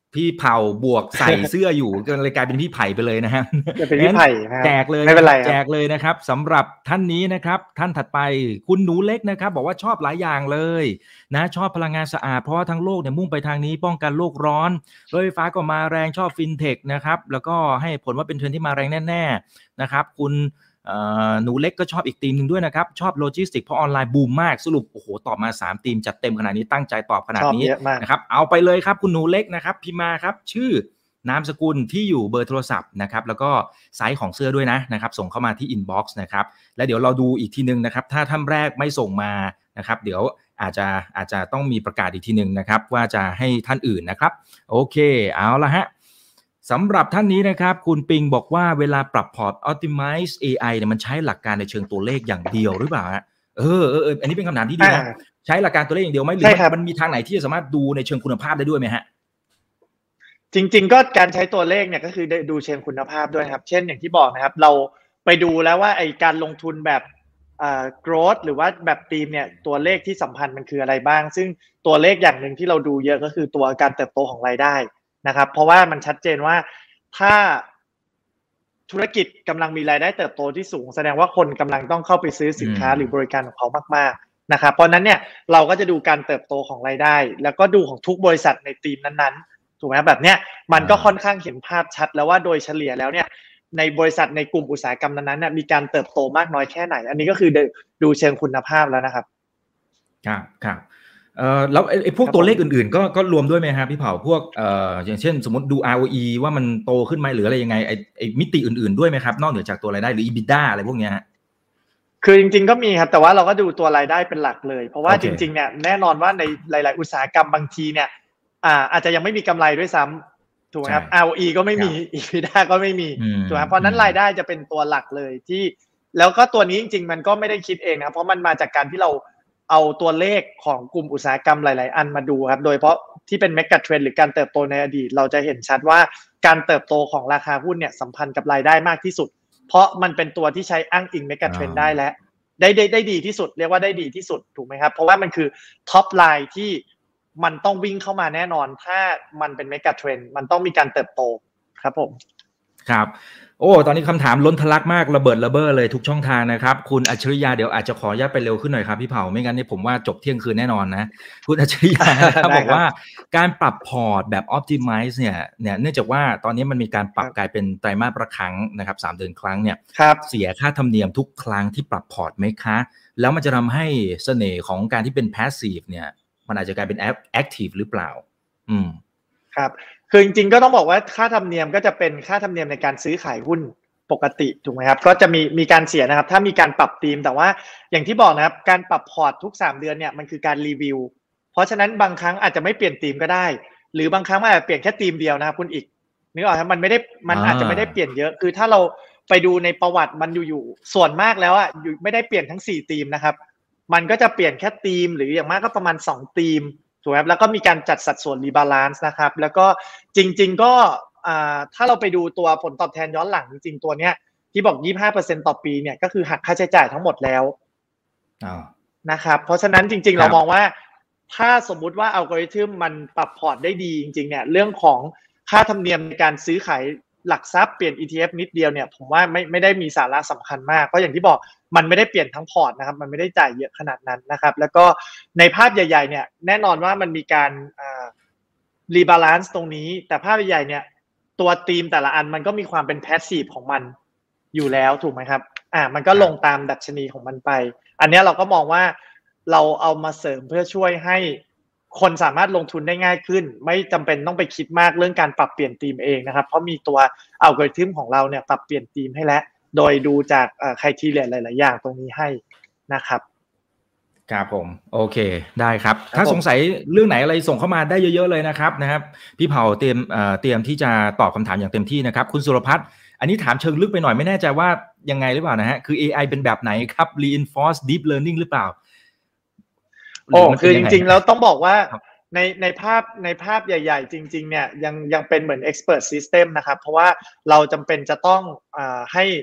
พี่เผ่าบวกใส่เสื้ออยู่ก็เลยกลายเป็นพี่ไผ่ไปเลยนะฮะจะเป็นพี่ไผ่ครับแจกเลยไม่เป็นไรแจกเลยนะครับสำหรับท่านนี้นะครับท่านถัดไปคุณหนูเล็กนะครับบอกว่าชอบหลายอย่างเลยนะชอบพลังงานสะอาดเพราะว่าทั้งโลกเนี่ยมุ่งไปทางนี้ป้องกันโลกร้อนรถไฟฟ้าก็มาแรงชอบฟินเทคนะครับแล้วก็ให้ผลว่าเป็นเทรนด์ที่มาแรงแน่ๆนะครับคุณหนูเล็กก็ชอบอีกธีมนึงด้วยนะครับชอบโลจิสติกเพราะออนไลน์บูมมากสรุปโอ้โหตอบมา3ธีมจัดเต็มขนาดนี้ตั้งใจตอบขนาดนี้นะครับเอาไปเลยครับคุณหนูเล็กนะครับพิมพ์มาครับชื่อนามสกุลที่อยู่เบอร์โทรศัพท์นะครับแล้วก็ไซส์ของเสื้อด้วยนะครับส่งเข้ามาที่ inbox นะครับแล้วเดี๋ยวเราดูอีกทีนึงนะครับถ้าท่านแรกไม่ส่งมานะครับเดี๋ยวอาจจะต้องมีประกาศอีกทีนึงนะครับว่าจะให้ท่านอื่นนะครับโอเคเอาละฮะสำหรับท่านนี้นะครับคุณปิงบอกว่าเวลาปรับพอร์ต Optimize AI เนี่ยมันใช้หลักการในเชิงตัวเลขอย่างเดียวหรือเปล่าฮะอันนี้เป็นคำถามที่ดีนะใช้หลักการตัวเลขอย่างเดียวไหมหรือมันมีทางไหนที่จะสามารถดูในเชิงคุณภาพได้ด้วยไหมฮะจริงๆก็การใช้ตัวเลขเนี่ยก็คือดูเชิงคุณภาพด้วยครับเช่นอย่างที่บอกนะครับเราไปดูแล้วว่าไอการลงทุนแบบgrowth หรือว่าแบบทีมเนี่ยตัวเลขที่สัมพันธ์มันคืออะไรบ้างซึ่งตัวเลขอย่างหนึ่งที่เราดูเยอะก็คือตัวการเติบโตของรายได้นะครับเพราะว่ามันชัดเจนว่าถ้าธุรกิจกำลังมีรายได้เติบโตที่สูงแสดงว่าคนกำลังต้องเข้าไปซื้อสินค้าหรือบริการของเขามากๆนะครับเพราะนั้นเนี่ยเราก็จะดูการเติบโตของรายได้แล้วก็ดูของทุกบริษัทในทีมนั้นๆถูกไหมแบบเนี้ยมันก็ค่อนข้างเห็นภาพชัดแล้วว่าโดยเฉลี่ยแล้วเนี่ยในบริษัทในกลุ่มอุตสาหกรรมนั้นๆมีการเติบโตมากน้อยแค่ไหนอันนี้ก็คือดูเชิงคุณภาพแล้วนะครับครับแล้วไอ้พวกตัวเลขอื่นๆก็รวมด้วยไหมครับพี่เผ่าพวกอย่างเช่นสมมติดู ROE ว่ามันโตขึ้นไหมหรืออะไรยังไงไอ้มิติอื่นๆด้วยไหมครับนอกเหนือจากตัวรายได้หรือ EBITDA อะไรพวกนี้ฮะคือจริงๆก็มีครับแต่ว่าเราก็ดูตัวรายได้เป็นหลักเลยเพราะว่าจริงๆเนี่ยแน่นอนว่าในหลายๆอุตสาหกรรมบางทีเนี่ยอาจจะยังไม่มีกำไรด้วยซ้ำถูกไหมครับ ROE ก็ไม่มี EBITDA ก็ไม่มีถูกไหมเพราะนั้นรายได้จะเป็นตัวหลักเลยที่แล้วก็ตัวนี้จริงๆมันก็ไม่ได้คิดเองนะเพราะมันมาจากการที่เราเอาตัวเลขของกลุ่มอุตสาหกรรมหลายๆอันมาดูครับโดยเฉพาะที่เป็นเมกะเทรนด์หรือการเติบโตในอดีตเราจะเห็นชัดว่าการเติบโตของราคาหุ้นเนี่ยสัมพันธ์กับรายได้มากที่สุดเพราะมันเป็นตัวที่ใช้อ้างอิงเมกะเทรนด์ได้และได้ดีที่สุดเรียกว่าได้ดีที่สุดถูกไหมครับเพราะว่ามันคือท็อปไลน์ที่มันต้องวิ่งเข้ามาแน่นอนถ้ามันเป็นเมกะเทรนด์มันต้องมีการเติบโตครับผมครับโอ้ตอนนี้คำถามล้นทะลักมากระเบิดระเบ้อเลยทุกช่องทางนะครับคุณอัจฉริยะเดี๋ยวอาจจะขออนุญาตไปเร็วขึ้นหน่อยครับพี่เผ่าไม่งั้นนี่ผมว่าจบเที่ยงคืนแน่นอนนะคุณอัจฉริยะนะครับบอกว่าการปรับพอร์ตแบบ Optimize เนี่ยเนื่องจากว่าตอนนี้มันมีการปรับกลายเป็นไตรมาสละครั้งนะครับ3เดือนครั้งเนี่ยเสียค่าธรรมเนียมทุกครั้งที่ปรับพอร์ตไหมคะแล้วมันจะทำให้เสน่ห์ของการที่เป็น Passive เนี่ยมันอาจจะกลายเป็น Active หรือเปล่าครับคือจริงๆก็ต้องบอกว่าค่าธรรมเนียมก็จะเป็นค่าธรรมเนียมในการซื้อขายหุ้นปกติถูกไหมครับก็จะมีการเสียนะครับถ้ามีการปรับธีมแต่ว่าอย่างที่บอกนะครับการปรับพอร์ตทุก3เดือนเนี่ยมันคือการรีวิวเพราะฉะนั้นบางครั้งอาจจะไม่เปลี่ยนธีมก็ได้หรือบางครั้งอาจจะเปลี่ยนแค่ธีมเดียวนะครับคุณอีกนึกออกไหมมันอาจจะไม่ได้เปลี่ยนเยอะคือถ้าเราไปดูในประวัติมันอยู่ส่วนมากแล้วอยู่ไม่ได้เปลี่ยนทั้ง4ธีมนะครับมันก็จะเปลี่ยนแค่ธีมหรืออย่างมากก็ประมาณ2ธีมถูกไหมครับแล้วก็มีการจัดสัดส่วนรีบาลานซ์นะครับแล้วก็จริงๆก็ถ้าเราไปดูตัวผลตอบแทนย้อนหลังจริงๆตัวเนี้ยที่บอก 25% ต่อปีเนี่ยก็คือหักค่าใช้จ่ายทั้งหมดแล้วนะครับเพราะฉะนั้นจริงๆเรามองว่าถ้าสมมุติว่าอัลกอริทึมมันปรับพอร์ตได้ดีจริงๆเนี่ยเรื่องของค่าธรรมเนียมในการซื้อขายหลักทรัพย์เปลี่ยน ETF นิดเดียวเนี่ยผมว่าไม่ได้มีสาระสำคัญมากเพราะอย่างที่บอกมันไม่ได้เปลี่ยนทั้งพอร์ตนะครับมันไม่ได้จ่ายเยอะขนาดนั้นนะครับแล้วก็ในภาพใหญ่ๆเนี่ยแน่นอนว่ามันมีการรีบาลานซ์ตรงนี้แต่ภาพใหญ่ๆเนี่ยตัวธีมแต่ละอันมันก็มีความเป็นแพสซีฟของมันอยู่แล้วถูกไหมครับมันก็ลงตามดัชนีของมันไปอันนี้เราก็มองว่าเราเอามาเสริมเพื่อช่วยให้คนสามารถลงทุนได้ง่ายขึ้นไม่จำเป็นต้องไปคิดมากเรื่องการปรับเปลี่ยนธีมเองนะครับเพราะมีตัวอัลกอริทึมของเราเนี่ยปรับเปลี่ยนธีมให้แล้วโดยดูจากไครทีเรียหลายๆอย่างตรงนี้ให้นะครับครับผมโอเคได้ครับถ้าสงสัยเรื่องไหนอะไรส่งเข้ามาได้เยอะๆเลยนะครับพี่เผ่าเตรียมที่จะตอบคำถามอย่างเต็มที่นะครับคุณสุรพัฒน์อันนี้ถามเชิงลึกไปหน่อยไม่แน่ใจว่ายังไงหรือเปล่านะฮะคือ AI เป็นแบบไหนครับ reinforce deep learning หรือเปล่าคือจริงๆแล้วต้องบอกว่าในภาพใหญ่ๆจริงๆเนี่ยยังเป็นเหมือน expert system นะครับเพราะว่าเราจำเป็นจะต้องให้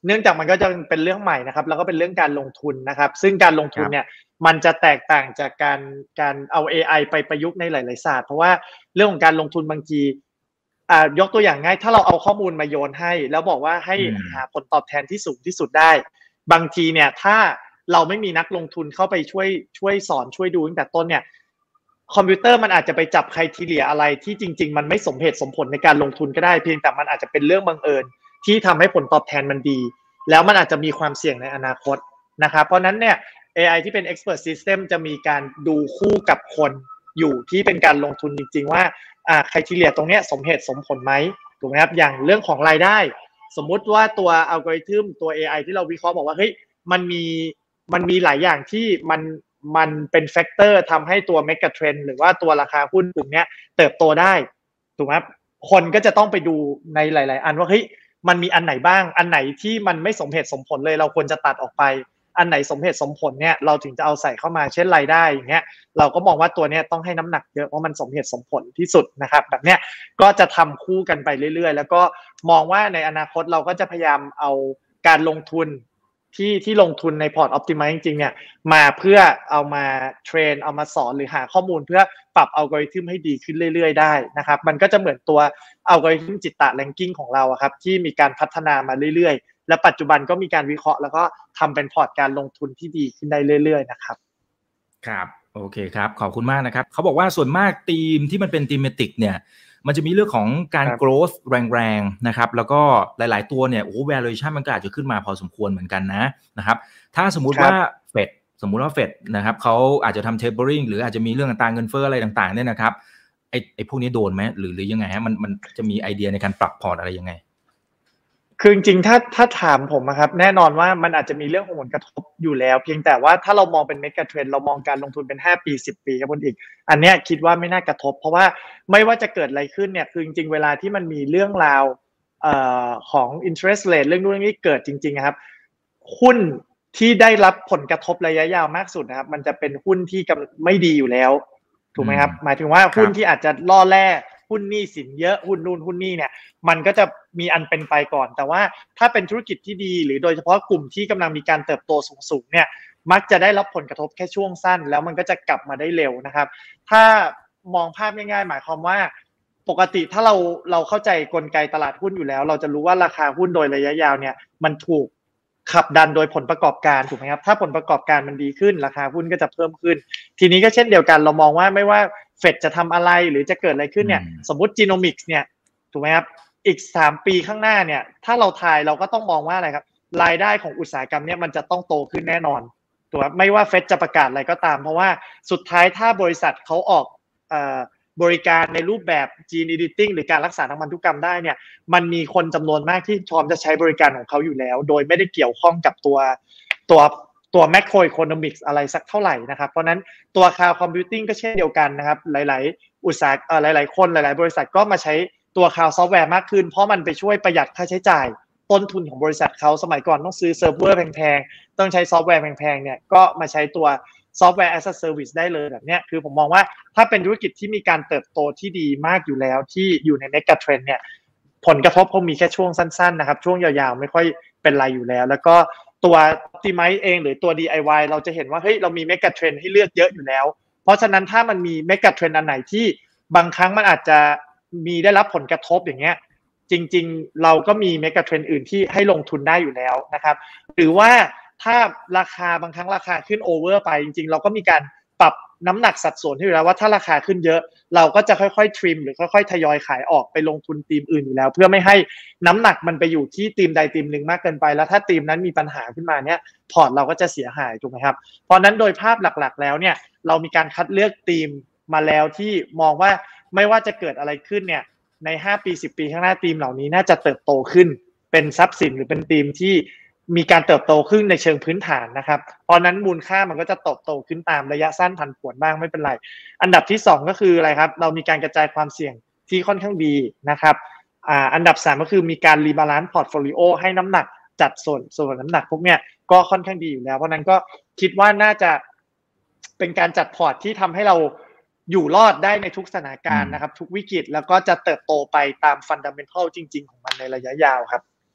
เนื่องจากมันก็จะเป็นเรื่องใหม่นะครับแล้วก็เป็นเรื่องการลงทุนนะครับซึ่งการลงทุนเนี่ยมันจะแตกต่างจากการเอา AI ไปประยุกต์ในหลายๆศาสตร์เพราะว่าเรื่องของการลงทุนบางทียกตัวอย่างง่ายถ้าเราเอาข้อมูลมาโยนให้แล้วบอกว่าให้หาผลตอบแทนที่สูงที่สุดได้บางทีเนี่ยถ้าเราไม่มีนักลงทุนเข้าไปช่วยสอนช่วยดูตั้งแต่ต้นเนี่ยคอมพิวเตอร์มันอาจจะไปจับไครทีเรียอะไรที่จริงๆมันไม่สมเหตุสมผลในการลงทุนก็ได้เพียงแต่มันอาจจะเป็นเรื่องบังเอิญที่ทำให้ผลตอบแทนมันดีแล้วมันอาจจะมีความเสี่ยงในอนาคตนะครับเพราะนั้นเนี่ย AI ที่เป็น Expert System จะมีการดูคู่กับคนอยู่ที่เป็นการลงทุนจริงๆว่าไครทีเรียตรงเนี้ยสมเหตุสมผลไหมถูกไหมครับอย่างเรื่องของรายได้สมมุติว่าตัวอัลกอริทึมตัว AI ที่เราวิเคราะห์บอกว่าเฮ้ยมันมีหลายอย่างที่มันเป็นแฟกเตอร์ทำให้ตัวเมกะเทรนด์หรือว่าตัวราคาหุ้นกลุ่มนี้เติบโตได้ถูกไหมครับคนก็จะต้องไปดูในหลายๆอันว่าเฮ้ยมันมีอันไหนบ้างอันไหนที่มันไม่สมเหตุสมผลเลยเราควรจะตัดออกไปอันไหนสมเหตุสมผลเนี่ยเราถึงจะเอาใส่เข้ามาเช่นรายได้อย่างเงี้ยเราก็มองว่าตัวเนี้ยต้องให้น้ำหนักเยอะเพราะมันสมเหตุสมผลที่สุดนะครับแบบเนี้ยก็จะทำคู่กันไปเรื่อยๆแล้วก็มองว่าในอนาคตเราก็จะพยายามเอาการลงทุนที่ลงทุนในพอร์ตออพติไมซ์จริงๆเนี่ยมาเพื่อเอามาเทรนเอามาสอนหรือหาข้อมูลเพื่อปรับอัลกอริทึมให้ดีขึ้นเรื่อยๆได้นะครับมันก็จะเหมือนตัวอัลกอริทึมจิตตะแรงกิ้งของเราครับที่มีการพัฒนามาเรื่อยๆและปัจจุบันก็มีการวิเคราะห์แล้วก็ทำเป็นพอร์ตการลงทุนที่ดีขึ้นได้เรื่อยๆนะครับครับโอเคครับขอบคุณมากนะครับเขาบอกว่าส่วนมากธีมที่มันเป็นธีมติกเนี่ยมันจะมีเรื่องของการ growth แรงๆนะครับแล้วก็หลายๆตัวเนี่ยโอ้ valuation มันก็อาจจะขึ้นมาพอสมควรเหมือนกันนะครับถ้าสมมุติว่าเฟดนะครับเขาอาจจะทำ tapering หรืออาจจะมีเรื่องต่างเงินเฟ้ออะไรต่างๆเนี่ยนะครับไอ้พวกนี้โดนไหมหรือยังไงฮะมันจะมีไอเดียในการปรับพอร์ตอะไรยังไงคือจริงๆถ้าถามผมนะครับแน่นอนว่ามันอาจจะมีเรื่องของผลกระทบอยู่แล้วเพียงแต่ว่าถ้าเรามองเป็นเมกะเทรนด์เรามองการลงทุนเป็น5 ปี10 ปีครับคุณอีกอันเนี้ยคิดว่าไม่น่ากระทบเพราะว่าไม่ว่าจะเกิดอะไรขึ้นเนี่ยคือจริงๆเวลาที่มันมีเรื่องราวของ interest rate เรื่องนู้นเรื่องนี้เกิดจริงๆครับหุ้นที่ได้รับผลกระทบระยะยาวมากสุดนะครับมันจะเป็นหุ้นที่ไม่ดีอยู่แล้วถูกไหมครับหมายถึงว่าหุ้นที่อาจจะล่อแร่หุ้นหนี้สินเยอะหุ้นนู่นหุ้นนี่เนี่ยมันก็จะมีอันเป็นไปก่อนแต่ว่าถ้าเป็นธุรกิจที่ดีหรือโดยเฉพาะกลุ่มที่กำลังมีการเติบโตสูงๆเนี่ยมักจะได้รับผลกระทบแค่ช่วงสั้นแล้วมันก็จะกลับมาได้เร็วนะครับถ้ามองภาพง่ายๆหมายความว่าปกติถ้าเราเข้าใจกลไกตลาดหุ้นอยู่แล้วเราจะรู้ว่าราคาหุ้นโดยระยะยาวเนี่ยมันถูกขับดันโดยผลประกอบการถูกไหมครับถ้าผลประกอบการมันดีขึ้นราคาหุ้นก็จะเพิ่มขึ้นทีนี้ก็เช่นเดียวกันเรามองว่าไม่ว่าเฟดจะทำอะไรหรือจะเกิดอะไรขึ้นเนี่ยสมมุติจีโนมิกส์เนี่ยถูกไหมครับอีก3 ปีข้างหน้าเนี่ยถ้าเราทายเราก็ต้องมองว่าอะไรครับรายได้ของอุตสาหกรรมเนี่ยมันจะต้องโตขึ้นแน่นอนถูกไหมไม่ว่าเฟดจะประกาศอะไรก็ตามเพราะว่าสุดท้ายถ้าบริษัทเขาออกบริการในรูปแบบ Gene Editing หรือการรักษาทางพันธุกรรมได้เนี่ยมันมีคนจำนวนมากที่พร้อมจะใช้บริการของเขาอยู่แล้วโดยไม่ได้เกี่ยวข้องกับตัว macroeconomics อะไรสักเท่าไหร่นะครับเพราะนั้นตัว cloud computing ก็เช่นเดียวกันนะครับหลายๆอุตสาหหลายๆคนหลายๆบริษัทก็มาใช้ตัว cloud software มากขึ้นเพราะมันไปช่วยประหยัดค่าใช้จ่ายต้นทุนของบริษัทเขาสมัยก่อนต้องซื้อเซิร์ฟเวอร์แพงๆต้องใช้ซอฟต์แวร์แพงๆเนี่ยก็มาใช้ตัวซอฟต์แวร์ as a service ได้เลยแบบนี้คือผมมองว่าถ้าเป็นธุรกิจที่มีการเติบโตที่ดีมากอยู่แล้วที่อยู่ใน mega trend เนี่ยผลกระทบคงมีแค่ช่วงสั้นๆนะครับช่วงยาวๆไม่ค่อยเป็นไรอยู่แล้วแล้วก็ตัว Optimize เองหรือตัว DIY เราจะเห็นว่าเฮ้ยเรามี mega trend ให้เลือกเยอะอยู่แล้วเพราะฉะนั้นถ้ามันมี mega trend อันไหนที่บางครั้งมันอาจจะมีได้รับผลกระทบอย่างเงี้ยจริงๆเราก็มี mega trend อื่นที่ให้ลงทุนได้อยู่แล้วนะครับหรือว่าถ้าราคาบางครั้งราคาขึ้นโอเวอร์ไปจริงๆเราก็มีการปรับน้ำหนักสัดส่วนที่อยู่แล้วว่าถ้าราคาขึ้นเยอะเราก็จะค่อยๆทริมหรือค่อยๆทยอยขายออกไปลงทุนธีมอื่นอยู่แล้วเพื่อไม่ให้น้ำหนักมันไปอยู่ที่ธีมใดธีมหนึ่งมากเกินไปแล้วถ้าธีมนั้นมีปัญหาขึ้นมาเนี่ยพอร์ตเราก็จะเสียหายถูกไหมครับเพราะนั้นโดยภาพหลักๆแล้วเนี่ยเรามีการคัดเลือกธีมมาแล้วที่มองว่าไม่ว่าจะเกิดอะไรขึ้นเนี่ยใน5 ปี10 ปีข้างหน้าธีมเหล่านี้น่าจะเติบโตขึ้นเป็นทรัพย์สินหรือเป็นธีมที่มีการเติบโตขึ้นในเชิงพื้นฐานนะครับเพราะนั้นมูลค่ามันก็จะโตขึ้นตามระยะสั้นผันผวนบ้างไม่เป็นไรอันดับที่2ก็คืออะไรครับเรามีการกระจายความเสี่ยงที่ค่อนข้างดีนะครับอันดับ3ก็คือมีการรีบาลานซ์พอร์ตโฟลิโอให้น้ำหนักจัดส่วนน้ำหนักพวกเนี้ยก็ค่อนข้างดีอยู่แล้วเพราะนั้นก็คิดว่าน่าจะเป็นการจัดพอร์ตที่ทำให้เราอยู่รอดได้ในทุกสถานการณ์นะครับทุกวิกฤตแล้วก็จะเติบโตไปตามฟันดัมเมนทัลจริงๆของมันในระยะยาวครับ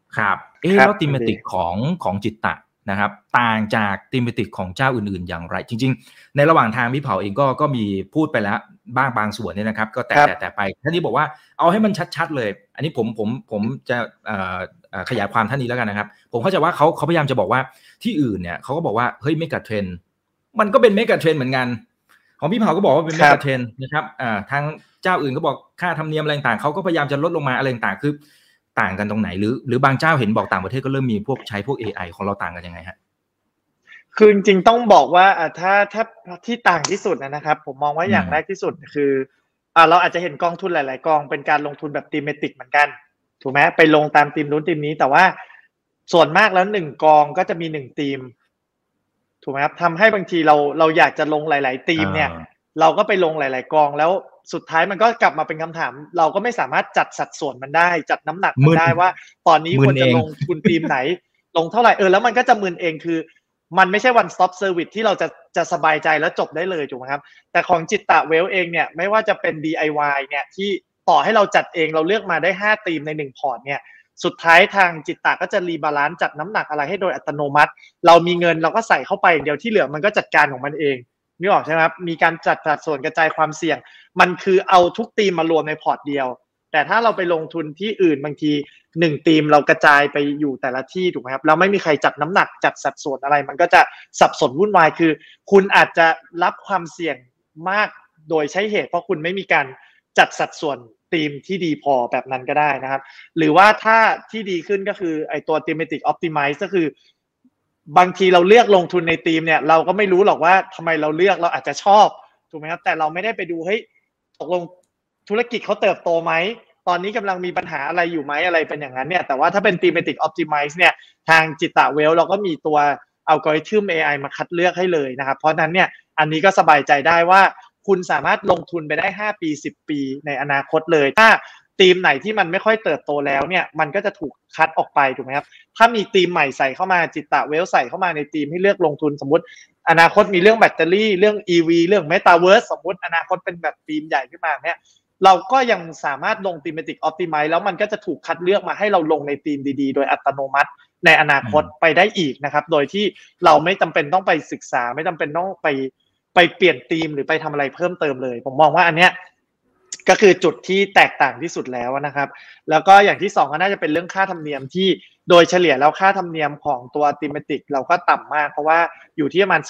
ครับแล้วธีมติกของจิตตะนะครับต่างจากธีมติกของเจ้าอื่นๆอย่างไรจริงๆในระหว่างทางพี่เผาเองก็มีพูดไปแล้วบางส่วนเนี่ยนะครับก็แต่ไปท่านนี้บอกว่าเอาให้มันชัดๆเลยอันนี้ผมจะขยายความท่านนี้แล้วกันนะครับผมเข้าใจว่าเขาพยายามจะบอกว่าที่อื่นเนี่ยเขาก็บอกว่าเฮ้ยเมกะเทรนด์มันก็เป็นเมกะเทรนด์เหมือนกันของพี่เผาก็บอกว่าเป็นเมกะเทรนด์นะครับทางเจ้าอื่นก็บอกค่าธรรมเนียมอะไรต่างเขาก็พยายามจะลดลงมาอะไรต่างคือต่างกันตรงไหนหรือบางเจ้าเห็นบอกต่างประเทศก็เริ่มมีพวกใช้พวก AI ของเราต่างกันยังไงฮะคือจริงๆต้องบอกว่าถ้าที่ต่างที่สุดนะครับผมมองว่าอย่างแรกที่สุดคือเราอาจจะเห็นกองทุนหลายๆกองเป็นการลงทุนแบบ thematic เหมือนกันถูกไหมไปลงตามธีมนู้นธีมนี้แต่ว่าส่วนมากแล้ว1กองก็จะมี1ธีมถูกไหมครับทำให้บางทีเราอยากจะลงหลายๆธีมเนี่ยเราก็ไปลงหลายๆกองแล้วสุดท้ายมันก็กลับมาเป็นคำถามเราก็ไม่สามารถจัดสัดส่วนมันได้จัดน้ำหนักมันได้ว่าตอนนี้ควรจะลงทุนธีมไหนลงเท่าไหร่แล้วมันก็จะมึนเองคือมันไม่ใช่ one stop service ที่เราจะสบายใจแล้วจบได้เลยถูกไหมครับแต่ของจิตตะเวลเองเนี่ยไม่ว่าจะเป็น DIY เนี่ยที่ต่อให้เราจัดเองเราเลือกมาได้5ธีมใน1พอร์ตเนี่ยสุดท้ายทางจิตตะก็จะรีบาลานซ์จัดน้ำหนักอะไรให้โดยอัตโนมัติเรามีเงินเราก็ใส่เข้าไปอย่างเดียวที่เหลือมันก็จัดการของมันเองนึกออกใช่ไหมครับมีการจัดสัดส่วนกระจายความเสี่ยงมันคือเอาทุกธีมมารวมในพอร์ตเดียวแต่ถ้าเราไปลงทุนที่อื่นบางที1ธีมเรากระจายไปอยู่แต่ละที่ถูกไหมครับเราไม่มีใครจัดน้ำหนักจัดสัดส่วนอะไรมันก็จะสับสนวุ่นวายคือคุณอาจจะรับความเสี่ยงมากโดยใช้เหตุเพราะคุณไม่มีการจัดสัดส่วนธีมที่ดีพอแบบนั้นก็ได้นะครับหรือว่าถ้าที่ดีขึ้นก็คือไอตัว thematic optimize ก็คือบางทีเราเลือกลงทุนในธีมเนี่ยเราก็ไม่รู้หรอกว่าทำไมเราเลือกเราอาจจะชอบถูกไหมครับแต่เราไม่ได้ไปดูเฮ้ยตกลงธุรกิจเขาเติบโตไหมตอนนี้กำลังมีปัญหาอะไรอยู่ไหมอะไรเป็นอย่างนั้นเนี่ยแต่ว่าถ้าเป็น thematic optimize เนี่ยทางจิตตะเวลเราก็มีตัวอัลกอริทึม AI มาคัดเลือกให้เลยนะครับเพราะนั้นเนี่ยอันนี้ก็สบายใจได้ว่าคุณสามารถลงทุนไปได้5ปี10ปีในอนาคตเลยถ้าธีมไหนที่มันไม่ค่อยเติบโตแล้วเนี่ยมันก็จะถูกคัดออกไปถูกไหมครับถ้ามีธีมใหม่ใส่เข้ามาจิตตะเวลใส่เข้ามาในธีมให้เลือกลงทุนสมมติอนาคตมีเรื่องแบตเตอรี่เรื่อง EV เรื่อง Metaverse สมมติอนาคตเป็นแบบธีมใหญ่ขึ้นมาเนี่ยเราก็ยังสามารถลง thematic optimize แล้วมันก็จะถูกคัดเลือกมาให้เราลงในธีมดีๆโดยอัตโนมัติในอนาคตไปได้อีกนะครับโดยที่เราไม่จำเป็นต้องไปศึกษาไม่จำเป็นต้องไปเปลี่ยนธีมหรือไปทำอะไรเพิ่มเติมเลยผมมองว่าอันเนี้ยก็คือจุดที่แตกต่างที่สุดแล้วนะครับแล้วก็อย่างที่2ก็น่าจะเป็นเรื่องค่าธรรมเนียมที่โดยเฉลี่ยแล้วค่าธรรมเนียมของตัว thematic เราก็ต่ำมากเพราะว่าอยู่ที่ประมาณ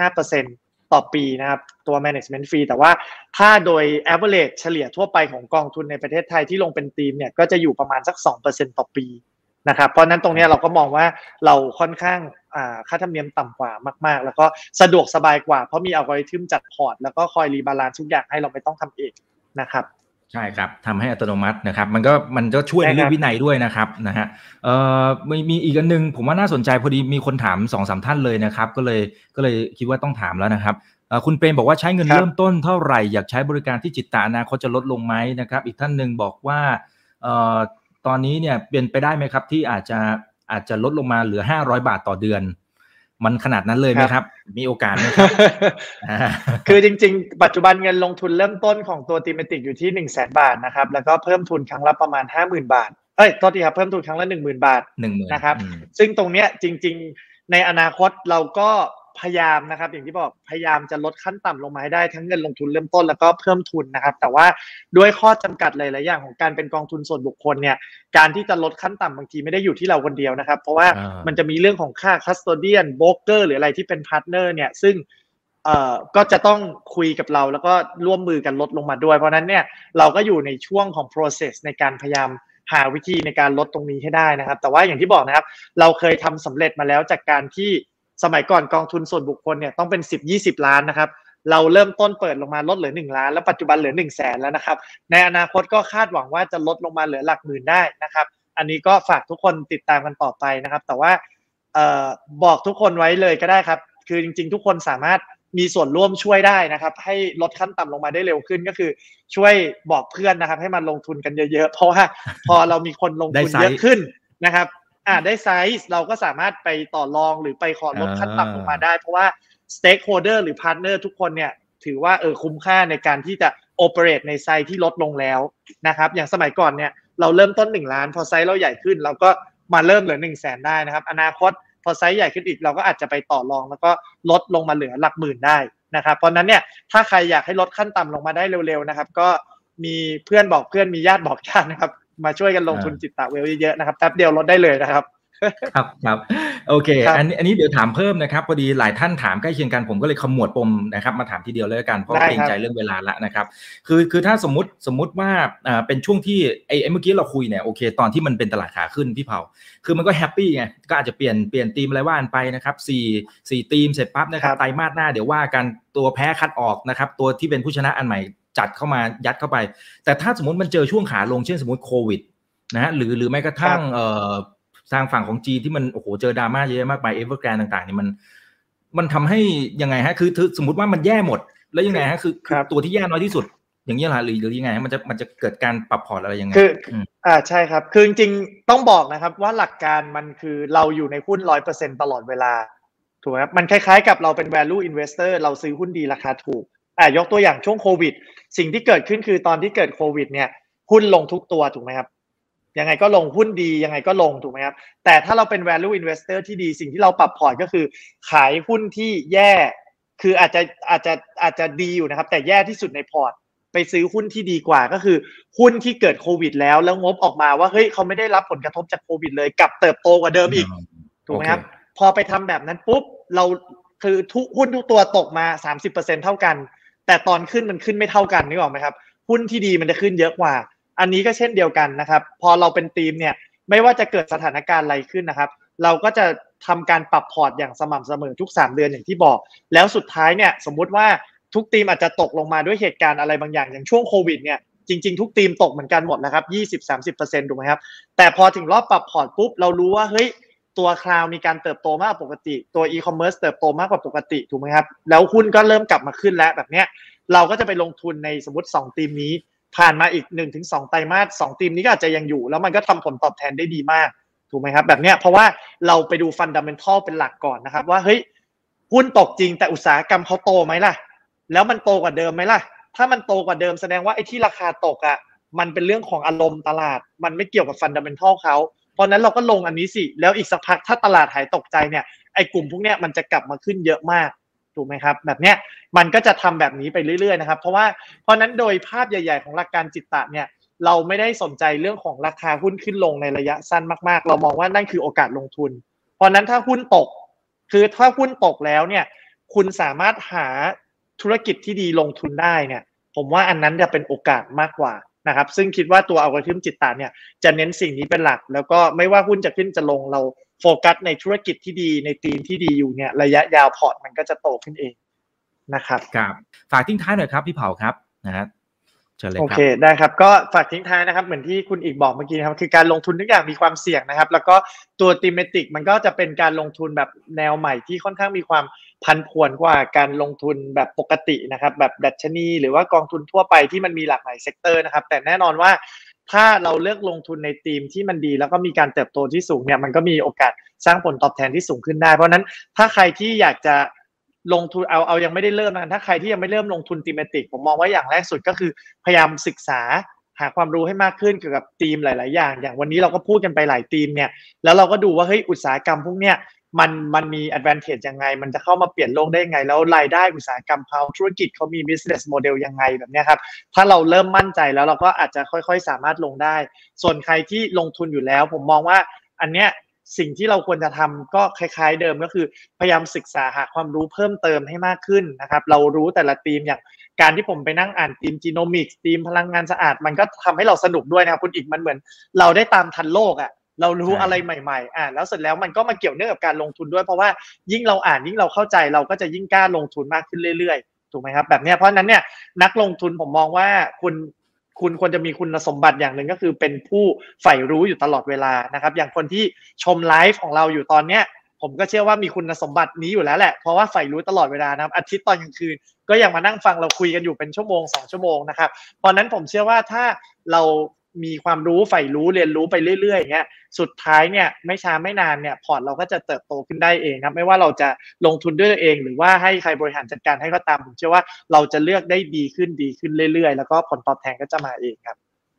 0.5% ต่อปีนะครับตัว management fee แต่ว่าถ้าโดย average เฉลี่ยทั่วไปของกองทุนในประเทศไทยที่ลงเป็นธีมเนี่ยก็จะอยู่ประมาณสัก 2% ต่อปีนะครับเพราะนั้นตรงนี้เราก็มองว่าเราค่อนข้างค่าธรรมเนียมต่ำกว่ามากๆแล้วก็สะดวกสบายกว่าเพราะมีอัลกอริทึมจัดพอร์ตแล้วก็คอยรีบาลานซ์ทุกอย่างให้เราไม่ต้องทำเองนะครับใช่ครับทำให้อัตโนมัตินะครับมันก็ช่วยในเรื่องวินัยด้วยนะครับนะฮะมีอีกอันนึงผมว่าน่าสนใจพอดีมีคนถาม 2-3 ท่านเลยนะครับก็เลยคิดว่าต้องถามแล้วนะครับคุณเปรมบอกว่าใช้เงินเริ่มต้นเท่าไหร่อยากใช้บริการที่จิตตะอนาคตจะลดลงไหมนะครับอีกท่านนึงบอกว่าตอนนี้เนี่ยเป็นไปได้ไหมครับที่อาจจะลดลงมาเหลือ500 บาทต่อเดือนมันขนาดนั้นเลยไหมครับมีโอกาสไหมครับคือจริงๆปัจจุบันเงินลงทุนเริ่มต้นของตัว thematic อยู่ที่ 100,000 บาทนะครับแล้วก็เพิ่มทุนครั้งละประมาณ 50,000 บาทโทษทีครับเพิ่มทุนครั้งละ 10,000 บาทนะครับซึ่งตรงเนี้ยจริงๆในอนาคตเราก็พยายามนะครับอย่างที่บอกพยายามจะลดขั้นต่ำลงมาให้ได้ทั้งเงินลงทุนเริ่มต้นแล้วก็เพิ่มทุนนะครับแต่ว่าด้วยข้อจำกัดหลายๆอย่างของการเป็นกองทุนส่วนบุคคลเนี่ยการที่จะลดขั้นต่ำบางทีไม่ได้อยู่ที่เราคนเดียวนะครับเพราะว่ามันจะมีเรื่องของค่า custodian broker หรืออะไรที่เป็นพาร์ทเนอร์เนี่ยซึ่งก็จะต้องคุยกับเราแล้วก็ร่วมมือกันลดลงมาด้วยเพราะนั้นเนี่ยเราก็อยู่ในช่วงของ process ในการพยายามหาวิธีในการลดตรงนี้ให้ได้นะครับแต่ว่าอย่างที่บอกนะครับเราเคยทำสำเร็จมาแล้วจากการที่สมัยก่อนกองทุนส่วนบุคคลเนี่ยต้องเป็น 10-20 ล้านนะครับเราเริ่มต้นเปิดลงมาลดเหลือ1ล้านแล้วปัจจุบันเหลือ 100,000 แล้วนะครับในอนาคตก็คาดหวังว่าจะลดลงมาเหลือหลักหมื่นได้นะครับอันนี้ก็ฝากทุกคนติดตามกันต่อไปนะครับแต่ว่าบอกทุกคนไว้เลยก็ได้ครับคือจริงๆทุกคนสามารถมีส่วนร่วมช่วยได้นะครับให้ลดขั้นต่ำลงมาได้เร็วขึ้นก็คือช่วยบอกเพื่อนนะครับให้มันลงทุนกันเยอะๆเพราะว่าพอเรามีคนลงทุนเยอะขึ้นนะครับได้ไซส์เราก็สามารถไปต่อรองหรือไปขอลดขั้นต่ำลงมาได้เพราะว่า stakeholder หรือ partner ทุกคนเนี่ยถือว่าคุ้มค่าในการที่จะ operate ในไซส์ที่ลดลงแล้วนะครับอย่างสมัยก่อนเนี่ยเราเริ่มต้น1ล้านพอไซส์เราใหญ่ขึ้นเราก็มาเริ่มเหลือ 100,000 ได้นะครับอนาคตพอไซส์ใหญ่ขึ้นอีกเราก็อาจจะไปต่อรองแล้วก็ลดลงมาเหลือหลักหมื่นได้นะครับเพราะนั้นเนี่ยถ้าใครอยากให้ลดขั้นต่ำลงมาได้เร็วๆนะครับก็มีเพื่อนบอกเพื่อนมีญาติบอกญาตินะครับมาช่วยกันลงทุนจิตตะเวลเยอะๆนะครับแป๊บเดียวลดได้เลยนะครับครับโอเคอันนี้เดี๋ยวถามเพิ่มนะครับพอดีหลายท่านถามใกล้เคียงกันผมก็เลยขมวดปมนะครับมาถามทีเดียวเลยกันเพราะเกรงใจเรื่องเวลาละนะครับคือถ้าสมมติว่าเป็นช่วงที่ไอ้เมื่อกี้เราคุยเนี่ยโอเคตอนที่มันเป็นตลาดขาขึ้นพี่เผาคือมันก็แฮปปี้ไงก็อาจจะเปลี่ยนธีมอะไรว่ากันไปนะครับ4ธีมเสร็จปั๊บนะครับไตรมาสหน้าเดี๋ยวว่ากันตัวแพ้คัดออกนะครับตัวที่เป็นผู้ชนะอันใหม่จัดเข้ามายัดเข้าไปแต่ถ้าสมมติมันเจอช่วงขาลงเช่นสมมติโควิดนะฮะหรือแม้กระทั่งทางฝั่งของจีนที่มันโอ้โหเจอดราม่าเยอะมากไปEvergrandeต่างๆนี่มันทำให้ยังไงฮะคือสมมติว่ามันแย่หมดแล้วยังไงฮะคือตัวที่แย่น้อยที่สุดอย่างนี้เหรอหรือยังไงมันจะเกิดการปรับพอร์ตอะไรยังไงคือใช่ครับคือจริงๆต้องบอกนะครับว่าหลักการมันคือเราอยู่ในหุ้น 100% ตลอดเวลาถูกไหมครับมันคล้ายๆกับเราเป็น value investor เราซื้อหุ้นดีราคาถูกยกตัวอย่างช่วงโควิดสิ่งที่เกิดขึ้นคือตอนที่เกิดโควิดเนี่ยหุ้นลงทุกตัวถูกไหมครับยังไงก็ลงหุ้นดียังไงก็ลงถูกไหมครับแต่ถ้าเราเป็น value investor ที่ดีสิ่งที่เราปรับพอร์ตก็คือขายหุ้นที่แย่คืออาจจะดีอยู่นะครับแต่แย่ที่สุดในพอร์ตไปซื้อหุ้นที่ดีกว่าก็คือหุ้นที่เกิดโควิดแล้วงบออกมาว่าเฮ้ยเขาไม่ได้รับผลกระทบจากโควิดเลยกลับเติบโตกว่าเดิมอีกถูกไหมครับพอไปทำแบบนั้นปุ๊บเราคือทุกหุ้นทุกตัวตกมา 30% เท่ากันแต่ตอนขึ้นมันขึ้นไม่เท่ากันนึกออกไหมครับหุ้นที่ดีมันจะขึ้นเยอะกว่าอันนี้ก็เช่นเดียวกันนะครับพอเราเป็นทีมเนี่ยไม่ว่าจะเกิดสถานการณ์อะไรขึ้นนะครับเราก็จะทำการปรับพอร์ตอย่างสม่ำเสมอทุก3เดือนอย่างที่บอกแล้วสุดท้ายเนี่ยสมมุติว่าทุกทีมอาจจะตกลงมาด้วยเหตุการณ์อะไรบางอย่างอย่างช่วงโควิดเนี่ยจริงๆทุกทีมตกเหมือนกันหมดนะครับ 20-30% ถูกไหมครับแต่พอถึงรอบปรับพอร์ตปุ๊บเรารู้ว่าเฮ้ยตัวคลาวด์มีการเติบโตมากกว่าปกติตัวอีคอมเมิร์ซเติบโตมากกว่าปกติถูกไหมครับแล้วหุ้นก็เริ่มกลับมาขึ้นแล้วแบบเนี้ยเราก็จะไปลงทุนในสมมติ2ทีมนี้ผ่านมาอีก 1-2 ไตรมาส2ทีมนี้ก็อาจจะยังอยู่แล้วมันก็ทำผลตอบแทนได้ดีมากถูกไหมครับแบบเนี้ยเพราะว่าเราไปดูฟันดัมเมนทัลเป็นหลักก่อนนะครับว่าเฮ้ยหุ้นตกจริงแต่อุตสาหกรรมเขาโตไหมล่ะแล้วมันโตกว่าเดิมไหมล่ะถ้ามันโตกว่าเดิมแสดงว่าไอ้ที่ราคาตกอ่ะมันเป็นเรื่องของอารมณ์ตลาดมันไม่เกี่ยวกับฟันดัมเมนทัลเขาเพราะนั้นเราก็ลงอันนี้สิแล้วอีกสักพักถ้าตลาดหายตกใจเนี่ยไอ้กลุ่มพวกเนี้ยมันจะกลับมาขึ้นเยอะมากถูกไหมครับแบบเนี้ยมันก็จะทำแบบนี้ไปเรื่อยๆนะครับเพราะนั้นโดยภาพใหญ่ๆของหลักการจิตตะเนี่ยเราไม่ได้สนใจเรื่องของราคาหุ้นขึ้นลงในระยะสั้นมากๆเรามองว่านั่นคือโอกาสลงทุนเพราะนั้นถ้าหุ้นตกคือถ้าหุ้นตกแล้วเนี่ยคุณสามารถหาธุรกิจที่ดีลงทุนได้เนี่ยผมว่าอันนั้นจะเป็นโอกาสมากกว่านะครับซึ่งคิดว่าตัวอัลกอริทึมจิตตะเนี่ยจะเน้นสิ่งนี้เป็นหลักแล้วก็ไม่ว่าหุ้นจะขึ้นจะลงเราโฟกัสในธุรกิจที่ดีในธีมที่ดีอยู่เนี่ยระยะยาวพอร์ตมันก็จะโตขึ้นเองนะครับครับฝากทิ้งท้ายหน่อยครับพี่เผาครับนะฮะเชิญเลยครับโอเคได้ครับก็ฝากทิ้งท้ายนะครับเหมือนที่คุณอีกบอกเมื่อกี้นะครับคือการลงทุนทุกอย่างมีความเสี่ยงนะครับแล้วก็ตัวธีมติกมันก็จะเป็นการลงทุนแบบแนวใหม่ที่ค่อนข้างมีความผันผวนกว่าการลงทุนแบบปกตินะครับแบบดัชนีหรือว่ากองทุนทั่วไปที่มันมีหลากหลายเซกเตอร์นะครับแต่แน่นอนว่าถ้าเราเลือกลงทุนในธีมที่มันดีแล้วก็มีการเติบโตที่สูงเนี่ยมันก็มีโอกาสสร้างผลตอบแทนที่สูงขึ้นได้เพราะนั้นถ้าใครที่อยากจะลงทุนเอายังไม่ได้เริ่มนะถ้าใครที่ยังไม่เริ่มลงทุนธีมติกผมมองว่าอย่างแรกสุดก็คือพยายามศึกษาหาความรู้ให้มากขึ้นเกี่ยวกับธีมหลายๆอย่างวันนี้เราก็พูดกันไปหลายธีมเนี่ยแล้วเราก็ดูว่าเฮ้ยอุตสาหกรรมพวกเนี้ยมันมี advantage ยังไงมันจะเข้ามาเปลี่ยนโลกได้ยังไงแล้วรายได้อุตสาหกรรมเขาธุรกิจเขามี business model ยังไงแบบนี้ครับถ้าเราเริ่มมั่นใจแล้วเราก็อาจจะค่อยๆสามารถลงได้ส่วนใครที่ลงทุนอยู่แล้วผมมองว่าอันเนี้ยสิ่งที่เราควรจะทำก็คล้ายๆเดิมก็คือพยายามศึกษาหาความรู้เพิ่มเติมให้มากขึ้นนะครับเรารู้แต่ละธีมอย่างการที่ผมไปนั่งอ่านธีมจีโนมิกส์ธีมพลังงานสะอาดมันก็ทำให้เราสนุกด้วยนะครับคุณอีกมันเหมือนเราได้ตามทันโลกอ่ะเรารู้อะไรใหม่ๆแล้วเสร็จแล้วมันก็มาเกี่ยวเนื่องกับการลงทุนด้วยเพราะว่ายิ่งเราอ่านยิ่งเราเข้าใจเราก็จะยิ่งกล้าลงทุนมากขึ้นเรื่อยๆถูกไหมครับแบบนี้เพราะนั้นเนี่ยนักลงทุนผมมองว่าคุณควรจะมีคุณสมบัติอย่างหนึ่งก็คือเป็นผู้ใฝ่รู้อยู่ตลอดเวลานะครับอย่างคนที่ชมไลฟ์ของเราอยู่ตอนเนี้ยผมก็เชื่อว่ามีคุณสมบัตินี้อยู่แล้วแหละเพราะว่าใฝ่รู้ตลอดเวลานะครับอาทิตย์ตอนกลางคืนก็ยังมานั่งฟังเราคุยกันอยู่เป็นชั่วโมง2ชั่วโมงนะครับเพราะนั้นผมเชื่อว่าถ้าเรามีความรู้ใฝ่รู้เรียนรู้ไปเรื่อยๆอย่างเงี้ยสุดท้ายเนี่ยไม่ช้าไม่นานเนี่ยพอร์ตเราก็จะเติบโตขึ้นได้เองครับไม่ว่าเราจะลงทุนด้วยตัวเองหรือว่าให้ใครบริหารจัดการให้ก็ตามผมเชื่อว่าเราจะเลือกได้ดีขึ้นเรื่อยๆแล้วก็ผลตอบแทนก็จะมาเองครับ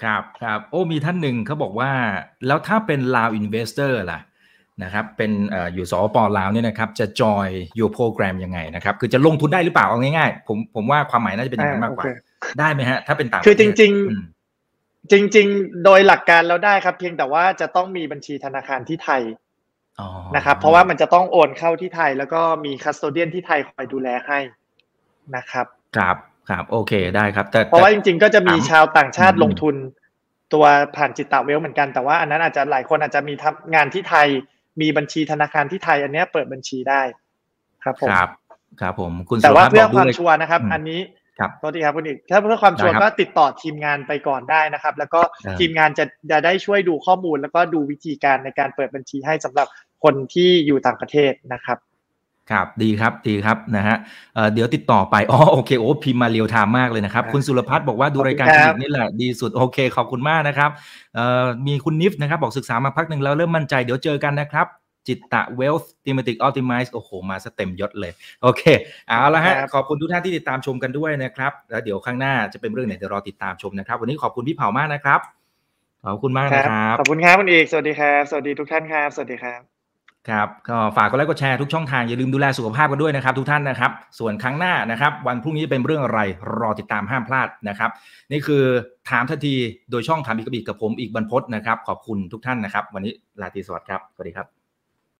ครับโอ้มีท่านหนึ่งเขาบอกว่าแล้วถ้าเป็น Lao Investor ล่ะนะครับเป็นอยู่สปลาวเนี่ยนะครับจะ join your program ยังไงนะครับคือจะลงทุนได้หรือเปล่าเอาง่ายๆผมว่าความหมายน่าจะเป็นอย่างนั้นมากกว่าได้ไหมฮะถ้าเป็นต่างประเทศคือจริงโดยหลักการแล้วได้ครับเพียงแต่ว่าจะต้องมีบัญชีธนาคารที่ไทยนะครับเพราะว่ามันจะต้องโอนเข้าที่ไทยแล้วก็มีคัสโตเดียนที่ไทยคอยดูแลให้นะครับครับโอเคได้ครับแต่เพราะว่าจริงๆก็จะมีชาวต่างชาติลงทุนตัวผ่านจิตตะเวลเหมือนกันแต่ว่าอันนั้นอาจจะหลายคนอาจจะมีทำงานที่ไทยมีบัญชีธนาคารที่ไทยอันนี้เปิดบัญชีได้ครับผมครับผมคุณแต่ว่าเพื่อความชัวร์นะครับอันนี้ครับโทษทีครับคุณอีกถ้าเพื่อความชัวร์ก็ติดต่อทีมงานไปก่อนได้นะครับแล้วก็ทีมงานจะได้ช่วยดูข้อมูลแล้วก็ดูวิธีการในการเปิดบัญชีให้สำหรับคนที่อยู่ต่างประเทศนะครับครับดีครับนะฮะเดี๋ยวติดต่อไปโอเคโอ้พิมพ์มาเรียวไทม์มากเลยนะครับคุณสุรพัฒน์บอกว่าดูรายการคุณอีกนี่แหละดีสุดโอเคขอบคุณมากนะครับมีคุณนิฟนะครับบอกศึกษามาพักหนึ่งแล้วเริ่มมั่นใจเดี๋ยวเจอกันนะครับจิตตะ Wealth Thematic Optimize โอ้โหมาสเต็มยศเลยโอเคเอาละฮะขอบคุณทุกท่านที่ติดตามชมกันด้วยนะครับแล้วเดี๋ยวข้างหน้าจะเป็นเรื่องไหนเดี๋ยวรอติดตามชมนะครับวันนี้ขอบคุณพี่เผ่ามากนะครับขอบคุณมากนะครับขอบคุณครับคุณเอกสวัสดีครับสวัสดีทุกท่านครับสวัสดีครับครับก็ฝากกดไลค์กดแชร์ทุกช่องทางอย่าลืมดูแลสุขภาพกันด้วยนะครับทุกท่านนะครับส่วนครั้งหน้านะครับวันพรุ่งนี้จะเป็นเรื่องอะไรรอติดตามห้ามพลาดนะครับนี่คือถามทันทีโดยช่องถามอีกกับผมอีกบรรพตนะครับขอบคุณทุกท่านนะครับวันนี้ลาตรีสวัสดิ์ครับสวัสดีครับ